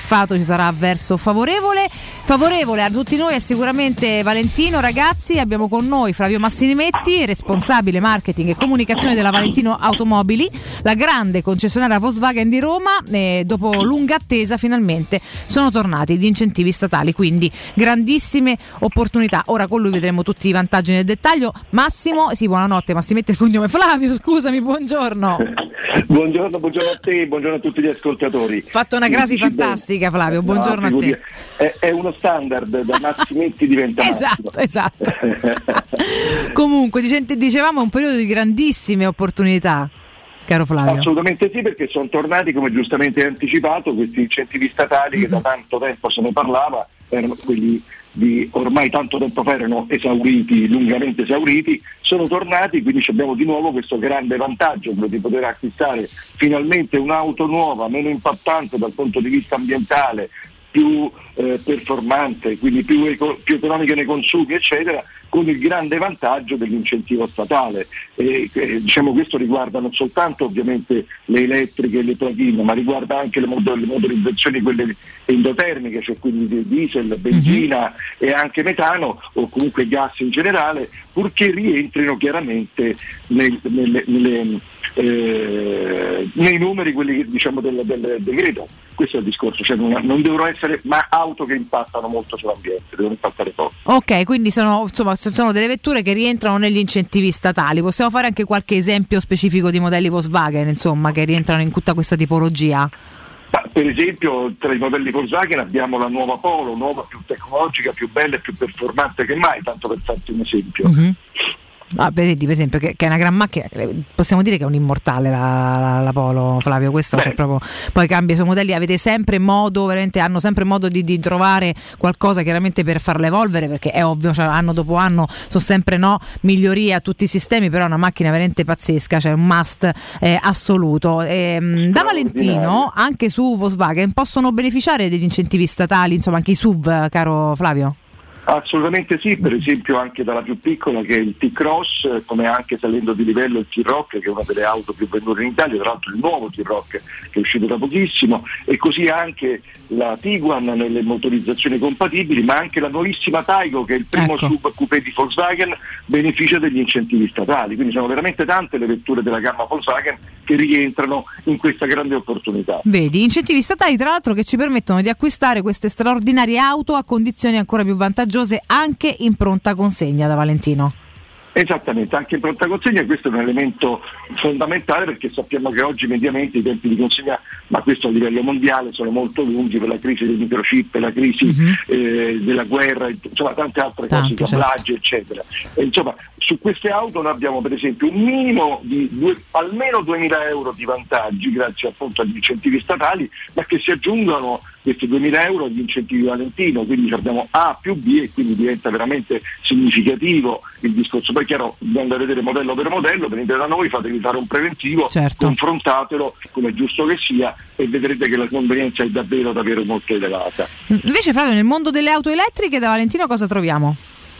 Griffato ci sarà avverso favorevole a tutti noi è sicuramente Valentino. Ragazzi, abbiamo con noi Flavio Massinimetti, responsabile marketing e comunicazione della Valentino Automobili, la grande concessionaria Volkswagen di Roma. Dopo lunga attesa finalmente sono tornati gli incentivi statali, quindi grandissime opportunità. Ora con lui vedremo tutti i vantaggi nel dettaglio. Massimo, sì, buonanotte, Massimetti il cognome. Flavio, scusami, buongiorno. Buongiorno a te, buongiorno a tutti gli ascoltatori. Fatto una crasi fantastica, Flavio, buongiorno a te. È uno standard, da Massimetti diventa esatto. Comunque dicevamo un periodo di grandissime opportunità, caro Flavio. Assolutamente sì, perché sono tornati, come giustamente hai anticipato, questi incentivi statali che da tanto tempo se ne parlava, erano quelli di ormai tanto tempo fa, erano esauriti, lungamente esauriti, sono tornati, quindi abbiamo di nuovo questo grande vantaggio, quello di poter acquistare finalmente un'auto nuova, meno impattante dal punto di vista ambientale, più performante, quindi più economica nei consumi, eccetera, con il grande vantaggio dell'incentivo statale. Diciamo, questo riguarda non soltanto ovviamente le elettriche e le plug-in, ma riguarda anche le motorizzazioni, quelle endotermiche, cioè quindi diesel, benzina e anche metano, o comunque gas in generale, purché rientrino chiaramente nei numeri, quelli diciamo del decreto. Questo è il discorso, cioè non devono essere ma auto che impattano molto sull'ambiente, devono impattare poco. Ok, quindi sono delle vetture che rientrano negli incentivi statali. Possiamo fare anche qualche esempio specifico di modelli Volkswagen, insomma, che rientrano in tutta questa tipologia? Per esempio, tra i modelli Volkswagen abbiamo la nuova Polo, nuova, più tecnologica, più bella e più performante che mai, tanto per farti un esempio. Mm-hmm. Per esempio, che è una gran macchina, possiamo dire che è un immortale la Polo, Flavio, questo cioè, proprio, poi cambia i suoi modelli, avete sempre modo, veramente hanno sempre modo di trovare qualcosa chiaramente per farla evolvere, perché è ovvio, cioè, anno dopo anno sono sempre migliorie a tutti i sistemi, però è una macchina veramente pazzesca, cioè un must assoluto. Da Valentino anche su Volkswagen possono beneficiare degli incentivi statali, insomma anche i SUV, caro Flavio? Assolutamente sì, per esempio anche dalla più piccola che è il T-Cross, come anche salendo di livello il T-Rock, che è una delle auto più vendute in Italia, tra l'altro il nuovo T-Rock che è uscito da pochissimo, e così anche la Tiguan nelle motorizzazioni compatibili, ma anche la nuovissima Taigo, che è il primo SUV coupé di Volkswagen, beneficia degli incentivi statali. Quindi sono veramente tante le vetture della gamma Volkswagen che rientrano in questa grande opportunità. Vedi, incentivi statali tra l'altro che ci permettono di acquistare queste straordinarie auto a condizioni ancora più vantaggiose anche in pronta consegna, da Valentino. Esattamente, anche in pronta consegna. Questo è un elemento fondamentale, perché sappiamo che oggi mediamente i tempi di consegna, ma questo a livello mondiale, sono molto lunghi per la crisi dei microchip, la crisi della guerra, insomma tante altre cose, cablaggi, eccetera. E, insomma, su queste auto noi abbiamo per esempio un minimo di almeno 2.000 euro di vantaggi grazie appunto agli incentivi statali, ma che si aggiungono questi 2.000 euro agli incentivi Valentino, quindi abbiamo A più B e quindi diventa veramente significativo il discorso. Poi chiaro, andando a vedere modello per modello, venite da noi, fatevi fare un preventivo, confrontatelo come è giusto che sia e vedrete che la convenienza è davvero molto elevata. Invece Flavio, nel mondo delle auto elettriche da Valentino cosa troviamo?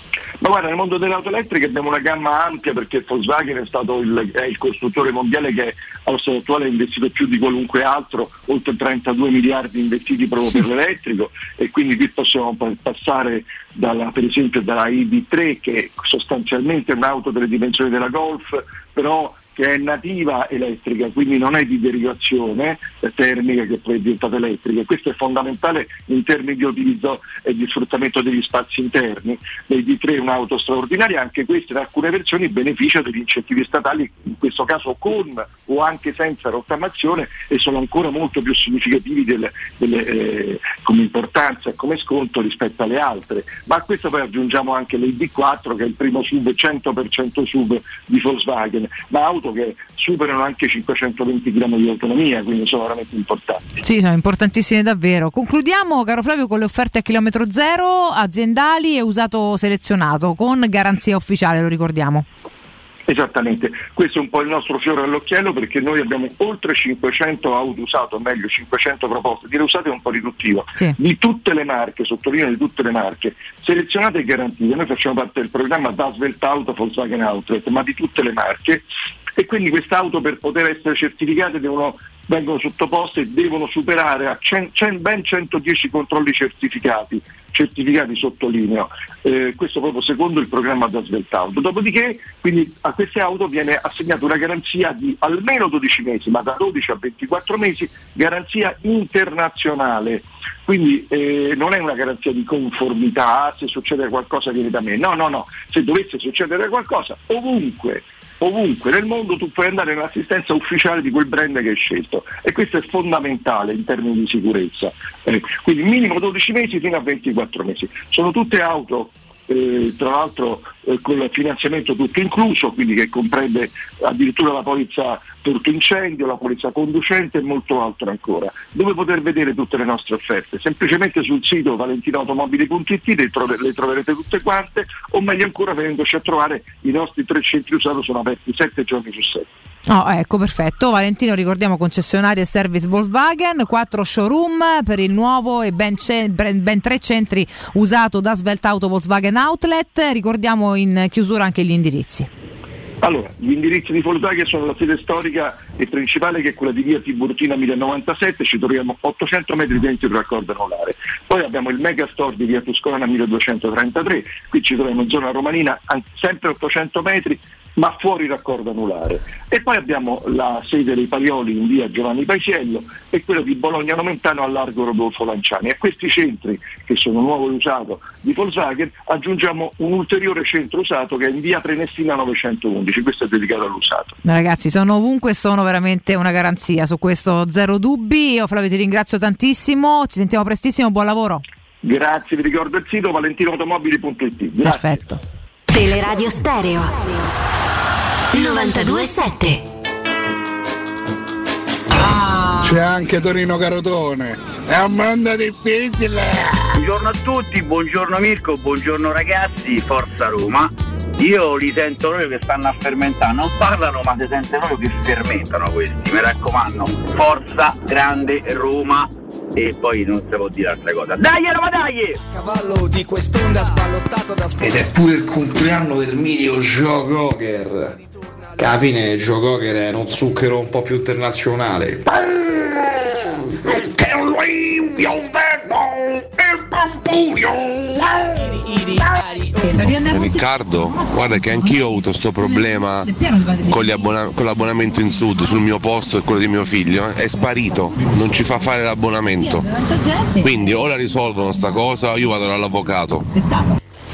Ma guarda, nel mondo delle auto elettriche abbiamo una gamma ampia, perché Volkswagen è stato il costruttore mondiale che allo stato attuale ha investito più di qualunque altro, oltre 32 miliardi investiti proprio per l'elettrico, e quindi qui possiamo passare per esempio dalla ID3, che sostanzialmente è un'auto delle dimensioni della Golf, però che è nativa elettrica, quindi non è di derivazione termica che poi è diventata elettrica. Questo è fondamentale in termini di utilizzo e di sfruttamento degli spazi interni. L'E-D3 è un'auto straordinaria, anche questa in alcune versioni beneficia degli incentivi statali, in questo caso con o anche senza rottamazione, e sono ancora molto più significativi come importanza e come sconto rispetto alle altre. Ma a questo poi aggiungiamo anche l'E-D4, che è il primo SUV 100% SUV di Volkswagen, ma auto che superano anche 520 grammi di autonomia, quindi sono veramente importanti. Sì, sono importantissime davvero. Concludiamo, caro Flavio, con le offerte a chilometro zero, aziendali e usato selezionato, con garanzia ufficiale, lo ricordiamo. Esattamente, questo è un po' il nostro fiore all'occhiello, perché noi abbiamo oltre 500 auto usate, o meglio 500 proposte, dire usate è un po' riduttivo, di tutte le marche, sottolineo di tutte le marche, selezionate e garantite. Noi facciamo parte del programma Das Weltauto Volkswagen Outlet, ma di tutte le marche, e quindi queste auto per poter essere certificate devono vengono sottoposte e devono superare a ben 110 controlli certificati sottolineo, questo proprio secondo il programma da Sveltauto. Dopodiché quindi a queste auto viene assegnata una garanzia di almeno 12 mesi, ma da 12 a 24 mesi, garanzia internazionale. Quindi non è una garanzia di conformità, se succede qualcosa viene da me, no, se dovesse succedere qualcosa ovunque nel mondo tu puoi andare nell'assistenza ufficiale di quel brand che hai scelto, e questo è fondamentale in termini di sicurezza, quindi minimo 12 mesi fino a 24 mesi. Sono tutte auto tra l'altro con il finanziamento tutto incluso, quindi che comprende addirittura la polizza torto incendio, la polizza conducente e molto altro ancora. Dove poter vedere tutte le nostre offerte? Semplicemente sul sito valentinoautomobili.it le troverete tutte quante, o meglio ancora venendoci a trovare. I nostri 3 centri usato sono aperti 7 giorni su 7. Oh, ecco, perfetto. Valentino, ricordiamo, concessionaria e service Volkswagen, 4 showroom per il nuovo e ben 3 centri usato da Sveltauto Volkswagen Outlet. Ricordiamo in chiusura anche gli indirizzi. Allora, gli indirizzi di Volkswagen sono la sede storica e principale, che è quella di via Tiburtina 1097, ci troviamo 800 metri dentro il raccordo anulare. Poi abbiamo il Megastore di via Tuscolana 1233, qui ci troviamo in zona romanina, sempre 800 metri, ma fuori raccordo anulare. E poi abbiamo la sede dei Parioli in via Giovanni Paisiello e quella di Bologna Nomentano a largo Rodolfo Lanciani. A questi centri, che sono nuovo e usato di Volkswagen, aggiungiamo un ulteriore centro usato che è in via Prenestina 911, questo è dedicato all'usato. Ragazzi, sono ovunque, sono veramente una garanzia, su questo zero dubbi. Io, Flavio, ti ringrazio tantissimo, ci sentiamo prestissimo, buon lavoro. Grazie, vi ricordo il sito valentinoautomobili.it. Grazie. Perfetto. Teleradio Stereo 92.7. C'è anche Torino Carotone, è un mondo difficile. Buongiorno a tutti, buongiorno Mirko, buongiorno ragazzi, forza Roma. Io li sento proprio che stanno a fermentare, non parlano ma si sente proprio che fermentano questi, mi raccomando, forza grande Roma. E poi non si può dire altra cosa. Dai Roma, dai! Cavallo di quest'onda sballottato da Ed è pure il compleanno del mitico Joe Cocker, che alla fine Joe Cocker è uno zucchero un po' più internazionale. Che lui vi ho detto il pampurio. Riccardo, guarda che anch'io ho avuto sto problema con l'abbonamento in Sud sul mio posto e quello di mio figlio, è sparito, non ci fa fare l'abbonamento, quindi o la risolvono sta cosa o io vado dall'avvocato.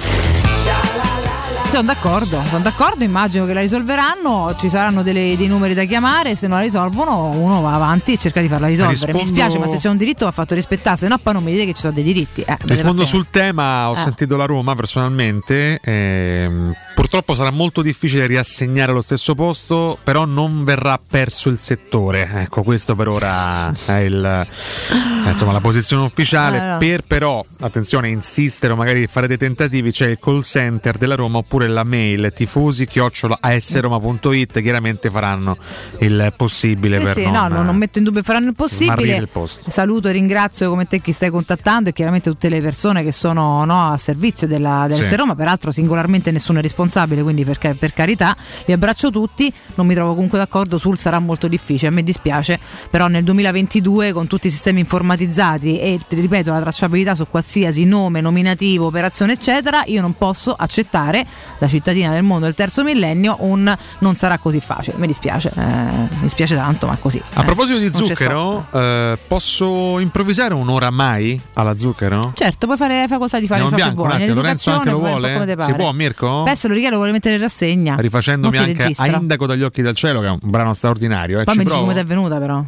Sono d'accordo, immagino che la risolveranno, ci saranno dei numeri da chiamare, se non la risolvono uno va avanti e cerca di farla risolvere. Mi spiace, ma se c'è un diritto va fatto rispettare, se no poi non mi dite che ci sono dei diritti. Rispondo sul tema, ho sentito la Roma personalmente, purtroppo sarà molto difficile riassegnare lo stesso posto, però non verrà perso il settore, ecco, questo per ora è la posizione ufficiale. Però attenzione, insistere o magari fare dei tentativi, c'è il call center della Roma oppure la mail tifosi@asroma.it, chiaramente faranno il possibile per non metto in dubbio, faranno il possibile. Saluto e ringrazio come te chi stai contattando e chiaramente tutte le persone che sono a servizio dell'SR Roma, peraltro singolarmente nessuno è responsabile, quindi per carità li abbraccio tutti. Non mi trovo comunque d'accordo sul sarà molto difficile, a me dispiace, però nel 2022 con tutti i sistemi informatizzati e ripeto la tracciabilità su qualsiasi nome, nominativo, operazione eccetera, io non posso accettare da cittadina del mondo del terzo millennio non sarà così facile. Mi dispiace tanto, ma così. A proposito di zucchero, posso improvvisare un'ora mai alla zucchero? Certo, puoi fare facoltà di fare ciò che vuoi. Lorenzo anche lo vuole? Si può, Mirko? Se lo richiedo, lo vuole metere in rassegna. Rifacendomi anche a Indaco dagli occhi del cielo, che è un brano straordinario. Poi mi dici come ti è venuta, però.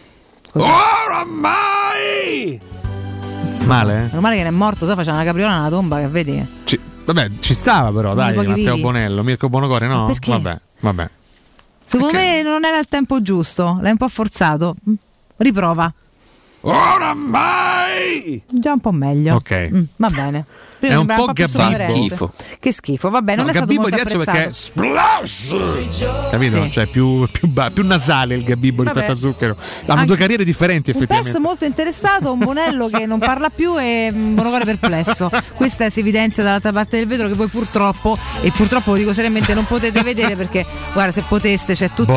Oramai! Male? Meno male che ne è morto, faceva una capriola nella tomba, che vedi? Vabbè, ci stava però, dai, Matteo Bonello, Mirko Bonocore, no? Perché? Vabbè. Secondo me non era il tempo giusto, l'hai un po' forzato. Riprova. Oramai! Già un po' meglio. Ok. Va bene. Prima è un sembrava po' più Gabibbo. sofferenza. Che schifo, vabbè, non è stato Gabibbo molto adesso perché apprezzato. splash, capito? Sì. Cioè più nasale il Gabibbo Vabbè. rispetto a Zucchero. Hanno Anche- due carriere differenti Un effettivamente. test molto interessato, un Bonello che non parla più e un Bonocore perplesso. Questa si evidenzia dall'altra parte del vetro che voi purtroppo lo dico seriamente, non potete vedere perché guarda, se poteste c'è tutto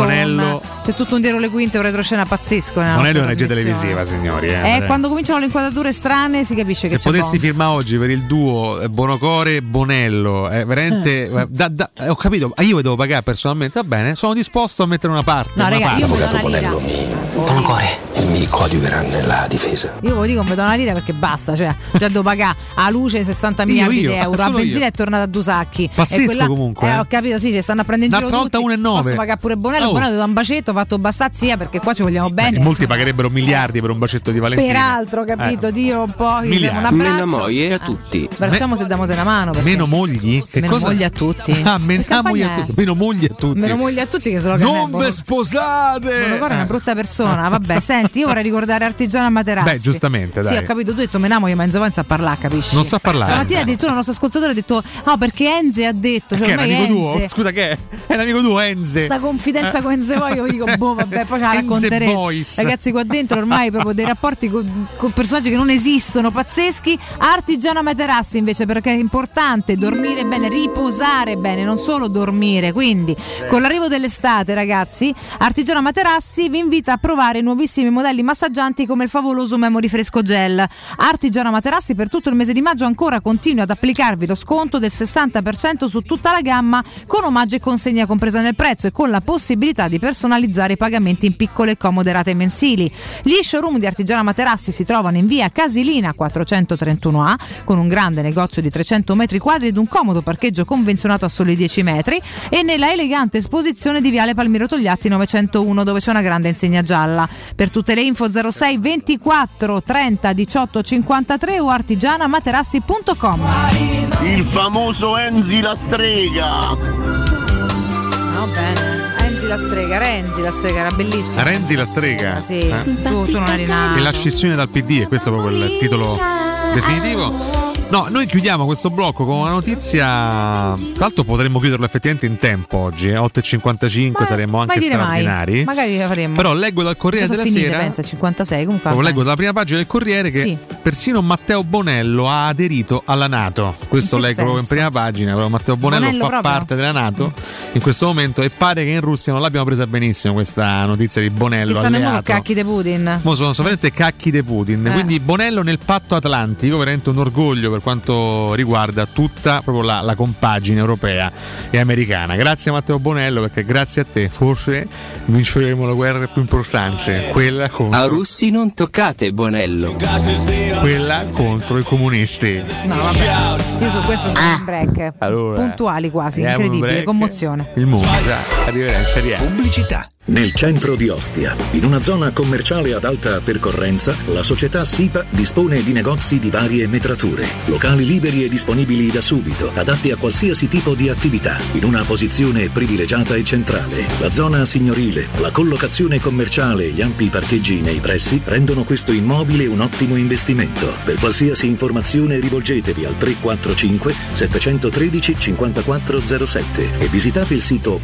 un dietro le quinte, un retroscena pazzesco. Bonello è una regia televisiva, signori. Quando cominciano le inquadrature strane si capisce che Se c'è potessi Bones. firmare oggi per il duo Bonocore Bonello, veramente ho capito, io vi devo pagare personalmente, va bene, sono disposto a mettere una parte. No, raga, io mi do una lira. Bonocore mi coadiuverà nella difesa. Io ve lo dico, mi do una lira perché basta, cioè già devo pagare a luce 60 miliardi di euro, a benzina è tornata a due sacchi. Pazzesco comunque. Ho capito, sì, ci stanno a prendere in giro L'altra volta tutti. 1,9. Posso pagare pure Bonello, Bonello ti do un bacetto, ho fatto bastazzia perché qua ci vogliamo bene. Molti pagherebbero miliardi per un bacetto di Valentina. Peraltro, capito, Dio un po', gli diamo un Miliardi. abbraccio. Meno moglie a tutti. Facciamo se diamo una mano. perché- Meno mogli? Che Meno cosa? mogli a tutti. Meno mogli a campagna è? tutti. Meno mogli a tutti. Meno mogli a tutti che se lo Non ve sposate! Bonocore è una brutta persona. Vabbè, senti, io vorrei ricordare Artigiana Materassi. Beh, giustamente, dai. Sì, ho capito, tu hai detto menamo, ma Enzo Vanza a parlare, capisci? Non sa parlare. Stamattina addirittura il nostro ascoltatore ha detto no, perché Enze ha detto, cioè Che è un ormai amico tuo? Enze, Scusa, che è? È un amico tuo, Enze. sta confidenza con Enze poi io dico boh, vabbè, poi ce la Enze racconteremo. Boys. Ragazzi, qua dentro ormai proprio dei rapporti con personaggi che non esistono, pazzeschi. Artigiana Materassi invece, perché è importante dormire bene, riposare bene, non solo dormire. Quindi con l'arrivo dell'estate, ragazzi, Artigiana Materassi vi invita a provare nuovissimi modelli massaggianti come il favoloso Memory Fresco Gel. Artigiana Materassi per tutto il mese di maggio ancora continua ad applicarvi lo sconto del 60% su tutta la gamma, con omaggio e consegna compresa nel prezzo e con la possibilità di personalizzare i pagamenti in piccole e comode rate mensili. Gli showroom di Artigiana Materassi si trovano in via Casilina 431A, con un grande negozio di 300 metri quadri ed un comodo parcheggio convenzionato a soli 10 metri, e nella elegante esposizione di viale Palmiro Togliatti 901, dove c'è una grande insegna gialla. Per tutte le info 06 24 30 18 53 o artigianamaterassi.com. Il famoso Enzi la strega. No, bene. Renzi la strega era bellissima. Renzi la strega. Sì, tu non eri nato. E la scissione dal PD, e questo è proprio il titolo definitivo. No, noi chiudiamo questo blocco con una notizia. Tra l'altro potremmo chiuderlo effettivamente in tempo oggi, 8.55 saremmo anche straordinari. Magari la faremmo. Però leggo dal Corriere della Sera. Pensa 56 comunque. Leggo dalla prima pagina del Corriere che sì, persino Matteo Bonello ha aderito alla NATO. Questo leggo proprio in prima pagina. Però Matteo Bonello fa proprio parte della NATO in questo momento, e pare che in Russia non l'abbiano presa benissimo questa notizia di Bonello. Che stanno alleato. cacchi di Putin. Mo sono veramente cacchi di Putin. Quindi Bonello nel patto atlantico, veramente un orgoglio per quanto riguarda tutta proprio la compagine europea e americana. Grazie Matteo Bonello, perché grazie a te forse vinceremo la guerra più importante, quella contro. A russi non toccate, Bonello. Quella contro i comunisti. No, vabbè. Io su questo sono in break. Allora, puntuali quasi, andiamo in incredibile, break. commozione. Il mondo, arrivederci. Pubblicità. Nel centro di Ostia, in una zona commerciale ad alta percorrenza, la società SIPA dispone di negozi di varie metrature, locali liberi e disponibili da subito, adatti a qualsiasi tipo di attività, in una posizione privilegiata e centrale. La zona signorile, la collocazione commerciale e gli ampi parcheggi nei pressi rendono questo immobile un ottimo investimento. Per qualsiasi informazione rivolgetevi al 345 713 5407 e visitate il sito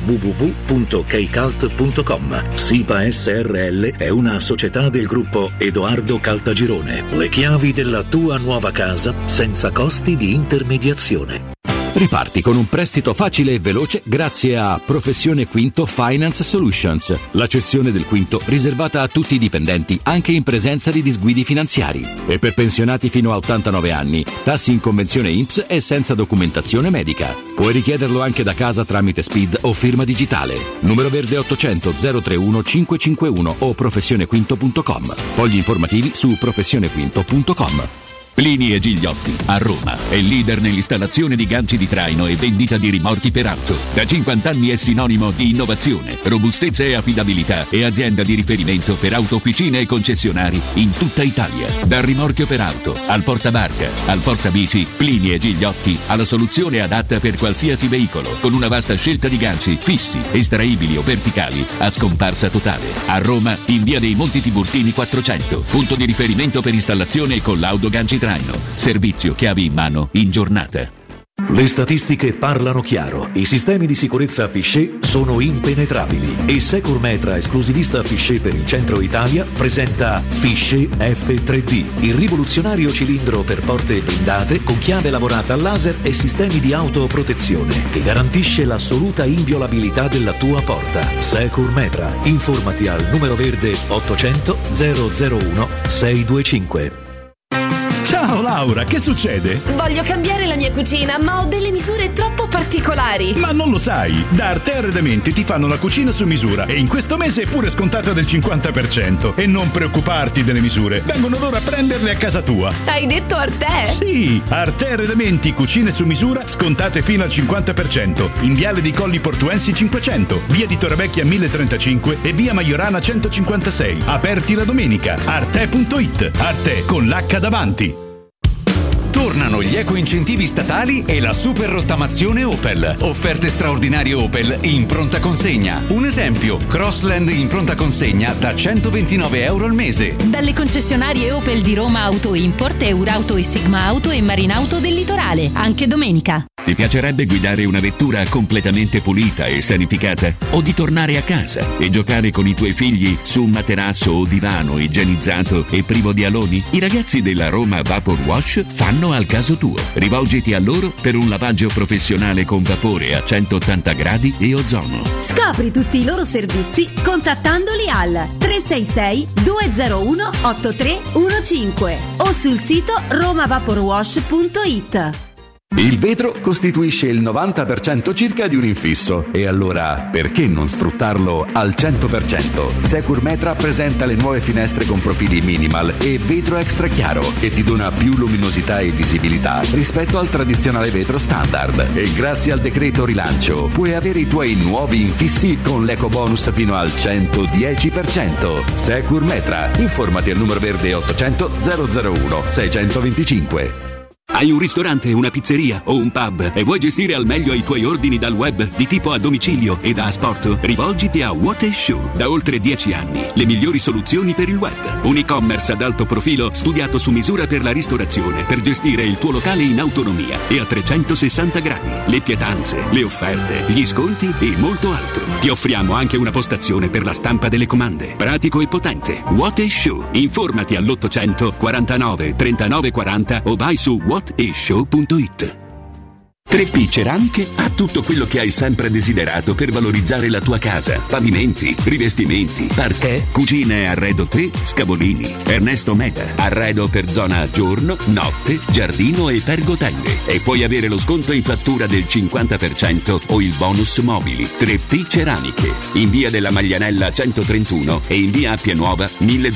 www.kcalt.com. SIPA SRL è una società del gruppo Edoardo Caltagirone. Le chiavi della tua nuova casa senza costi di intermediazione. Riparti con un prestito facile e veloce grazie a Professione Quinto Finance Solutions, la cessione del quinto riservata a tutti i dipendenti anche in presenza di disguidi finanziari, e per pensionati fino a 89 anni, tassi in convenzione INPS e senza documentazione medica. Puoi richiederlo anche da casa tramite SPID o firma digitale. Numero verde 800 031 551 o professionequinto.com. Fogli informativi su professionequinto.com. Plini e Gigliotti, a Roma, è leader nell'installazione di ganci di traino e vendita di rimorchi per auto. Da 50 anni è sinonimo di innovazione, robustezza e affidabilità, e azienda di riferimento per autofficine e concessionari in tutta Italia. Dal rimorchio per auto, al portabarca, al portabici, Plini e Gigliotti ha la soluzione adatta per qualsiasi veicolo, con una vasta scelta di ganci fissi, estraibili o verticali, a scomparsa totale. A Roma, in via dei Monti Tiburtini 400, punto di riferimento per installazione e collaudo ganci traino, servizio chiavi in mano in giornata. Le statistiche parlano chiaro. I sistemi di sicurezza Fichet sono impenetrabili e Securmetra, esclusivista Fichet per il centro Italia, presenta Fichet F3D, il rivoluzionario cilindro per porte blindate con chiave lavorata a laser e sistemi di autoprotezione che garantisce l'assoluta inviolabilità della tua porta. Securmetra. Informati al numero verde 800 001 625. Ciao Laura, che succede? Voglio cambiare la mia cucina, ma ho delle misure troppo particolari. Ma non lo sai, da Arte Arredamenti ti fanno la cucina su misura e in questo mese è pure scontata del 50%. E non preoccuparti delle misure, vengono loro a prenderle a casa tua. Hai detto Arte? Sì, Arte Arredamenti, cucine su misura, scontate fino al 50%. In Viale dei Colli Portuensi 500, via di Torrevecchia 1035 e via Maiorana 156. Aperti la domenica. Arte.it. Arte con l'H davanti. Tornano gli eco-incentivi statali e la super rottamazione Opel. Offerte straordinarie Opel in pronta consegna. Un esempio, Crossland in pronta consegna da €129 al mese. Dalle concessionarie Opel di Roma Auto Import, Eurauto e Sigma Auto e Marinauto del Litorale, anche domenica. Ti piacerebbe guidare una vettura completamente pulita e sanificata? O di tornare a casa e giocare con i tuoi figli su un materasso o divano igienizzato e privo di aloni? I ragazzi della Roma Vapor Wash fanno al caso tuo. Rivolgiti a loro per un lavaggio professionale con vapore a 180 gradi e ozono. Scopri tutti i loro servizi contattandoli al 366 201 8315 o sul sito romavaporwash.it. Il vetro costituisce il 90% circa di un infisso e allora perché non sfruttarlo al 100%? Securmetra presenta le nuove finestre con profili minimal e vetro extra chiaro che ti dona più luminosità e visibilità rispetto al tradizionale vetro standard e grazie al decreto rilancio puoi avere i tuoi nuovi infissi con l'eco bonus fino al 110%. Securmetra, informati al numero verde 800 001 625. Hai un ristorante, una pizzeria o un pub e vuoi gestire al meglio i tuoi ordini dal web di tipo a domicilio e da asporto? Rivolgiti a What Show. Da oltre 10 anni, le migliori soluzioni per il web. Un e-commerce ad alto profilo studiato su misura per la ristorazione, per gestire il tuo locale in autonomia e a 360 gradi. Le pietanze, le offerte, gli sconti e molto altro. Ti offriamo anche una postazione per la stampa delle comande. Pratico e potente. What Show. Informati all'800 49 39 40 o vai su whatishow.it. 3P Ceramiche ha tutto quello che hai sempre desiderato per valorizzare la tua casa. Pavimenti, rivestimenti, parquet, cucine e arredo 3, Scavolini, Ernesto Meda. Arredo per zona giorno, notte, giardino e pergotelle. E puoi avere lo sconto in fattura del 50% o il bonus mobili. 3P Ceramiche. In via della Maglianella 131 e in via Appia Nuova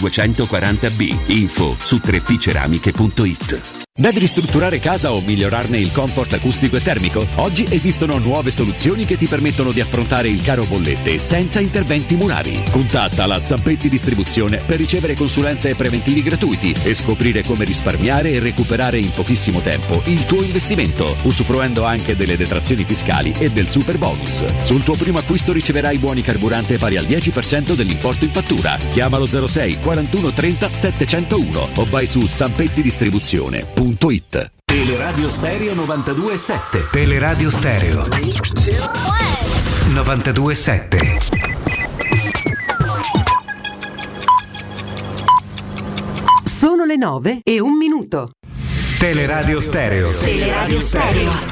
1240B. Info su 3pceramiche.it. Devi ristrutturare casa o migliorarne il comfort acustico e termico? Oggi esistono nuove soluzioni che ti permettono di affrontare il caro bollette senza interventi murari. Contatta la Zampetti Distribuzione per ricevere consulenze e preventivi gratuiti e scoprire come risparmiare e recuperare in pochissimo tempo il tuo investimento, usufruendo anche delle detrazioni fiscali e del super bonus. Sul tuo primo acquisto riceverai buoni carburante pari al 10% dell'importo in fattura. Chiamalo 06 41 30 701 o vai su zampettidistribuzione.it. Teleradio Stereo 92.7. Teleradio Stereo 92.7. Sono le 9:01. Teleradio Stereo. Teleradio Stereo.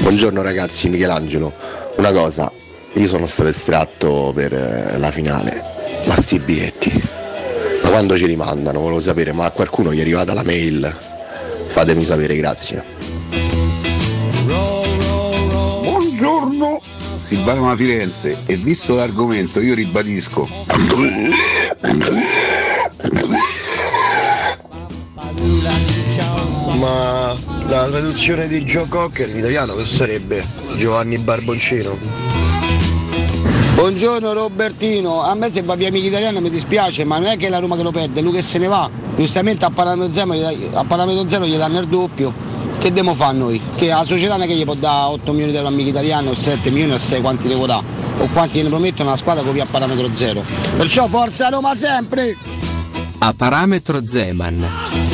Buongiorno ragazzi, Michelangelo. Una cosa, io sono stato estratto per la finale, ma sti biglietti, ma quando ce li mandano? Volevo sapere, ma a qualcuno gli è arrivata la mail? Fatemi sapere, grazie. Buongiorno, Silvano da Firenze, e visto l'argomento io ribadisco. Ma la traduzione di Joe Cocker in italiano che sarebbe? Giovanni Barboncino. Buongiorno Robertino, a me se va via amici italiani mi dispiace, ma non è che è la Roma che lo perde, lui che se ne va, giustamente a parametro zero gli danno il doppio. Che devo fare noi? Che la società non è che gli può dare 8 milioni di euro amici italiani o 7 milioni o 6 quanti ne può dare, o quanti gliene promettono la squadra copia a parametro zero. Perciò forza Roma sempre! A parametro Zeman.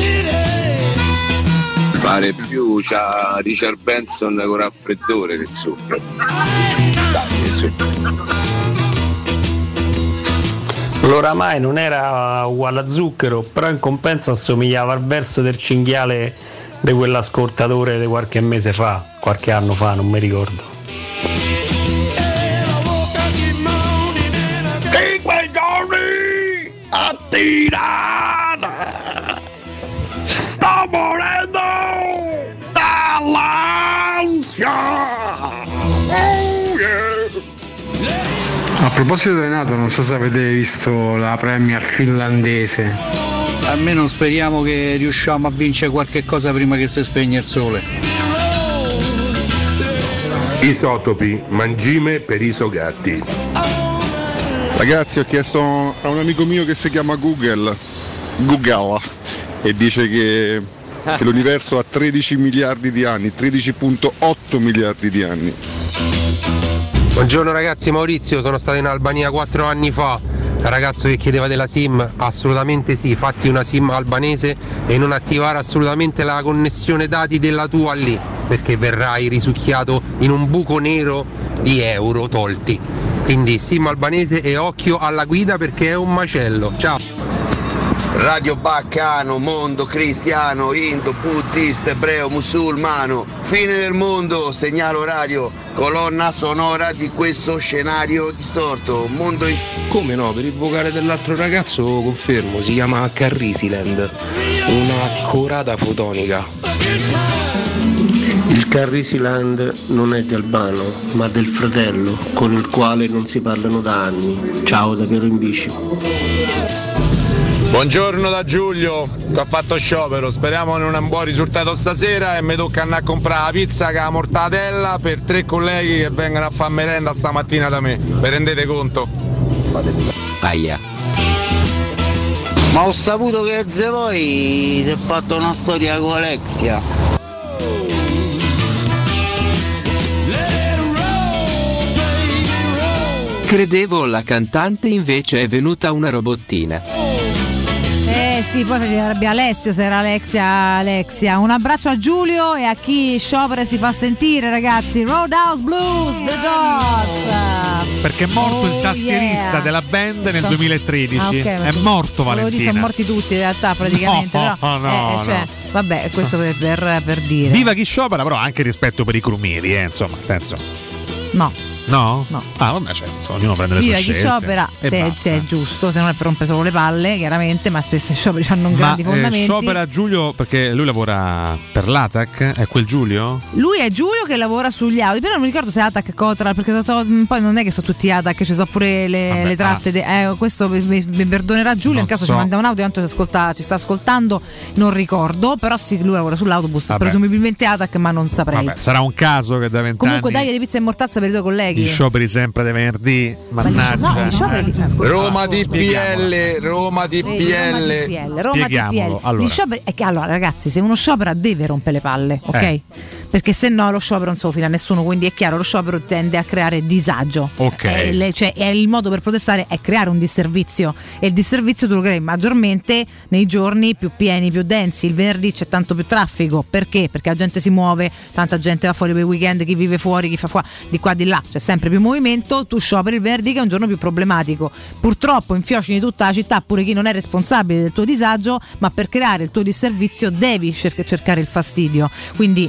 Pare più c'ha Richard Benson con raffreddore che zucchero. Dai, zucchero. L'oramai non era uguale a zucchero, però in compenso assomigliava al verso del cinghiale di quell'ascoltatore di qualche mese fa, qualche anno fa, non mi ricordo. Di quei giorni a Tirana sto morendo dall'ansia. Oh yeah. A proposito di Renato, non so se avete visto la Premier finlandese. Almeno speriamo che riusciamo a vincere qualche cosa prima che si spegne il sole. Isotopi, mangime per isogatti. Ragazzi, ho chiesto a un amico mio che si chiama Google e dice che l'universo ha 13 miliardi di anni, 13.8 miliardi di anni. Buongiorno ragazzi, Maurizio, sono stato in Albania 4 anni fa. Ragazzo che chiedeva della SIM, assolutamente sì, fatti una SIM albanese e non attivare assolutamente la connessione dati della tua lì, perché verrai risucchiato in un buco nero di euro tolti. Quindi SIM albanese e occhio alla guida perché è un macello. Ciao. Radio Baccano, mondo cristiano, indo, buddista, ebreo, musulmano, fine del mondo, segnale orario, colonna sonora di questo scenario distorto, mondo in... Come no, per il vocale dell'altro ragazzo confermo, si chiama Carrisiland, una corata fotonica. Il Carrisiland non è di Albano, ma del fratello, con il quale non si parlano da anni. Ciao da Piero in bici. Buongiorno da Giulio, che ha fatto sciopero, speriamo in un buon risultato stasera e mi tocca andare a comprare la pizza con la mortadella per 3 colleghi che vengono a fare merenda stamattina da me, vi rendete conto? Aia. Ma ho saputo che zia voi si è fatto una storia con Alexia. Credevo la cantante, invece è venuta una robottina. Sì, poi farebbe Alessio se era Alexia. Un abbraccio a Giulio e a chi sciopera si fa sentire, ragazzi. Roadhouse Blues, The Doors. Perché è morto il tastierista della band nel 2013. Okay, è morto Valentina. Sono morti tutti in realtà praticamente. No, però, no. Vabbè, questo per dire. Viva chi sciopera, però anche rispetto per i crumiri, insomma, nel senso. No. No? Ah, vabbè, ognuno prende le sue scelte. Chi sciopera se è giusto, se non è per rompere solo le palle, chiaramente, ma spesso i scioperi hanno grandi fondamenti. Sciopera Giulio perché lui lavora per l'ATAC, è quel Giulio? Lui è Giulio che lavora sugli Audi, però non mi ricordo se è ATAC Cotral, perché poi non è che sono tutti ATAC, ci sono pure le tratte. Questo mi perdonerà Giulio in caso ci manda un audio, tanto ci sta ascoltando, non ricordo, però sì, lui lavora sull'autobus, presumibilmente ATAC, ma non saprei. Vabbè, sarà un caso che da 20 Comunque anni. Dai di pizza e mortazza per i tuoi colleghi. Gli scioperi sempre dei venerdì, mannaggia. Roma TPL, Roma TPL. Spieghiamolo. Allora. Allora ragazzi, se uno sciopera deve rompere le palle, ok? Perché se no lo sciopero non se lo fila nessuno, quindi è chiaro, lo sciopero tende a creare disagio. Ok. È il modo per protestare è creare un disservizio, e il disservizio tu lo crei maggiormente nei giorni più pieni, più densi. Il venerdì c'è tanto più traffico, perché? Perché la gente si muove, tanta gente va fuori per il weekend, chi vive fuori, chi fa di qua di là, c'è sempre più movimento, tu scioperi il venerdì che è un giorno più problematico. Purtroppo infiocini tutta la città, pure chi non è responsabile del tuo disagio, ma per creare il tuo disservizio devi cercare il fastidio. Quindi è un po'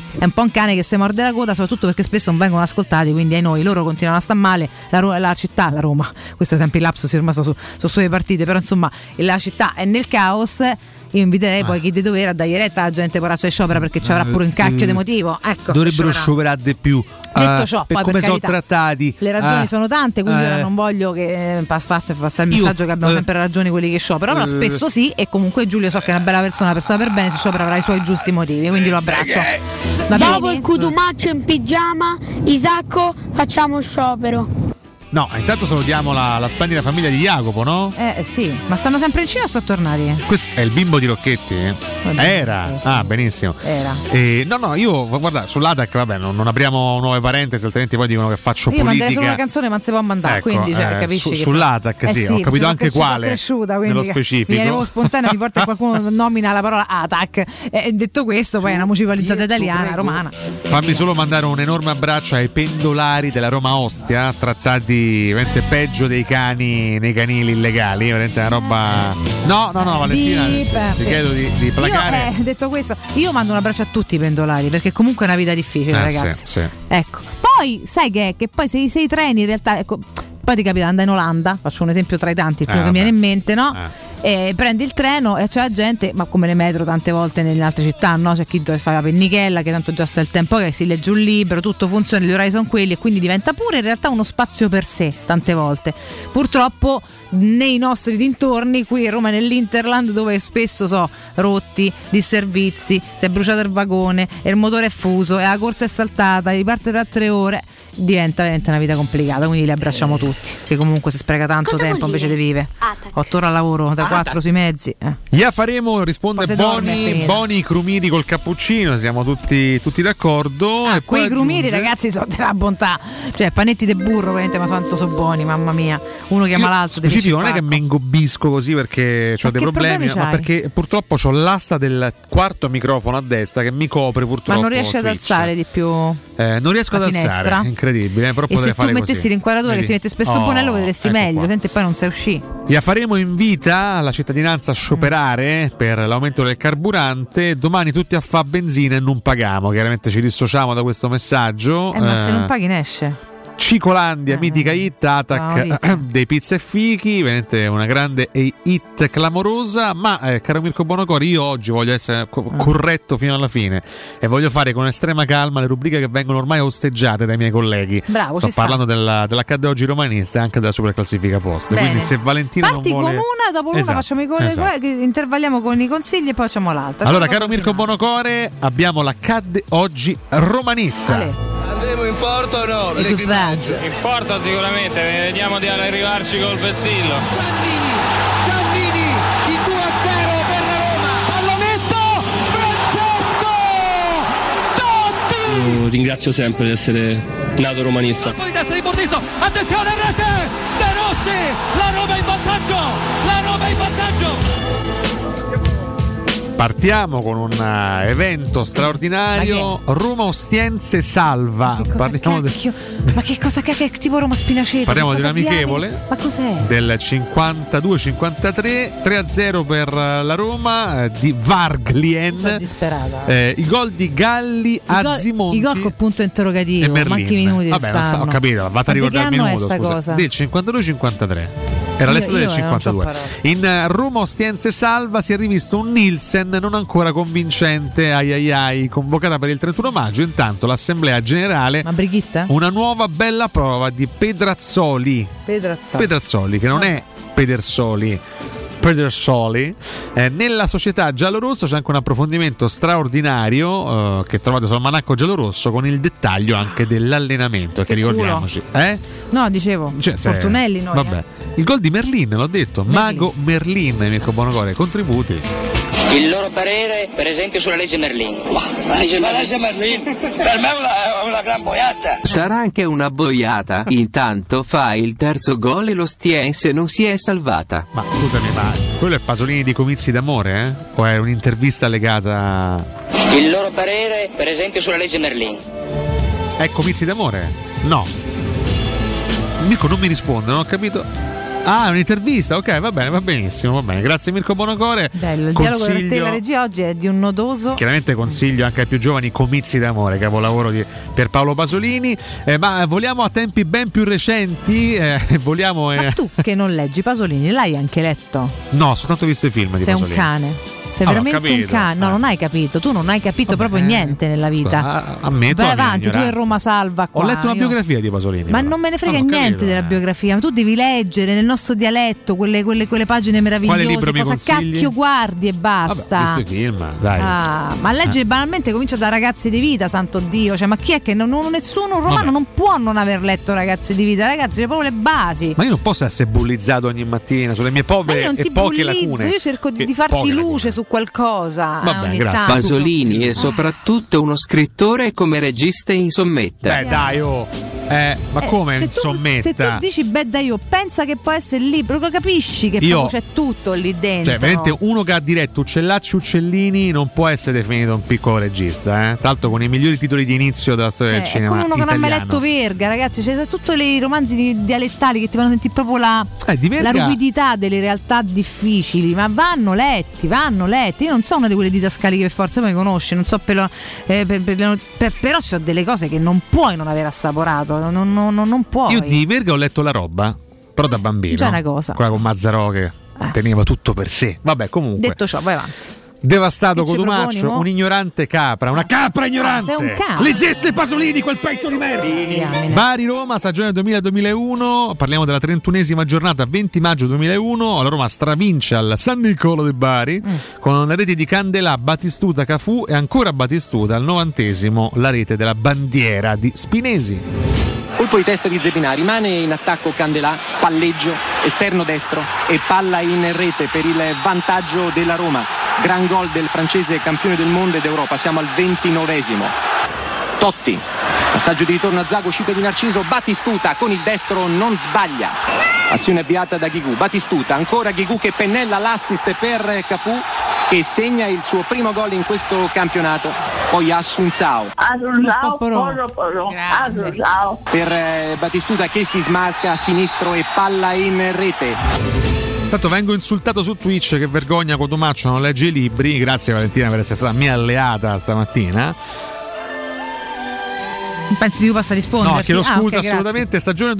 un cane che si morde la coda, soprattutto perché spesso non vengono ascoltati, quindi ai noi loro continuano a star male, la città, la Roma, questo è sempre il lapsus ormai su sue partite, però insomma la città è nel caos. Io inviterei poi chi di dovere a dare retta alla gente poraccia di sciopera, perché ci avrà pure un cacchio di motivo. Ecco, dovrebbero scioperare di più. Detto ciò, per poi come per sono carità, trattati. Le ragioni sono tante, quindi ora non voglio che passasse il messaggio che abbiamo sempre ragioni quelli che scioperano, però spesso sì, e comunque Giulio so che è una bella persona per bene, se sciopera avrà i suoi giusti motivi, quindi lo abbraccio. Dopo il Cudumaccio in pigiama, Isacco, facciamo sciopero. No, intanto salutiamo la splendida famiglia di Jacopo, no? Sì, ma stanno sempre in Cina o sono tornati? Questo è il bimbo di Rocchetti? Era. Ah, benissimo. Era. No, io guarda, sull'ATAC, vabbè, non apriamo nuove parentesi, altrimenti poi dicono che faccio io politica. Io manderei solo una canzone, ma non si può mandare, ecco, quindi capisci sull'ATAC, sì, ho capito anche quale. Sono cresciuta, quindi nello specifico. Mi viene spontaneo ogni volta che qualcuno nomina la parola ATAC. Detto questo, poi è una musicalizzata italiana, romana. Fammi solo mandare un enorme abbraccio ai pendolari della Roma Ostia, trattati veramente peggio dei cani nei canili illegali, veramente una roba. No, Valentina, ti chiedo di placare. Io, detto questo, io mando un abbraccio a tutti i pendolari, perché comunque è una vita difficile, ragazzi. Sì. Ecco. Poi sai che poi se i treni in realtà, ecco, poi ti capita andare in Olanda, faccio un esempio tra i tanti, quello che mi viene in mente, no? E prendi il treno e c'è la gente, ma come le metro tante volte nelle altre città, no? C'è chi fa la pennichella, che tanto già sta il tempo, che si legge un libro, tutto funziona, gli orari sono quelli, e quindi diventa pure in realtà uno spazio per sé tante volte. Purtroppo nei nostri dintorni, qui a Roma nell'Interland, dove spesso rotti, disservizi, si è bruciato il vagone e il motore è fuso e la corsa è saltata, riparte da 3 ore, diventa veramente una vita complicata, quindi li abbracciamo tutti, che comunque si spreca tanto tempo invece di vive 8 ore al lavoro, da 4 sui mezzi. Ya faremo, risponde Boni Crumiri col cappuccino, siamo tutti d'accordo. E quei crumiri, ragazzi, sono della bontà, cioè panetti de burro, veramente, ma quanto sono buoni, mamma mia. Uno chiama l'altro. Specifico, non è che mi ingobisco così perché ho dei problemi, ma perché purtroppo ho l'asta del quarto microfono a destra che mi copre purtroppo. Ma non riesci ad alzare di più? Non riesco ad alzare, è incredibile, però e potrei fare così. Se tu mettessi l'inquadratura che ti mette spesso un ponello, vedresti meglio, qua. Senti, poi non sai uscire. Ya faremo invita la cittadinanza a scioperare per l'aumento del carburante. Domani tutti a fa benzina e non paghiamo. Chiaramente ci dissociamo da questo messaggio. Ma se non paghi ne esce. Cicolandia, mitica hit, Atac dei Pizza e Fichi, veramente una grande hit clamorosa, ma caro Mirko Bonocore, io oggi voglio essere corretto fino alla fine e voglio fare con estrema calma le rubriche che vengono ormai osteggiate dai miei colleghi. Bravo, sto parlando dell'Accadde Oggi romanista e anche della Superclassifica Post. Bene. Quindi se Valentina parti non vuole... con una, dopo l'una facciamo intervalliamo con i consigli e poi facciamo l'altra. Allora, caro Mirko Bonocore, abbiamo l'Accadde Oggi romanista. Andremo in porto o no? L'equipaggio. In porto sicuramente, vediamo di arrivarci col vessillo. Giannini, il 2-0 per la Roma. Pallonetto, Francesco Totti. Ringrazio sempre di essere nato romanista. Poi destra di Bordiso, attenzione a rete, De Rossi, la Roma in vantaggio, Partiamo con un evento straordinario. Roma Ostiense salva. Ma che cosa che è tipo Roma Spinaceto? Parliamo di un amichevole. Ma cos'è? Del 52-53, 3-0 per la Roma di Varglien. Sono disperata. I gol di Galli, Azimonti. I gol con punto interrogativo. E Merlin. Manchi minuti. Vabbè, ho capito, vado a ricordare il minuto. Scusa. Cosa? Del 52-53. Era l'estate del 52. In Roma Ostiense salva si è rivisto un Nielsen non ancora convincente, convocata per il 31 maggio. Intanto l'assemblea generale, ma Brigitta? Una nuova bella prova di Pedrazzoli, che non è Pedersoli. Nella società giallorossa c'è anche un approfondimento straordinario che trovate sull'almanacco giallorosso con il dettaglio anche dell'allenamento, che ricordiamoci. No, dicevo, Fortunelli noi. Vabbè. Il gol di Merlin, l'ho detto, Mago Merlin, Mirko Bonocore, contributi. Il loro parere, per esempio, sulla legge Merlin. La legge Merlin per me è una gran boiata. Sarà anche una boiata. Intanto fa il terzo gol e l'Ostiense non si è salvata. Ma scusami, ma quello è Pasolini di Comizi d'amore, o è un'intervista legata? Il loro parere, per esempio, sulla legge Merlin. È Comizi d'amore? No. Mirko non mi risponde, non ho capito. Ah, un'intervista, ok, va bene, va benissimo, va bene. Grazie Mirko Bonocore. Bello, il dialogo tra te e la regia oggi è di un nodoso. Chiaramente consiglio anche ai più giovani Comizi d'amore, capolavoro di Pierpaolo Pasolini. Ma vogliamo a tempi ben più recenti? Ma tu che non leggi Pasolini, l'hai anche letto? No, soltanto visto i film di Sei Pasolini. Un cane. Sei veramente un cane. No, non hai capito. Tu non hai capito proprio niente nella vita. Ammetto. Vai avanti, tu e Roma salva qua. Ho letto una biografia di Pasolini. Ma non me ne frega niente della biografia. Ma tu devi leggere nel nostro dialetto quelle pagine meravigliose. Quale libro cosa mi consigli? Cacchio guardi e basta. Vabbè, questi film, dai. Ma leggere banalmente comincia da Ragazzi di vita, santo Dio. Cioè, ma chi è che nessuno romano non può non aver letto Ragazzi di vita? Ragazzi, c'è proprio le basi. Ma io non posso essere bullizzato ogni mattina sulle mie povere e poche lacune. Io cerco di farti luce su qualcosa. Vabbè, grazie. Pasolini è soprattutto uno scrittore come regista in sommetta. Dai, ma come in sommetta? Se tu dici io pensa che può essere il libro, capisci che proprio c'è tutto lì dentro. Cioè, veramente uno che ha diretto Uccellacci Uccellini non può essere definito un piccolo regista, Tra l'altro con i migliori titoli di inizio della storia del cinema come uno italiano. che non ha mai letto Verga, ragazzi, c'è tutti i romanzi dialettali che ti fanno sentire proprio la ruvidità delle realtà difficili, ma vanno letti. Io non so una di quelle didascali che per forza mi conosci, non so però ci sono delle cose che non puoi non aver assaporato. Non puoi. Io di Verga ho letto La roba, però da bambino. Già una cosa. Quella con Mazzarò che teneva tutto per sé. Vabbè, comunque. Detto ciò, vai avanti. Devastato Cotumaccio, un ignorante capra, una capra ignorante. Sei un capra. Leggesse Pasolini quel petto di merda. Bari Roma, stagione 2000-2001. Parliamo della 31esima giornata, 20 maggio 2001. La Roma stravince al San Nicolò di Bari con le reti di Candelà, Batistuta, Cafù e ancora Batistuta. Al 90esimo la rete della bandiera di Spinesi. Colpo di testa di Zebinà, rimane in attacco Candelà, palleggio, esterno destro e palla in rete per il vantaggio della Roma. Gran gol del francese campione del mondo ed Europa, siamo al 29esimo. Totti, passaggio di ritorno a Zago, uscita di Narciso, Batistuta con il destro non sbaglia. Azione avviata da Ghigù, Batistuta, ancora Ghigù che pennella l'assist per Cafù che segna il suo primo gol in questo campionato. Poi Assunzao per Batistuta che si smarca a sinistro e palla in rete. Tanto vengo insultato su Twitch, che vergogna Cotumaccio non legge i libri. Grazie Valentina per essere stata mia alleata stamattina. Pensi che io possa rispondere? No, chiedo scusa, okay, assolutamente. Stagione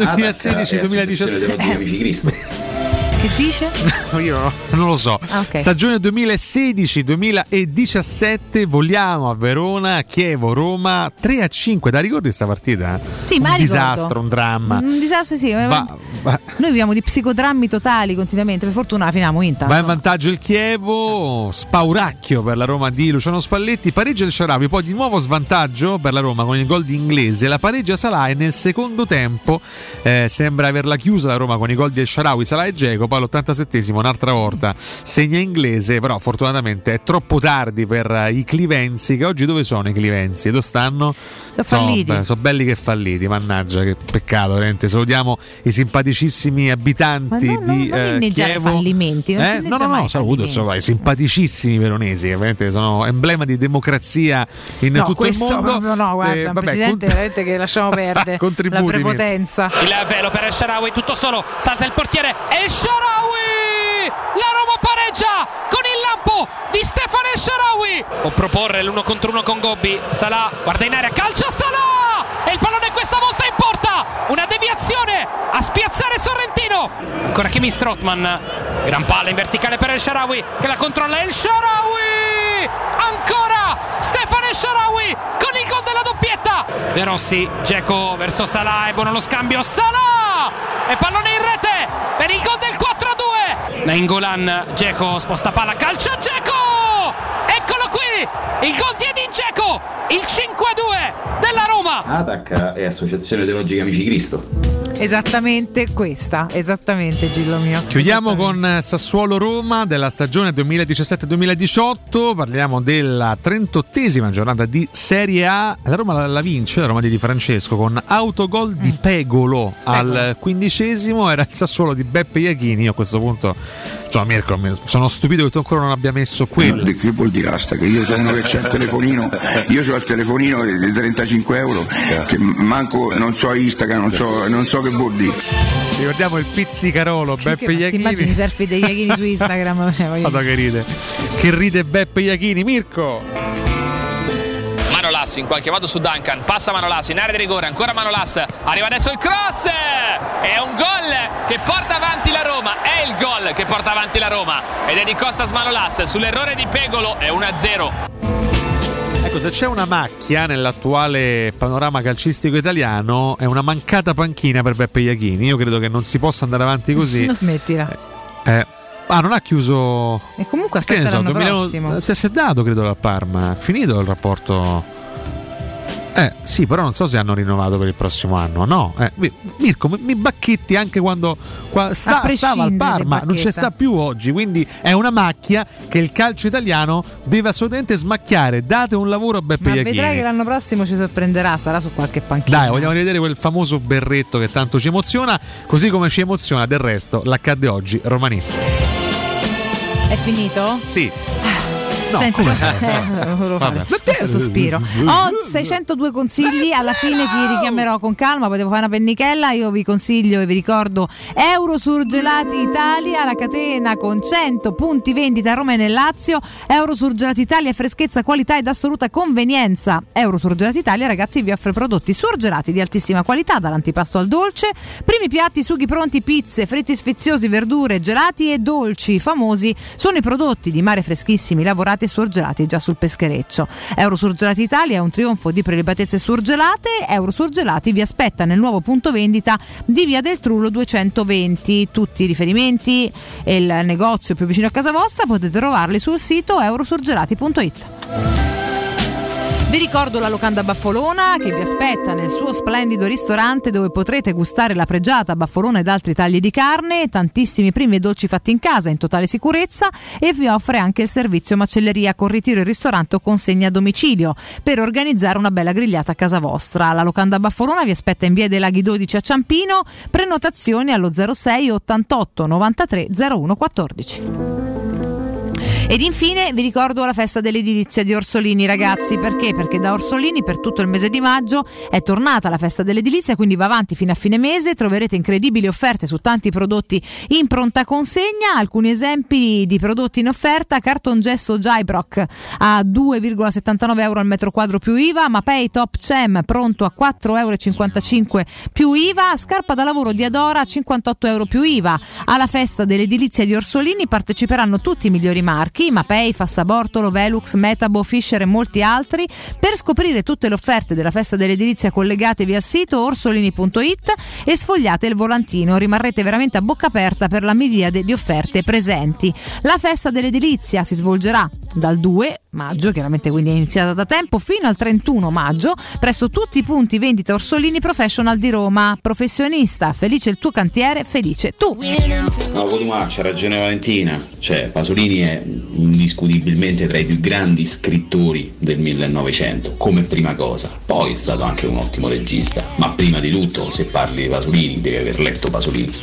2016-2017. Che dice? Io non lo so. Okay. Stagione 2016-2017, vogliamo a Verona, Chievo, Roma 3-5. Da ricordi questa partita? Sì, un ma disastro, ricordo. Un dramma. Un disastro, sì. Noi viviamo di psicodrammi totali continuamente. Per fortuna la finiamo vinta. Va in vantaggio il Chievo, spauracchio per la Roma di Luciano Spalletti, pareggio del Shaarawy, poi di nuovo svantaggio per la Roma con il gol di Inglese, la pareggia Salah e nel secondo tempo sembra averla chiusa la Roma con i gol di El Shaarawy, Salah e Dzeko. Poi all'87esimo un'altra volta segna Inglese, però fortunatamente è troppo tardi per i clivenzi, che oggi dove sono i clivenzi? Dove stanno? Sono falliti. Sono belli che falliti, mannaggia, che peccato, veramente. Salutiamo i simpaticissimi abitanti di Chievo. Fallimenti, no, saluto insomma, i simpaticissimi veronesi, che veramente sono emblema di democrazia in tutto il mondo. No, guarda, presidente veramente che lasciamo perdere la prepotenza. Il velo per El Shaarawy, tutto solo, salta il portiere, El Shaarawy! La Roma pareggia con il lampo di Stefano El Shaarawy. Può proporre l'1 contro 1 con Gobbi. Salah guarda in area, calcio a Salah e il pallone questa volta in porta. Una deviazione a spiazzare Sorrentino. Ancora Kimi Strootman, gran palla in verticale per El Shaarawy che la controlla. El Shaarawy, ancora Stefano El Shaarawy con il gol della doppietta. De Rossi, Dzeko verso Salah, è buono lo scambio, Salah e pallone in rete per il gol del 4-2. Nainggolan, Dzeko sposta palla, calcio a Dzeko, eccolo qui il gol di Edin Dzeko, il 5-2 della Roma. ATAC è Associazione Teologica Amici di Cristo. Esattamente questa, esattamente Gillo mio. Chiudiamo con Sassuolo-Roma della stagione 2017-2018, parliamo della 38esima giornata di Serie A. La Roma la vince, la Roma di Di Francesco, con autogol di Pegolo al 15esimo, era il Sassuolo di Beppe Iachini. Io a questo punto, cioè, Mirko, sono stupito che tu ancora non abbia messo quello. Che vuol dire asta? Che io sono uno che c'ha il telefonino, io ho il telefonino di 35 euro, che manco non so Instagram, non so so che vuol dire. Ricordiamo il pizzicarolo Beppe Iachini. Ti immagini i selfie degli Iachini su Instagram? Guarda che ride Beppe Iachini. Mirko. Manolas in qualche modo su Duncan, passa Manolas in area di rigore, ancora Manolas, arriva adesso il cross, è un gol che porta avanti la Roma, è il gol che porta avanti la Roma ed è di Costas Manolas sull'errore di Pegolo, è 1-0. Ecco, se c'è una macchia nell'attuale panorama calcistico italiano è una mancata panchina per Beppe Iachini. Io credo che non si possa andare avanti così. Non smettila. Non ha chiuso. E comunque aspetta l'anno prossimo. Si è dato, credo, al Parma. Finito il rapporto. Sì, però non so se hanno rinnovato per il prossimo anno. No, Mirko, mi bacchetti anche quando stava al Parma, non c'è sta più oggi. Quindi è una macchia che il calcio italiano deve assolutamente smacchiare. Date un lavoro a Beppe Iachini. Vedrai che l'anno prossimo ci sorprenderà, sarà su qualche panchina. Dai, vogliamo vedere quel famoso berretto che tanto ci emoziona, così come ci emoziona del resto l'accadde oggi romanista. È finito? Sì. No, senti, questo sospiro. Ho 602 consigli, alla fine ti richiamerò con calma, potevo fare una pennichella. Io vi consiglio e vi ricordo Eurosurgelati Italia, la catena con 100 punti vendita a Roma e nel Lazio. Eurosurgelati Italia, freschezza, qualità ed assoluta convenienza. Eurosurgelati Italia, ragazzi, vi offre prodotti surgelati di altissima qualità, dall'antipasto al dolce, primi piatti, sughi pronti, pizze, fritti sfiziosi, verdure, gelati e dolci. Famosi sono i prodotti di mare freschissimi, lavorati e surgelati già sul peschereccio. Eurosurgelati Italia è un trionfo di prelibatezze surgelate. Eurosurgelati vi aspetta nel nuovo punto vendita di Via del Trullo 220. Tutti i riferimenti e il negozio più vicino a casa vostra potete trovarli sul sito eurosurgelati.it. Vi ricordo la locanda Baffolona che vi aspetta nel suo splendido ristorante, dove potrete gustare la pregiata baffolona ed altri tagli di carne, tantissimi primi e dolci fatti in casa in totale sicurezza, e vi offre anche il servizio macelleria con ritiro in ristorante o consegna a domicilio per organizzare una bella grigliata a casa vostra. La locanda Baffolona vi aspetta in via dei Laghi 12 a Ciampino. Prenotazioni allo 06 88 93 01 14. Ed infine vi ricordo la festa dell'edilizia di Orsolini, ragazzi. Perché? Perché da Orsolini per tutto il mese di maggio è tornata la festa dell'edilizia, quindi va avanti fino a fine mese. Troverete incredibili offerte su tanti prodotti in pronta consegna. Alcuni esempi di prodotti in offerta: cartongesso Gybrock a 2,79 euro al metro quadro più IVA, Mapei Top Cem pronto a 4,55 euro più IVA, scarpa da lavoro di Adora a 58 euro più IVA. Alla festa dell'edilizia di Orsolini parteciperanno tutti i migliori marchi: Mapei, Fassabortolo, Velux, Metabo, Fisher e molti altri. Per scoprire tutte le offerte della festa dell'edilizia collegatevi al sito orsolini.it e sfogliate il volantino, rimarrete veramente a bocca aperta per la miriade di offerte presenti. La festa dell'edilizia si svolgerà dal 2 maggio, chiaramente, quindi è iniziata da tempo, fino al 31 maggio presso tutti i punti vendita Orsolini Professional di Roma. Professionista, felice il tuo cantiere, felice tu. No, Cotumaccio, ha ragione Valentina, cioè Pasolini è indiscutibilmente tra i più grandi scrittori del 1900 come prima cosa, poi è stato anche un ottimo regista, ma prima di tutto, se parli di Pasolini devi aver letto Pasolini.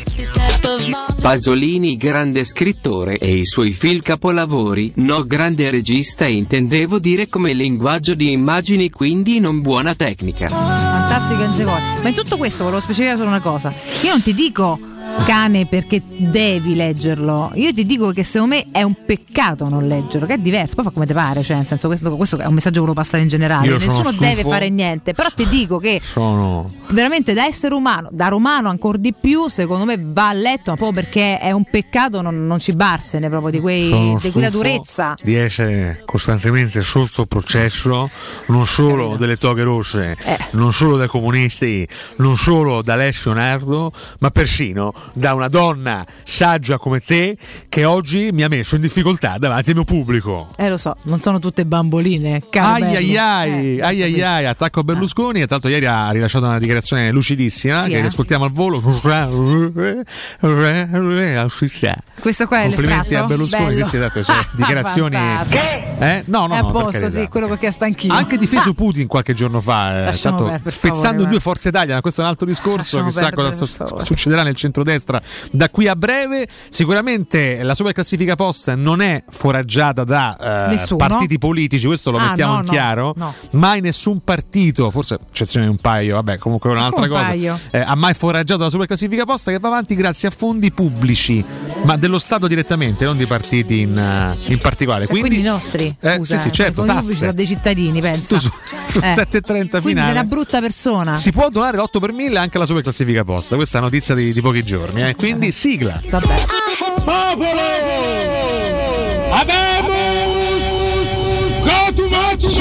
Pasolini grande scrittore e i suoi film capolavori. No, grande regista, intendevo dire come linguaggio di immagini, quindi non buona tecnica. Fantastico, non si vuole. Ma in tutto questo volevo specificare solo una cosa: io non ti dico cane perché devi leggerlo, io ti dico che secondo me è un peccato non leggerlo, che è diverso, poi fa come te pare, cioè nel senso, questo è un messaggio che volevo passare in generale. Nessuno deve fare niente, però ti dico che veramente da essere umano, da romano ancora di più, secondo me va letto, ma proprio perché è un peccato non cibarsene proprio di quella durezza di essere costantemente sotto processo, non solo delle toghe rosse, non solo dai comunisti, non solo da Alessio Nardo, ma persino da una donna saggia come te, che oggi mi ha messo in difficoltà davanti al mio pubblico. Lo so, non sono tutte bamboline. Ai, attacco a Berlusconi. E tra l'altro ieri ha rilasciato una dichiarazione lucidissima, che ascoltiamo al volo. Questo qua è complimenti a Berlusconi. Sì, esatto, dichiarazioni no, è a posto, sì, quello che ho chiesto anch'io. Ha anche difeso Putin qualche giorno fa, spezzando in due Forza Italia, ma questo è un altro discorso. Chissà cosa succederà nel centrodestra finestra da qui a breve. Sicuramente la superclassifica post non è foraggiata da partiti politici, questo lo mettiamo in chiaro. No. Mai nessun partito, forse eccezione di un paio, vabbè, comunque un'altra cosa, ha mai foraggiato la superclassifica posta, che va avanti grazie a fondi pubblici, ma dello Stato direttamente, non di partiti in particolare. Quindi i nostri, scusa, sì, certo, tasse sono dei cittadini, pensa. Su 7.30 finale. Quindi sei una brutta persona. Si può donare l'8 per 1000 anche alla superclassifica posta. Questa è una notizia di pochi giorni, quindi sigla. Vabbè. Popolo! Abemus Cotumaccio!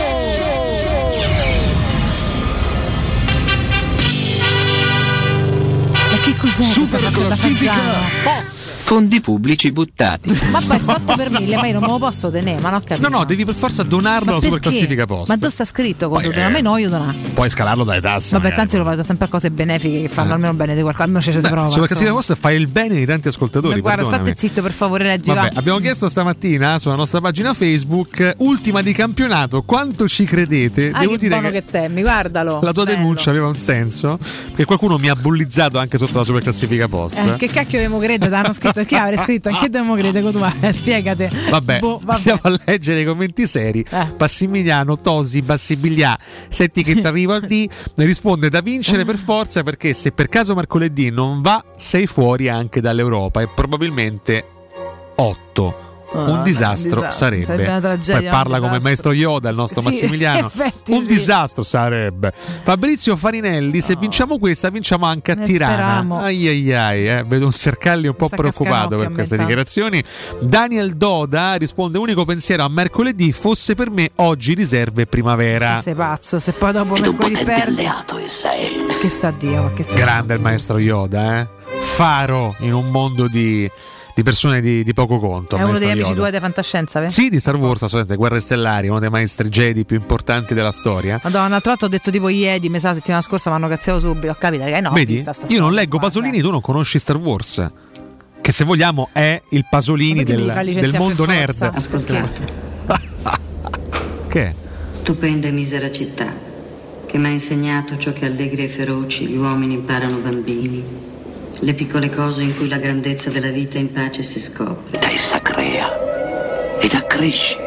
Ma che cos'è Super questa faccia da Fondi pubblici buttati. Ma poi 8 per 1000, ma io non me lo posso tenere, ma non ho capito. No, devi per forza donarlo alla superclassifica posta. Ma dove sta scritto? Quando a me no, io dono. Puoi scalarlo dalle tasse. Vabbè, tanto io lo vado sempre a cose benefiche che fanno almeno bene di qualcosa. Almeno ci si prova. La superclassifica posta fai il bene di tanti ascoltatori. Guarda, state zitto per favore, leggi. Vabbè, abbiamo chiesto stamattina sulla nostra pagina Facebook, ultima di campionato, quanto ci credete? Devo che dire buono che temmi, guardalo. La tua denuncia aveva un senso, perché qualcuno mi ha bullizzato anche sotto la superclassifica posta. Che cacchio dobbiamo credere? Hanno scritto, perché avrei scritto che dobbiamo credere? Spiegate. Vabbè, andiamo a leggere i commenti seri. Passimiliano, Tosi, Bassibiglià, senti che ti arriva lì, risponde da vincere per forza, perché se per caso mercoledì non va sei fuori anche dall'Europa e probabilmente 8. Un disastro sarebbe. Una tragedia, poi parla come maestro Yoda il nostro Massimiliano. Un disastro sarebbe. Fabrizio Farinelli, se vinciamo questa vinciamo anche a Tirana. Ai, vedo un Sercalli un po' preoccupato per queste dichiarazioni. Daniel Doda risponde: unico pensiero a mercoledì, fosse per me oggi riserve primavera. Sei pazzo, se poi dopo mercoledì perdi. Che sta Dio, che grande il maestro Yoda, faro in un mondo di persone di poco conto. È uno degli amici tuoi di fantascienza, Sì, di Star Wars, assolutamente, Guerre Stellari, uno dei maestri Jedi più importanti della storia. Madonna, l'altro lato ho detto tipo Jedi, mi sa la settimana scorsa mi hanno cazziato subito, ho capito che no. Vedi? Io non leggo Pasolini, tu non conosci Star Wars, che se vogliamo è il Pasolini del mondo nerd. Ascoltate. Che? Stupenda e misera città, che mi ha insegnato ciò che allegri e feroci gli uomini imparano bambini. Le piccole cose in cui la grandezza della vita in pace si scopre. Da essa crea ed accresce.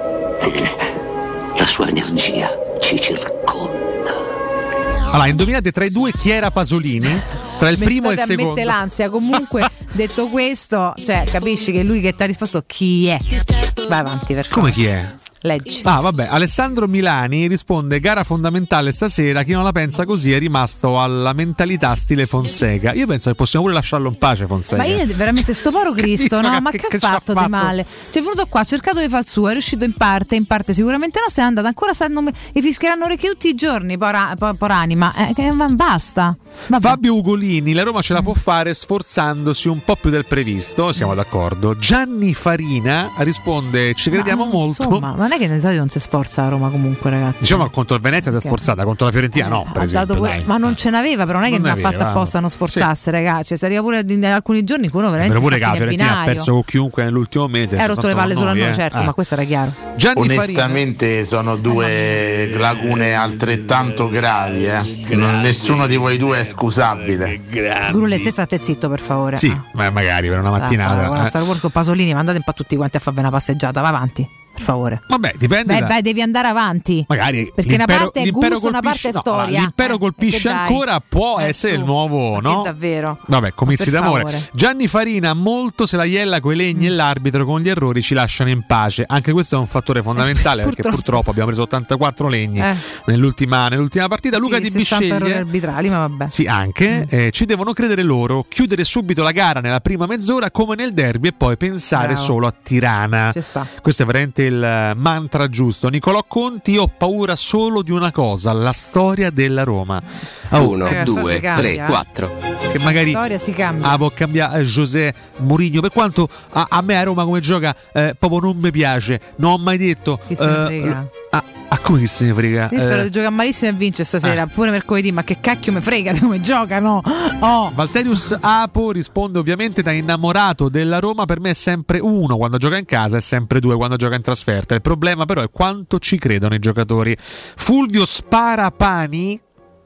La sua energia ci circonda. Allora, indovinate tra i due chi era Pasolini? Tra il primo e il secondo. Mette l'ansia. Comunque, detto questo, cioè, capisci che lui che ti ha risposto chi è? Vai avanti, per favore. Come chi è? Leggi. Vabbè, Alessandro Milani risponde: gara fondamentale stasera, chi non la pensa così è rimasto alla mentalità stile Fonseca. Io penso che possiamo pure lasciarlo in pace Fonseca. Ma io veramente sto povero Cristo, no? Ma che ha fatto di male? Cioè è venuto qua, ha cercato di far il suo, è riuscito in parte sicuramente no, se è andato ancora, mi fischieranno orecchie tutti i giorni, poranima. Basta. Vabbè. Fabio Ugolini, la Roma ce la può fare sforzandosi un po' più del previsto, siamo d'accordo. Gianni Farina risponde: ci crediamo molto. Insomma, non è che non si sforza la Roma comunque, ragazzi. Diciamo contro il Venezia si è sforzata, contro la Fiorentina no, per esempio. Ma non ce n'aveva, però non è che non ha fatto apposta a non sforzarsi, ragazzi. Sarebbe pure in alcuni giorni che uno veramente pure che la Fiorentina ha perso con chiunque nell'ultimo mese. Ha rotto le palle sulla noi, certo, ma questo era chiaro. Gianni Onestamente sono due lacune altrettanto gravi, nessuno di voi due è scusabile. Sgrullette, state zitto per favore. Sì, ma magari per una mattinata. Star Wars con Pasolini, mandate un po' tutti quanti a fare una passeggiata, va avanti. Per favore. Vabbè, dipende. Vai, devi andare avanti. Magari perché una parte è gusto, una parte è storia. L'impero colpisce ancora, può essere il nuovo, no? Davvero. Vabbè, comizi d'amore. Gianni Farina, molto se la iella coi legni e l'arbitro con gli errori ci lasciano in pace. Anche questo è un fattore fondamentale, perché purtroppo abbiamo preso 84 legni nell'ultima partita. Luca Di Bisceglie. Errori arbitrali, ma vabbè. Sì, anche. Ci devono credere loro. Chiudere subito la gara nella prima mezz'ora come nel derby e poi pensare solo a Tirana. Ci sta. Questo è veramente il mantra giusto. Nicolò Conti: ho paura solo di una cosa, la storia della Roma. 1, 2, 3, 4. Che magari la storia si cambia. Può cambiare José Mourinho, per quanto a me a Roma come gioca proprio non mi piace, non ho mai detto chi se ne frega. Come che se ne frega? Io spero di giocare malissimo e vince stasera, pure mercoledì, ma che cacchio mi frega di come gioca, no? Valterius Apo risponde ovviamente da innamorato della Roma, per me è sempre 1 quando gioca in casa, è sempre 2 quando gioca in trasferta. Il problema però è quanto ci credono i giocatori. Fulvio Sparapani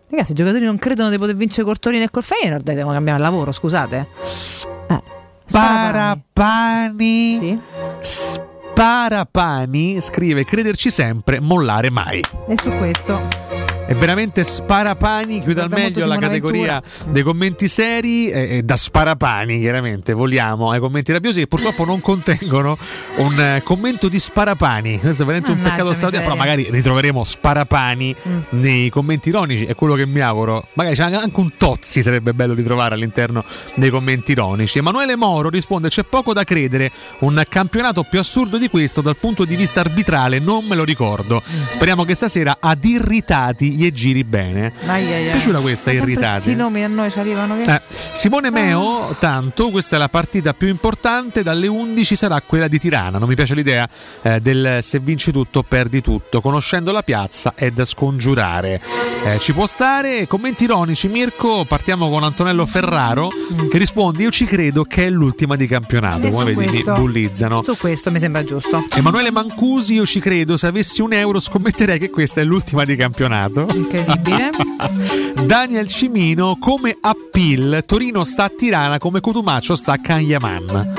Ragazzi, i giocatori non credono di poter vincere col Torino e col Feyenoord, devono cambiare lavoro, scusate. Sparapani. Sì. Sparapani scrive: crederci sempre, mollare mai. E su questo È veramente sparapani, chiude al meglio la categoria dei commenti seri e da sparapani chiaramente voliamo ai commenti rabbiosi che purtroppo non contengono un commento di sparapani. Questo è veramente un peccato straordinario, però magari ritroveremo sparapani nei commenti ironici, è quello che mi auguro. Magari c'è anche un Tozzi, sarebbe bello ritrovare all'interno dei commenti ironici. Emanuele Moro risponde: c'è poco da credere, un campionato più assurdo di questo dal punto di vista arbitrale non me lo ricordo. Speriamo che stasera ad irritati gli giri bene. Mi è piaciuta questa, irritati. Questi nomi a noi ci arrivano che... Simone Meo, tanto questa è la partita più importante, dalle 11 sarà quella di Tirana. Non mi piace l'idea del se vinci tutto perdi tutto, conoscendo la piazza è da scongiurare. Ci può stare. Commenti ironici, Mirko. Partiamo con Antonello Ferraro che risponde: io ci credo che è l'ultima di campionato. Come vedi, mi bullizzano. Su questo mi sembra giusto. Emanuele Mancusi: io ci credo, se avessi €1 scommetterei che questa è l'ultima di campionato. Incredibile. Daniel Cimino: come appeal Torino sta a Tirana come Cotumaccio sta a Kanyaman.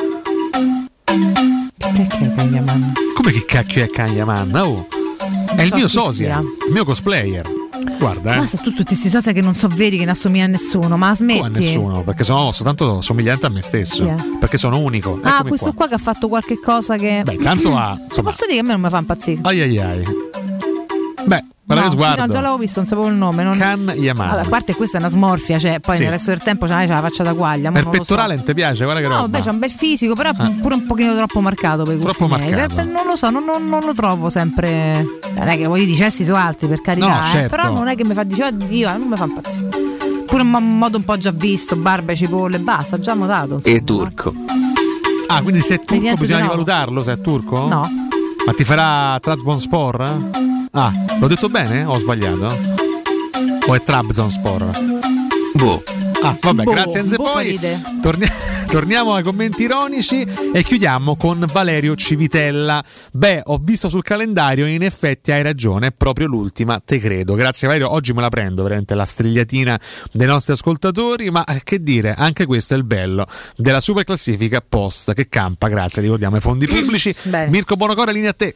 Che è Kanyaman? Come che cacchio è Kanyaman? È il mio sosia, il mio cosplayer. Guarda, ma tutti questi sosia che non so veri, che ne assomiglia a nessuno, ma smetti. A nessuno, perché sono soltanto somigliante a me stesso. Perché sono unico. Eccomi questo qua che ha fatto qualche cosa che... Beh, tanto ha... Posso dire che a me non mi fa impazzire. Ai. Beh, guarda che sguardo. Sì, no, già l'avevo visto, non sapevo il nome. Kan Yaman. Vabbè, a parte questa è una smorfia, cioè poi nel resto del tempo c'è la faccia da quaglia. Per pettorale non ti piace? Guarda che roba. No, beh, c'ha un bel fisico, però pure un pochino troppo marcato per i gusti miei. Non lo so, non lo trovo sempre. Non è che voi dicessi su altri, per carità, no, certo. Però non è che mi fa dire oddio, non mi fa impazzire. Pure in modo un po' già visto, barba, cipolle, basta, già notato. Insomma. E turco. Quindi se è turco bisogna rivalutarlo, se è turco? No. Ma ti farà Trabzonspor? L'ho detto bene? O ho sbagliato? O è Trabzonspor? Vabbè, grazie Enze. Poi torniamo ai commenti ironici e chiudiamo con Valerio Civitella. Beh, ho visto sul calendario e in effetti hai ragione, è proprio l'ultima, te credo. Grazie Valerio, oggi me la prendo veramente la strigliatina dei nostri ascoltatori, ma che dire, anche questo è il bello della super classifica post che campa, grazie, ricordiamo i fondi pubblici. Mirko Bonocore, linea a te.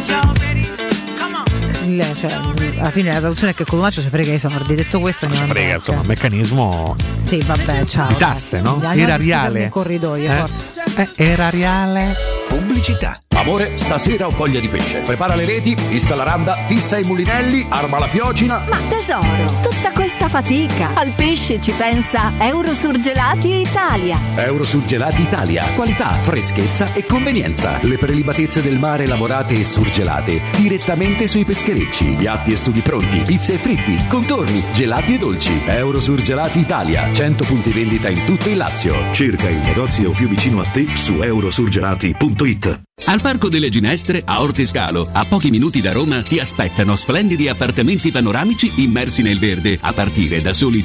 Cioè, alla fine la traduzione è che Cotumaccio ci frega i soldi. Detto questo, frega, insomma, un meccanismo. Sì, vabbè, ciao. Di tasse, no? Erariale. Corridoio, forza. Erariale. Pubblicità. Amore, stasera ho voglia di pesce. Prepara le reti, fissa la randa, fissa i mulinelli, arma la fiocina. Ma tesoro, tutta questa fatica. Al pesce ci pensa Eurosurgelati Italia. Eurosurgelati Italia. Qualità, freschezza e convenienza. Le prelibatezze del mare lavorate e surgelate direttamente sui pescherecci. Piatti e sughi pronti, pizze e fritti, contorni, gelati e dolci. Eurosurgelati Italia. 100 punti vendita in tutto il Lazio. Cerca il negozio più vicino a te su eurosurgelati.it. Al Parco delle Ginestre, a Ortiscalo, a pochi minuti da Roma, ti aspettano splendidi appartamenti panoramici immersi nel verde a partire da soli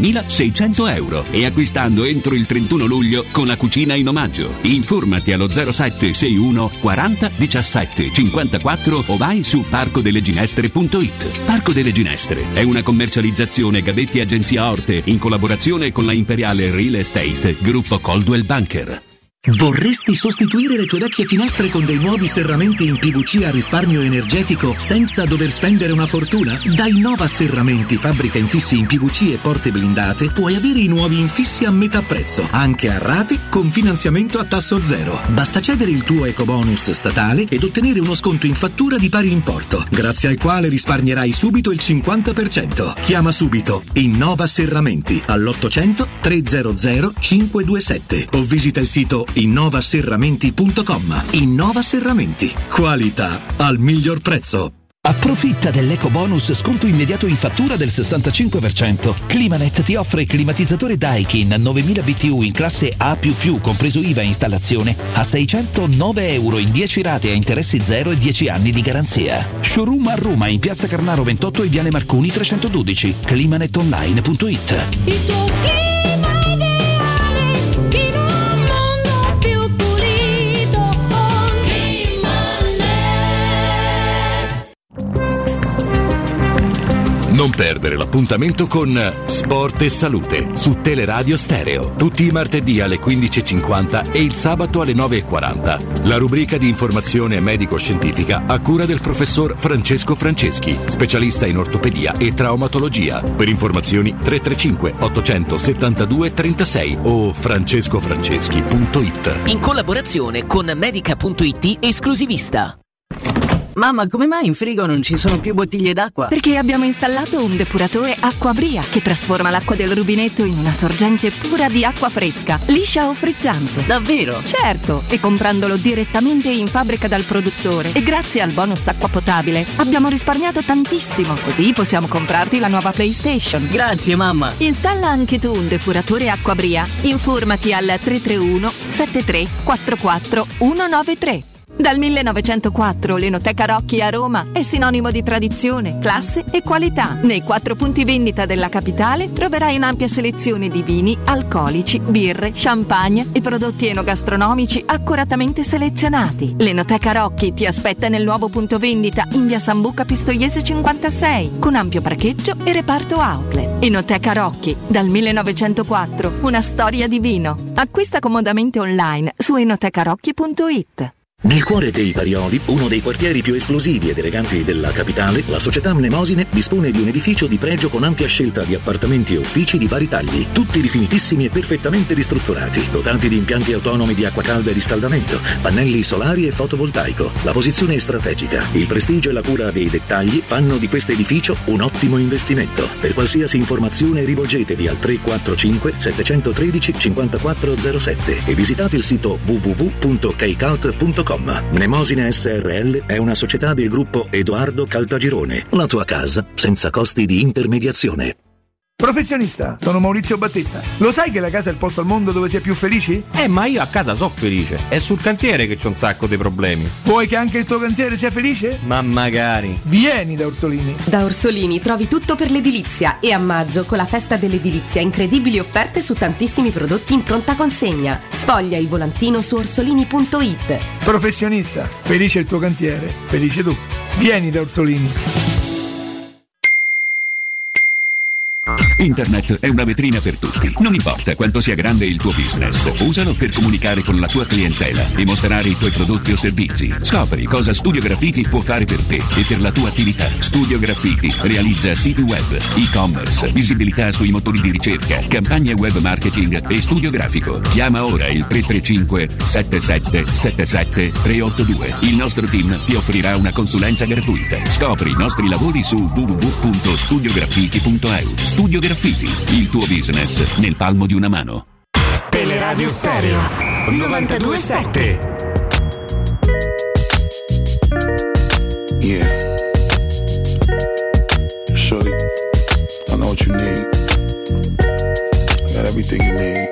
€33.600 e acquistando entro il 31 luglio con la cucina in omaggio. Informati allo 0761 40 17 54 o vai su parcodelleginestre.it. Parco delle Ginestre è una commercializzazione Gabetti Agenzia Orte in collaborazione con la Imperiale Real Estate Gruppo Coldwell Banker. Vorresti sostituire le tue vecchie finestre con dei nuovi serramenti in PVC a risparmio energetico senza dover spendere una fortuna? Da Innova Serramenti, fabbrica infissi in PVC e porte blindate, puoi avere i nuovi infissi a metà prezzo, anche a rate con finanziamento a tasso zero. Basta cedere il tuo ecobonus statale ed ottenere uno sconto in fattura di pari importo, grazie al quale risparmierai subito il 50%. Chiama subito Innova Serramenti all'800 300 527 o visita il sito innovaserramenti.com. Innova Serramenti. Qualità al miglior prezzo. Approfitta dell'eco bonus sconto immediato in fattura del 65%. Climanet ti offre climatizzatore Daikin 9000 BTU in classe A++, compreso IVA e installazione, a €609 in 10 rate a interessi zero e 10 anni di garanzia. Showroom a Roma in Piazza Carnaro 28 e Viale Marconi 312. climanetonline.it. Il tuo clima ideale in un mondo più pulito con Climanet. Non perdere l'appuntamento con Sport e Salute su Teleradio Stereo, tutti i martedì alle 15.50 e il sabato alle 9.40. La rubrica di informazione medico-scientifica a cura del professor Francesco Franceschi, specialista in ortopedia e traumatologia. Per informazioni 335 872 36 o francescofranceschi.it. In collaborazione con Medica.it esclusivista. Mamma, come mai in frigo non ci sono più bottiglie d'acqua? Perché abbiamo installato un depuratore Acquabria che trasforma l'acqua del rubinetto in una sorgente pura di acqua fresca, liscia o frizzante. Davvero? Certo, e comprandolo direttamente in fabbrica dal produttore. E grazie al bonus acqua potabile abbiamo risparmiato tantissimo. Così possiamo comprarti la nuova PlayStation. Grazie mamma. Installa anche tu un depuratore Acquabria. Informati al 331 73 44 193. Dal 1904 l'Enoteca Rocchi a Roma è sinonimo di tradizione, classe e qualità. Nei 4 punti vendita della capitale troverai un'ampia selezione di vini, alcolici, birre, champagne e prodotti enogastronomici accuratamente selezionati. L'Enoteca Rocchi ti aspetta nel nuovo punto vendita in via Sambuca Pistoiese 56 con ampio parcheggio e reparto outlet. Enoteca Rocchi, dal 1904, una storia di vino. Acquista comodamente online su enotecarocchi.it. Nel cuore dei Parioli, uno dei quartieri più esclusivi ed eleganti della capitale, la società Mnemosine dispone di un edificio di pregio con ampia scelta di appartamenti e uffici di vari tagli, tutti rifinitissimi e perfettamente ristrutturati, dotati di impianti autonomi di acqua calda e riscaldamento, pannelli solari e fotovoltaico. La posizione è strategica, il prestigio e la cura dei dettagli fanno di questo edificio un ottimo investimento. Per qualsiasi informazione rivolgetevi al 345 713 5407 e visitate il sito www.keicalt.com. Mnemosine SRL è una società del gruppo Edoardo Caltagirone. La tua casa senza costi di intermediazione. Professionista, sono Maurizio Battista. Lo sai che la casa è il posto al mondo dove si è più felici? Ma io a casa so felice. È sul cantiere che c'ho un sacco di problemi. Vuoi che anche il tuo cantiere sia felice? Ma magari. Vieni da Orsolini. Da Orsolini trovi tutto per l'edilizia e a maggio con la festa dell'edilizia incredibili offerte su tantissimi prodotti in pronta consegna. Sfoglia il volantino su orsolini.it. Professionista, felice il tuo cantiere, felice tu. Vieni da Orsolini. Internet è una vetrina per tutti. Non importa quanto sia grande il tuo business, usalo per comunicare con la tua clientela e mostrare i tuoi prodotti o servizi. Scopri cosa Studio Graffiti può fare per te e per la tua attività. Studio Graffiti realizza siti web, e-commerce, visibilità sui motori di ricerca, campagne web marketing e studio grafico. Chiama ora il 335 7777 382. Il nostro team ti offrirà una consulenza gratuita. Scopri i nostri lavori su www.studiograffiti.eu. Studio Graffiti, il tuo business nel palmo di una mano. Teleradio Stereo 92.7. Yeah. Shorty, I know what you need. I got everything you need.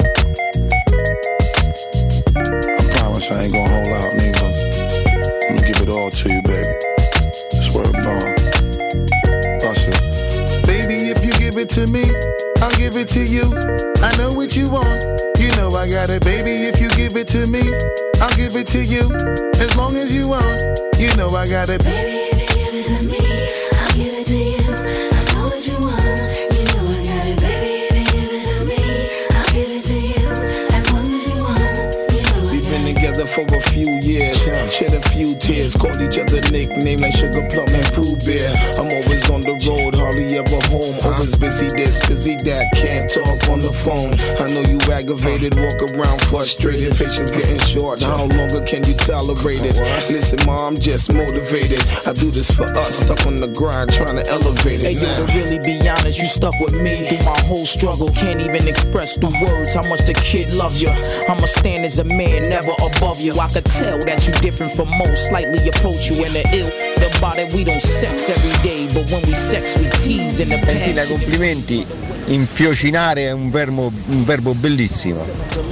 I promise I ain't gonna hold out, nigga. I'm gonna give it all to you, baby. Swear to God. Bust it. Baby, if you give it to me, I'll give it to you. I know what you want, you know I got it. Baby, if you give it to me, I'll give it to you. As long as you want, you know I got it. Baby, if you give it to me, I'll give it to you. I know what you want, you know I got it. Baby, if you give it to me, I'll give it to you. As long as you want, you know I got it. We've been together for a few years, shed a few tears, called each other nicknames like Sugar Plum and Pooh Bear. I'm always on the road, hardly ever home. Always busy this, busy that, can't talk on the phone. I know you aggravated, walk around frustrated. Patience getting short, now how longer can you tolerate it? Listen, ma, I'm just motivated. I do this for us, stuck on the grind, trying to elevate it. Hey, yo, to really be honest, you stuck with me through my whole struggle. Can't even express through words how much the kid loves you. I'ma stand as a man, never above you. I could tell that you different from most, slightly approach you in the ill. About it, we don't sex every day, but when we sex, we tease in the past. Complimenti, infiocinare è un verbo bellissimo.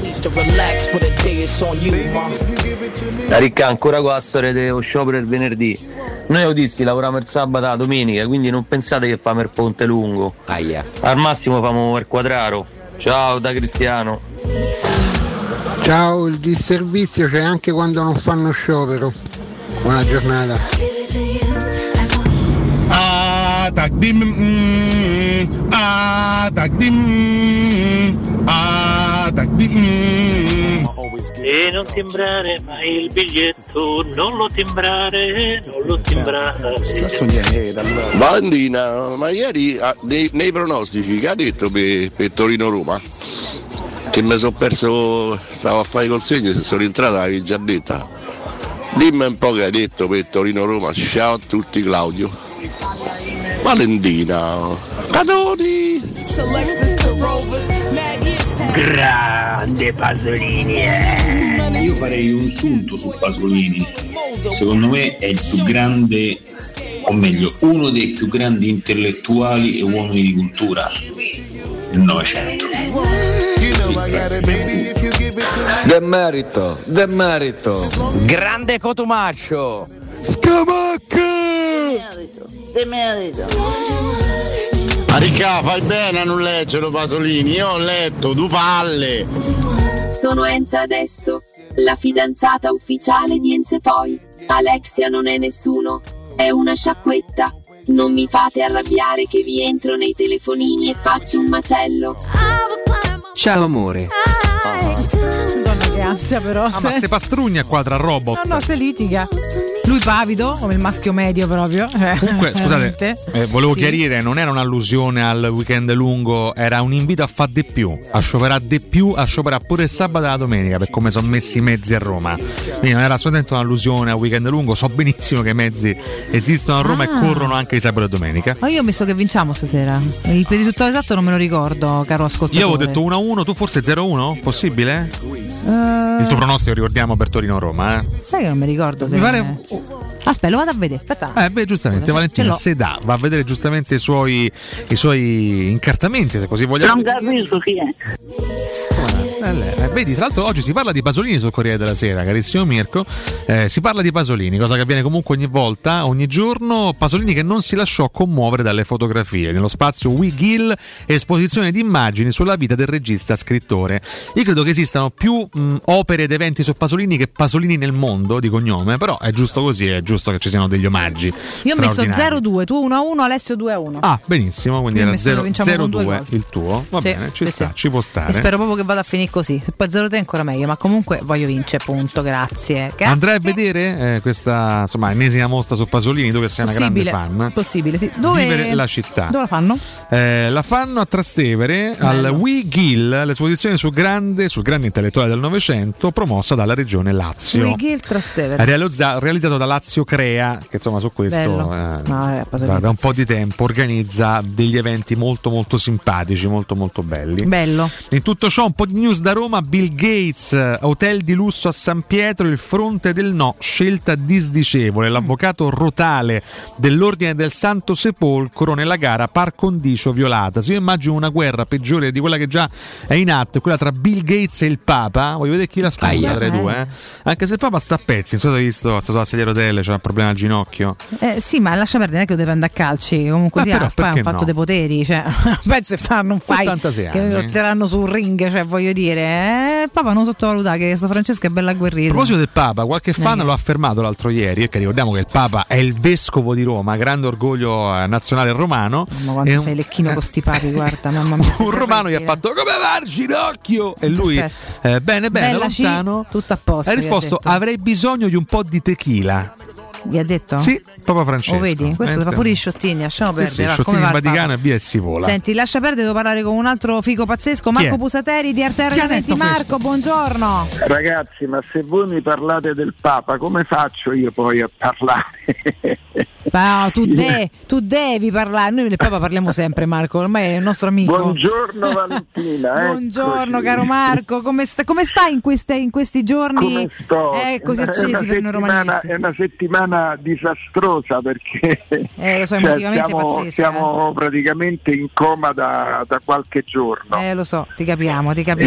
La Ricca, ancora con la storia dello sciopero il venerdì. Noi autisti lavoriamo il sabato e la domenica, quindi non pensate che famo il ponte lungo. Aia. Al massimo famo il quadraro. Ciao da Cristiano. Ciao, il disservizio c'è anche quando non fanno sciopero. Buona giornata. E non timbrare mai il biglietto, non lo timbrare. Valentina, ma ieri nei pronostici che ha detto per Torino-Roma? Che mi sono perso, stavo a fare i consegni, se sono entrata l'avevi già detta. Dimmi un po' che hai detto per Torino-Roma. Ciao a tutti, Claudio. Valentina, Cadoni. Grande Pasolini. Io farei un sunto su Pasolini. Secondo me è il più grande, o meglio, uno dei più grandi intellettuali e uomini di cultura del Novecento. De merito. Grande Cotumaccio. Scamacca. De merito. Ricca, fai bene a non leggerlo Pasolini, io ho letto, tu palle. Sono Enza adesso, la fidanzata ufficiale di Enze poi. Alexia non è nessuno, è una sciacquetta. Non mi fate arrabbiare che vi entro nei telefonini e faccio un macello. Ciao amore. Madonna che ansia però. Ma se pastrugna qua tra robot. No, se litiga. Lui pavido, come il maschio medio proprio. Comunque, scusate, volevo chiarire, non era un'allusione al weekend lungo, era un invito a fare di più, a scioperare di più, a scioperare pure il sabato e la domenica, per come sono messi i mezzi a Roma. Quindi non era soltanto un'allusione al weekend lungo, so benissimo che i mezzi esistono a Roma e corrono anche di sabato e domenica. Ma io ho messo che vinciamo stasera. Il risultato esatto non me lo ricordo, caro ascoltatore. Io avevo detto 1-1, tu forse 0-1? Possibile? Il tuo pronostico ricordiamo per Torino-Roma, Sai che non mi ricordo se... Mi pare... Aspetta, lo vado a vedere. Aspetta. Giustamente, Valentina Sedà va a vedere giustamente i suoi incartamenti, se così vogliamo. Non capisco chi è. Vedi, tra l'altro oggi si parla di Pasolini sul Corriere della Sera, carissimo Mirko. Si parla di Pasolini, cosa che avviene comunque ogni volta, ogni giorno. Pasolini che non si lasciò commuovere dalle fotografie. Nello spazio Wegill, esposizione di immagini sulla vita del regista scrittore. Io credo che esistano più opere ed eventi su Pasolini che Pasolini nel mondo di cognome, però è giusto così, è giusto che ci siano degli omaggi. Io ho messo 0-2, tu 1-1, Alessio 2-1. Ah, benissimo, quindi io era 0-2 il tuo. Va sì, bene, ci sì, sta, sì. ci può stare. E spero proprio che vada a finire così. Se poi 0-3 è ancora meglio, ma comunque voglio vincere, punto, grazie. Andrai a vedere questa insomma ennesima mostra su Pasolini, dove sei una grande fan. Possibile, sì. Dove Vivere la città. Dove la fanno? La fanno a Trastevere, al Wegill, l'esposizione sul grande intellettuale del Novecento, promossa dalla regione Lazio. Wegill Trastevere. Realizzato da Lazio Crea, che insomma su questo da un po' di tempo organizza degli eventi molto molto simpatici, molto molto belli. Bello. In tutto ciò un po' di news da Roma. Bill Gates, hotel di lusso a San Pietro, il fronte del no, scelta disdicevole. L'avvocato Rotale dell'Ordine del Santo Sepolcro nella gara par condicio violata. Se io immagino una guerra peggiore di quella che già è in atto, quella tra Bill Gates e il Papa, voglio vedere chi la sfoglia tra i due, anche se il Papa sta a pezzi, non so se hai visto, sta sulla sedia a rotelle, c'è un problema al ginocchio. Sì, ma lascia perdere, non è che lo deve andare a calci, comunque sia, poi ha un fatto dei poteri, cioè penso che fanno un fight che lo tireranno sul ring, cioè voglio dire, il Papa non sottovaluta, che sto Francesco è bella agguerrita. A proposito del Papa, qualche fan lo ha affermato l'altro ieri, che ricordiamo che il Papa è il vescovo di Roma, grande orgoglio nazionale romano. Ma quanto sei lecchino con sti papi, guarda, mamma mia. Un romano gli ha fatto come va il ginocchio e lui bene bella lontano, tutto a posto. Ha risposto avrei bisogno di un po' di tequila. Gli ha detto? Sì, Papa Francesco. Oh, vedi? Questo fa pure i sciottini, lasciamo perdere. Sì, sciottini in Vaticano e via e si vola. Senti, lascia perdere, devo parlare con un altro figo pazzesco, Marco Pusateri di Arte Arredamenti. Marco, buongiorno. Ragazzi, ma se voi mi parlate del Papa, come faccio io poi a parlare? No, tu devi parlare. Noi del Papa parliamo sempre, Marco, ormai è il nostro amico. Buongiorno Valentina. Buongiorno caro Marco, come stai in questi giorni? Come sto? Così accesi per noi romanisti. È una settimana disastrosa perché lo so, emotivamente pazzesca. Siamo praticamente in coma da qualche giorno. Lo so, ti capiamo.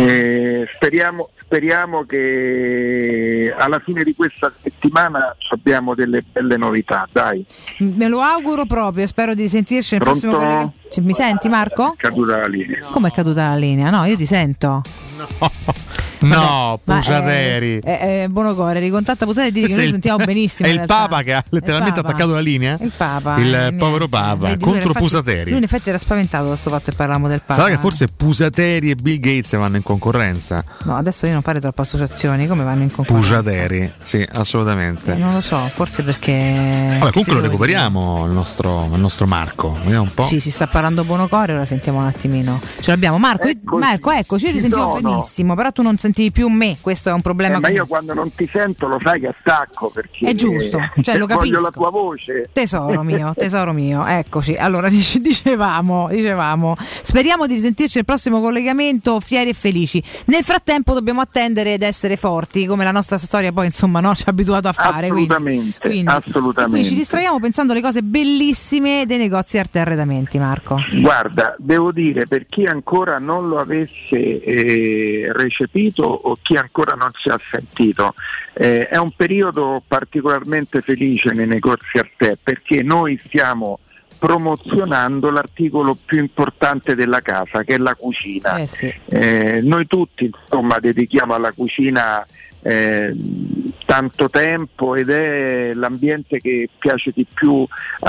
Speriamo che alla fine di questa settimana abbiamo delle belle novità, dai. Me lo auguro proprio, spero di sentirci nel prossimo collegamento. Mi senti Marco? È caduta la linea. Come è caduta la linea? No, io ti sento. No. No, Pusateri. Bonocore, ricontatta Pusateri e digli che noi sentiamo benissimo. È il Papa che ha letteralmente attaccato la linea. Il Papa. Il povero Papa. Vedi, contro infatti, Pusateri. Lui in effetti era spaventato da questo fatto che parlavamo del Papa. Sarà che forse Pusateri e Bill Gates vanno in concorrenza? No, adesso io non fare troppo associazioni, come vanno in concorrenza? Pusateri, sì, assolutamente. Non lo so, forse perché... Vabbè, comunque lo recuperiamo il nostro Marco. Vediamo un po'. Sì, si sta parlando Bonocore, ora sentiamo un attimino. Ce l'abbiamo. Marco, eccoci, io ti sentivo benissimo, però tu non sentivi più me, questo è un problema. Ma io quando non ti sento lo sai che attacco, perché è giusto, cioè lo capisco. Voglio la tua voce. Tesoro mio, eccoci. Allora dicevamo, speriamo di risentirci al prossimo collegamento fieri e felici. Nel frattempo dobbiamo attendere ed essere forti, come la nostra storia poi insomma ci ha abituato a fare. Assolutamente. Quindi ci distraiamo pensando alle cose bellissime dei negozi arte e arredamenti, Marco. Guarda, devo dire, per chi ancora non lo avesse recepito o chi ancora non ci ha sentito, è un periodo particolarmente felice nei negozi arte, perché noi stiamo promozionando l'articolo più importante della casa, che è la cucina. Sì. Noi tutti insomma dedichiamo alla cucina tanto tempo ed è l'ambiente che piace di più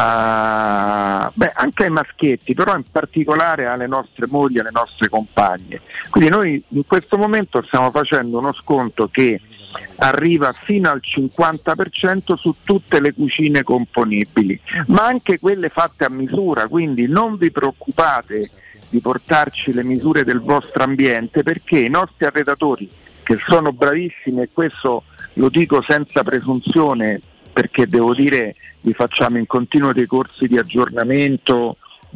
anche ai maschietti, però in particolare alle nostre mogli, alle nostre compagne. Quindi noi in questo momento stiamo facendo uno sconto che arriva fino al 50% su tutte le cucine componibili, ma anche quelle fatte a misura, quindi non vi preoccupate di portarci le misure del vostro ambiente, perché i nostri arredatori, che sono bravissimi, e questo lo dico senza presunzione, perché devo dire vi facciamo in continuo dei corsi di aggiornamento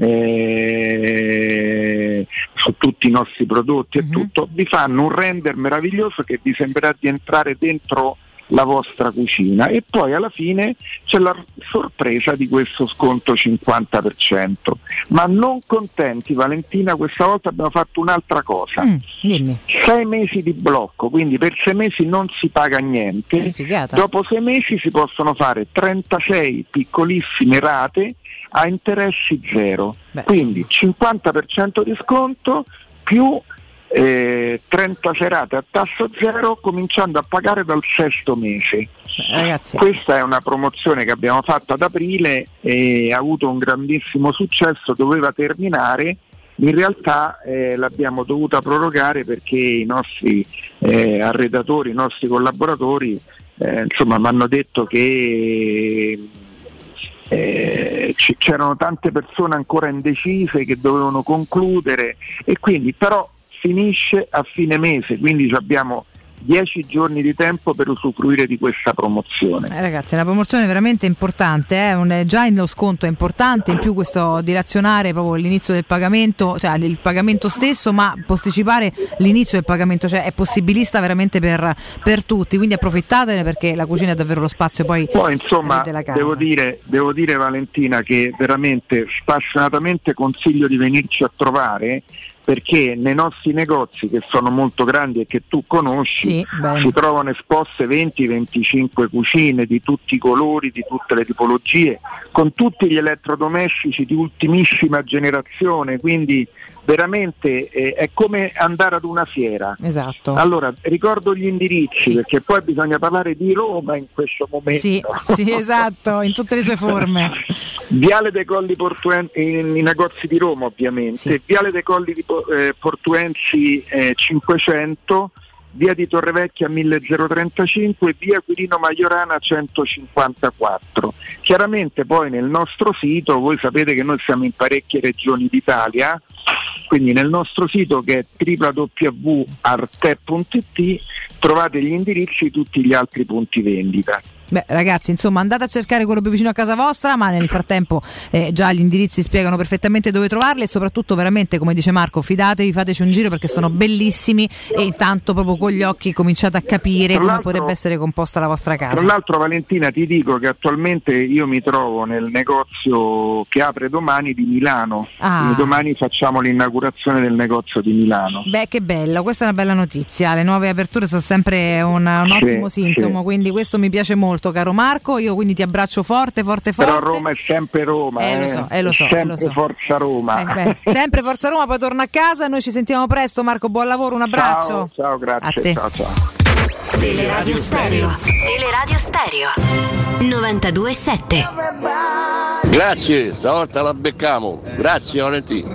su tutti i nostri prodotti e tutto, vi fanno un render meraviglioso che vi sembrerà di entrare dentro la vostra cucina, e poi alla fine c'è la sorpresa di questo sconto 50%. Ma non contenti, Valentina, questa volta abbiamo fatto un'altra cosa. 6 mesi di blocco, quindi per 6 mesi non si paga niente. Dopo 6 mesi si possono fare 36 piccolissime rate a interessi zero. Quindi 50% di sconto più 30 serate a tasso zero, cominciando a pagare dal 6º mese. Ragazzi, questa è una promozione che abbiamo fatto ad aprile e ha avuto un grandissimo successo, doveva terminare, in realtà l'abbiamo dovuta prorogare perché i nostri arredatori, i nostri collaboratori insomma mi hanno detto che c'erano tante persone ancora indecise che dovevano concludere, e quindi però finisce a fine mese, quindi abbiamo 10 giorni di tempo per usufruire di questa promozione. Ragazzi, è una promozione veramente importante, già lo sconto è importante, in più questo dilazionare proprio l'inizio del pagamento, cioè il pagamento stesso, ma posticipare l'inizio del pagamento, cioè è possibilista veramente per tutti, quindi approfittatene, perché la cucina è davvero lo spazio poi insomma della casa. Devo dire Valentina che veramente spassionatamente consiglio di venirci a trovare, perché nei nostri negozi, che sono molto grandi e che tu conosci, si trovano esposte 20-25 cucine di tutti i colori, di tutte le tipologie, con tutti gli elettrodomestici di ultimissima generazione, quindi veramente è come andare ad una fiera. Esatto. Allora ricordo gli indirizzi, perché poi bisogna parlare di Roma in questo momento. Sì, esatto, in tutte le sue forme. Viale dei Colli Portuensi, i negozi di Roma ovviamente, Viale dei Colli di Portuensi 500, via di Torrevecchia 1035 e via Quirino Maiorana 154. Chiaramente poi nel nostro sito, voi sapete che noi siamo in parecchie regioni d'Italia, quindi nel nostro sito, che è www.arte.it, trovate gli indirizzi di tutti gli altri punti vendita. Beh, ragazzi, insomma, andate a cercare quello più vicino a casa vostra, ma nel frattempo già gli indirizzi spiegano perfettamente dove trovarli, e soprattutto veramente, come dice Marco, fidatevi, fateci un giro perché sono bellissimi, e intanto proprio con gli occhi cominciate a capire come potrebbe essere composta la vostra casa. Tra l'altro, Valentina, ti dico che attualmente io mi trovo nel negozio che apre domani di Milano. Quindi domani facciamo l'inaugurazione del negozio di Milano. Beh, che bello, questa è una bella notizia. Le nuove aperture sono sempre un ottimo sintomo, quindi questo mi piace molto. molto caro Marco, io quindi ti abbraccio forte. Però Roma è sempre Roma, lo so. sempre Forza Roma. Sempre Forza Roma, poi torna a casa, noi ci sentiamo presto. Marco, buon lavoro, un abbraccio. Ciao, grazie. A te. Ciao. Teleradio Stereo 92.7. Grazie, stavolta la beccamo. Grazie Valentino.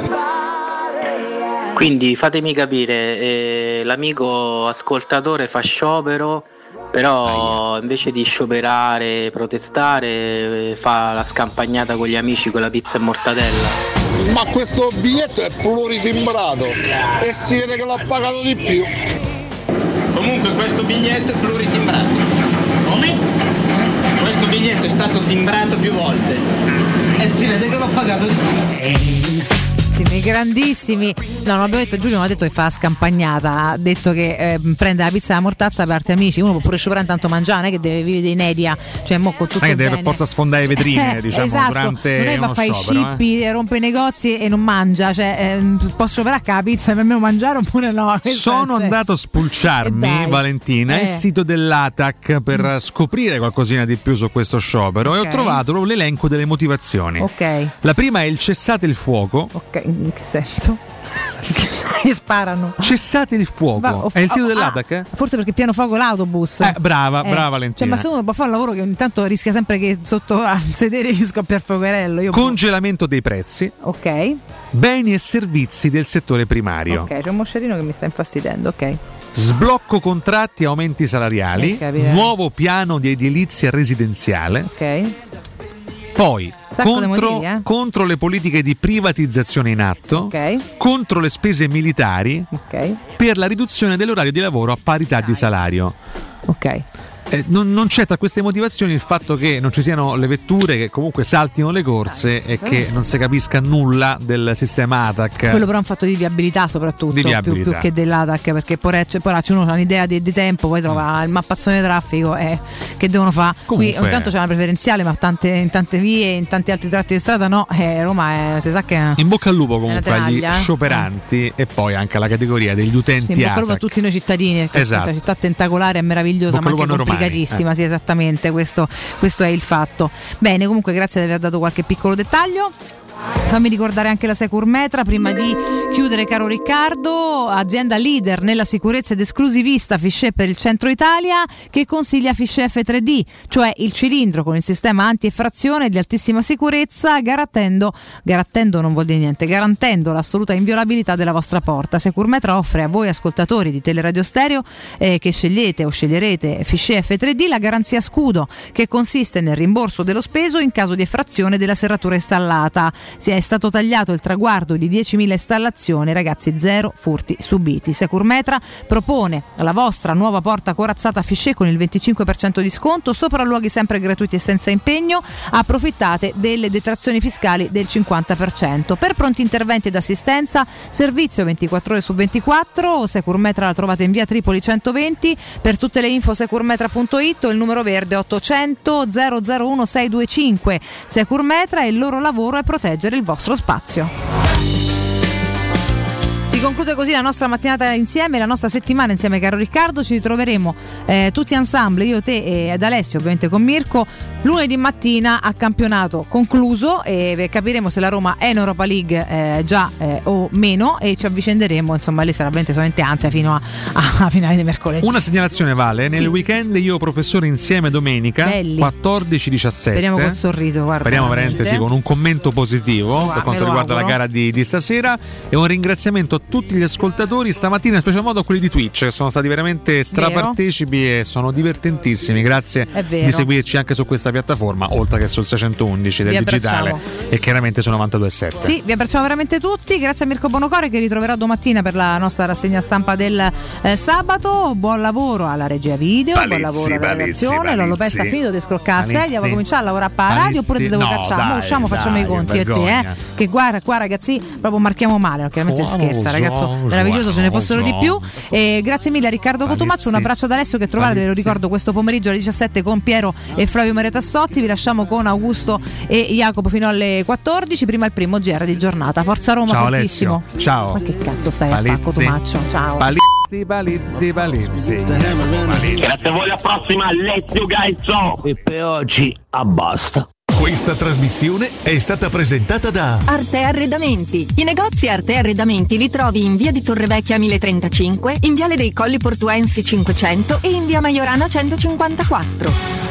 Quindi fatemi capire, l'amico ascoltatore fa sciopero, però invece di scioperare, protestare, fa la scampagnata con gli amici con la pizza e mortadella. Ma questo biglietto è pluritimbrato e si vede che l'ho pagato di più. Comunque questo biglietto è pluritimbrato. Come? Questo biglietto è stato timbrato più volte e si vede che l'ho pagato di più. Grandissimi. No, non abbiamo detto, Giulio non ha detto che fa la scampagnata, ha detto che prende la pizza e la mortazza per altri amici. Uno può pure scioperare intanto mangiare, non è che deve vivere in inedia, cioè mo con tutto non è che deve bene. per forza sfondare le vetrine, diciamo, esatto. durante non è che va a fare i scippi, rompe i negozi e non mangia, cioè posso scioperare a la pizza per me mangiare oppure no? Sono andato a spulciarmi, Valentina, il sito dell'ATAC per scoprire qualcosina di più su questo sciopero, e ho trovato proprio l'elenco delle motivazioni. Ok. La prima è il cessate il fuoco. Ok, in che senso? Che sparano. Cessate il fuoco. È il sito dell'ATAC? Forse perché piano fuoco l'autobus. Brava Valentina. Cioè, ma se uno può fare un lavoro che ogni tanto rischia sempre che sotto al sedere gli scoppia il fuocherello. Congelamento dei prezzi. Ok. Beni e servizi del settore primario. Ok, c'è un moscerino che mi sta infastidendo, ok. Sblocco contratti e aumenti salariali. Nuovo piano di edilizia residenziale. Ok. Poi contro le politiche di privatizzazione in atto, contro le spese militari, per la riduzione dell'orario di lavoro a parità di salario. Ok. Non c'è tra queste motivazioni il fatto che non ci siano le vetture che comunque saltino le corse e che non si capisca nulla del sistema ATAC. Quello però è un fatto di viabilità soprattutto, più che dell'ATAC, perché poi c'è uno ha un'idea di tempo, poi trova il mappazzone traffico che devono fare. Qui ogni tanto c'è una preferenziale, ma in tante vie, in tanti altri tratti di strada no. Roma si sa che in bocca al lupo comunque agli scioperanti e poi anche alla categoria degli utenti in bocca al lupo a tutti noi cittadini, perché questa città tentacolare è meravigliosa, ma anche complicatissima. Sì, esattamente, questo è il fatto. Bene, comunque grazie di aver dato qualche piccolo dettaglio. Fammi ricordare anche la Securmetra prima di chiudere, caro Riccardo, azienda leader nella sicurezza ed esclusivista Fichet per il centro Italia, che consiglia Fichet F3D, cioè il cilindro con il sistema anti-effrazione di altissima sicurezza, garantendo non vuol dire niente, garantendo l'assoluta inviolabilità della vostra porta. Securmetra offre a voi ascoltatori di Teleradio Stereo che scegliete o sceglierete Fichet F3D la garanzia scudo, che consiste nel rimborso dello speso in caso di effrazione della serratura installata. Si è stato tagliato il traguardo di 10.000 installazioni, ragazzi, 0 furti subiti. Securmetra propone la vostra nuova porta corazzata Fichet con il 25% di sconto, sopralluoghi sempre gratuiti e senza impegno. Approfittate delle detrazioni fiscali del 50%. Per pronti interventi ed assistenza, servizio 24 ore su 24. Securmetra la trovate in via Tripoli 120. Per tutte le info securmetra.it o il numero verde 800 001 625. Securmetra, il loro lavoro è proteggere il vostro spazio. Si conclude così la nostra mattinata insieme, la nostra settimana insieme, caro Riccardo. Ci ritroveremo tutti ensemble, io, te ed Alessio, ovviamente con Mirko, lunedì mattina a campionato concluso, e capiremo se la Roma è in Europa League già o meno, e ci avvicenderemo, insomma lei sarà veramente solamente ansia fino a finale di mercoledì. Una segnalazione, Vale, nel weekend io professore insieme domenica 14-17. Speriamo con sorriso, guarda. Speriamo veramente sì, con un commento positivo per quanto riguarda la gara di stasera, e un ringraziamento a tutti gli ascoltatori stamattina, in special modo a quelli di Twitch, che sono stati veramente strapartecipi e sono divertentissimi. Grazie di seguirci anche su questa piattaforma, oltre che sul 611 del digitale e chiaramente su 92.7. Sì, vi abbracciamo veramente tutti. Grazie a Mirko Bonocore, che ritroverà domattina per la nostra rassegna stampa del sabato. Buon lavoro alla regia video, buon lavoro alla redazione. Lollo Pesta ha finito di scroccare la sedia, vuoi cominciare a lavorare a radio oppure ti devo cacciare? Usciamo, facciamo i conti e te, che guarda qua ragazzi, proprio marchiamo male, chiaramente scherza, ragazzo meraviglioso, ce ne fossero di più. Grazie mille a Riccardo Cotumaccio, un abbraccio ad Alessio che trovate, ve lo ricordo, questo pomeriggio alle 17 con Piero e Flavio Maretassotti. Vi lasciamo con Augusto e Jacopo fino alle 14, prima il primo GR di giornata. Forza Roma, ciao fortissimo. Alessio. Ciao. Ma che cazzo stai a fare, Cotumaccio? Ciao. Palizzi. Grazie a voi, alla prossima, let's you guys so. E per oggi basta. Questa trasmissione è stata presentata da Arte Arredamenti. I negozi Arte Arredamenti li trovi in via di Torrevecchia 1035, in viale dei Colli Portuensi 500 e in via Maiorana 154.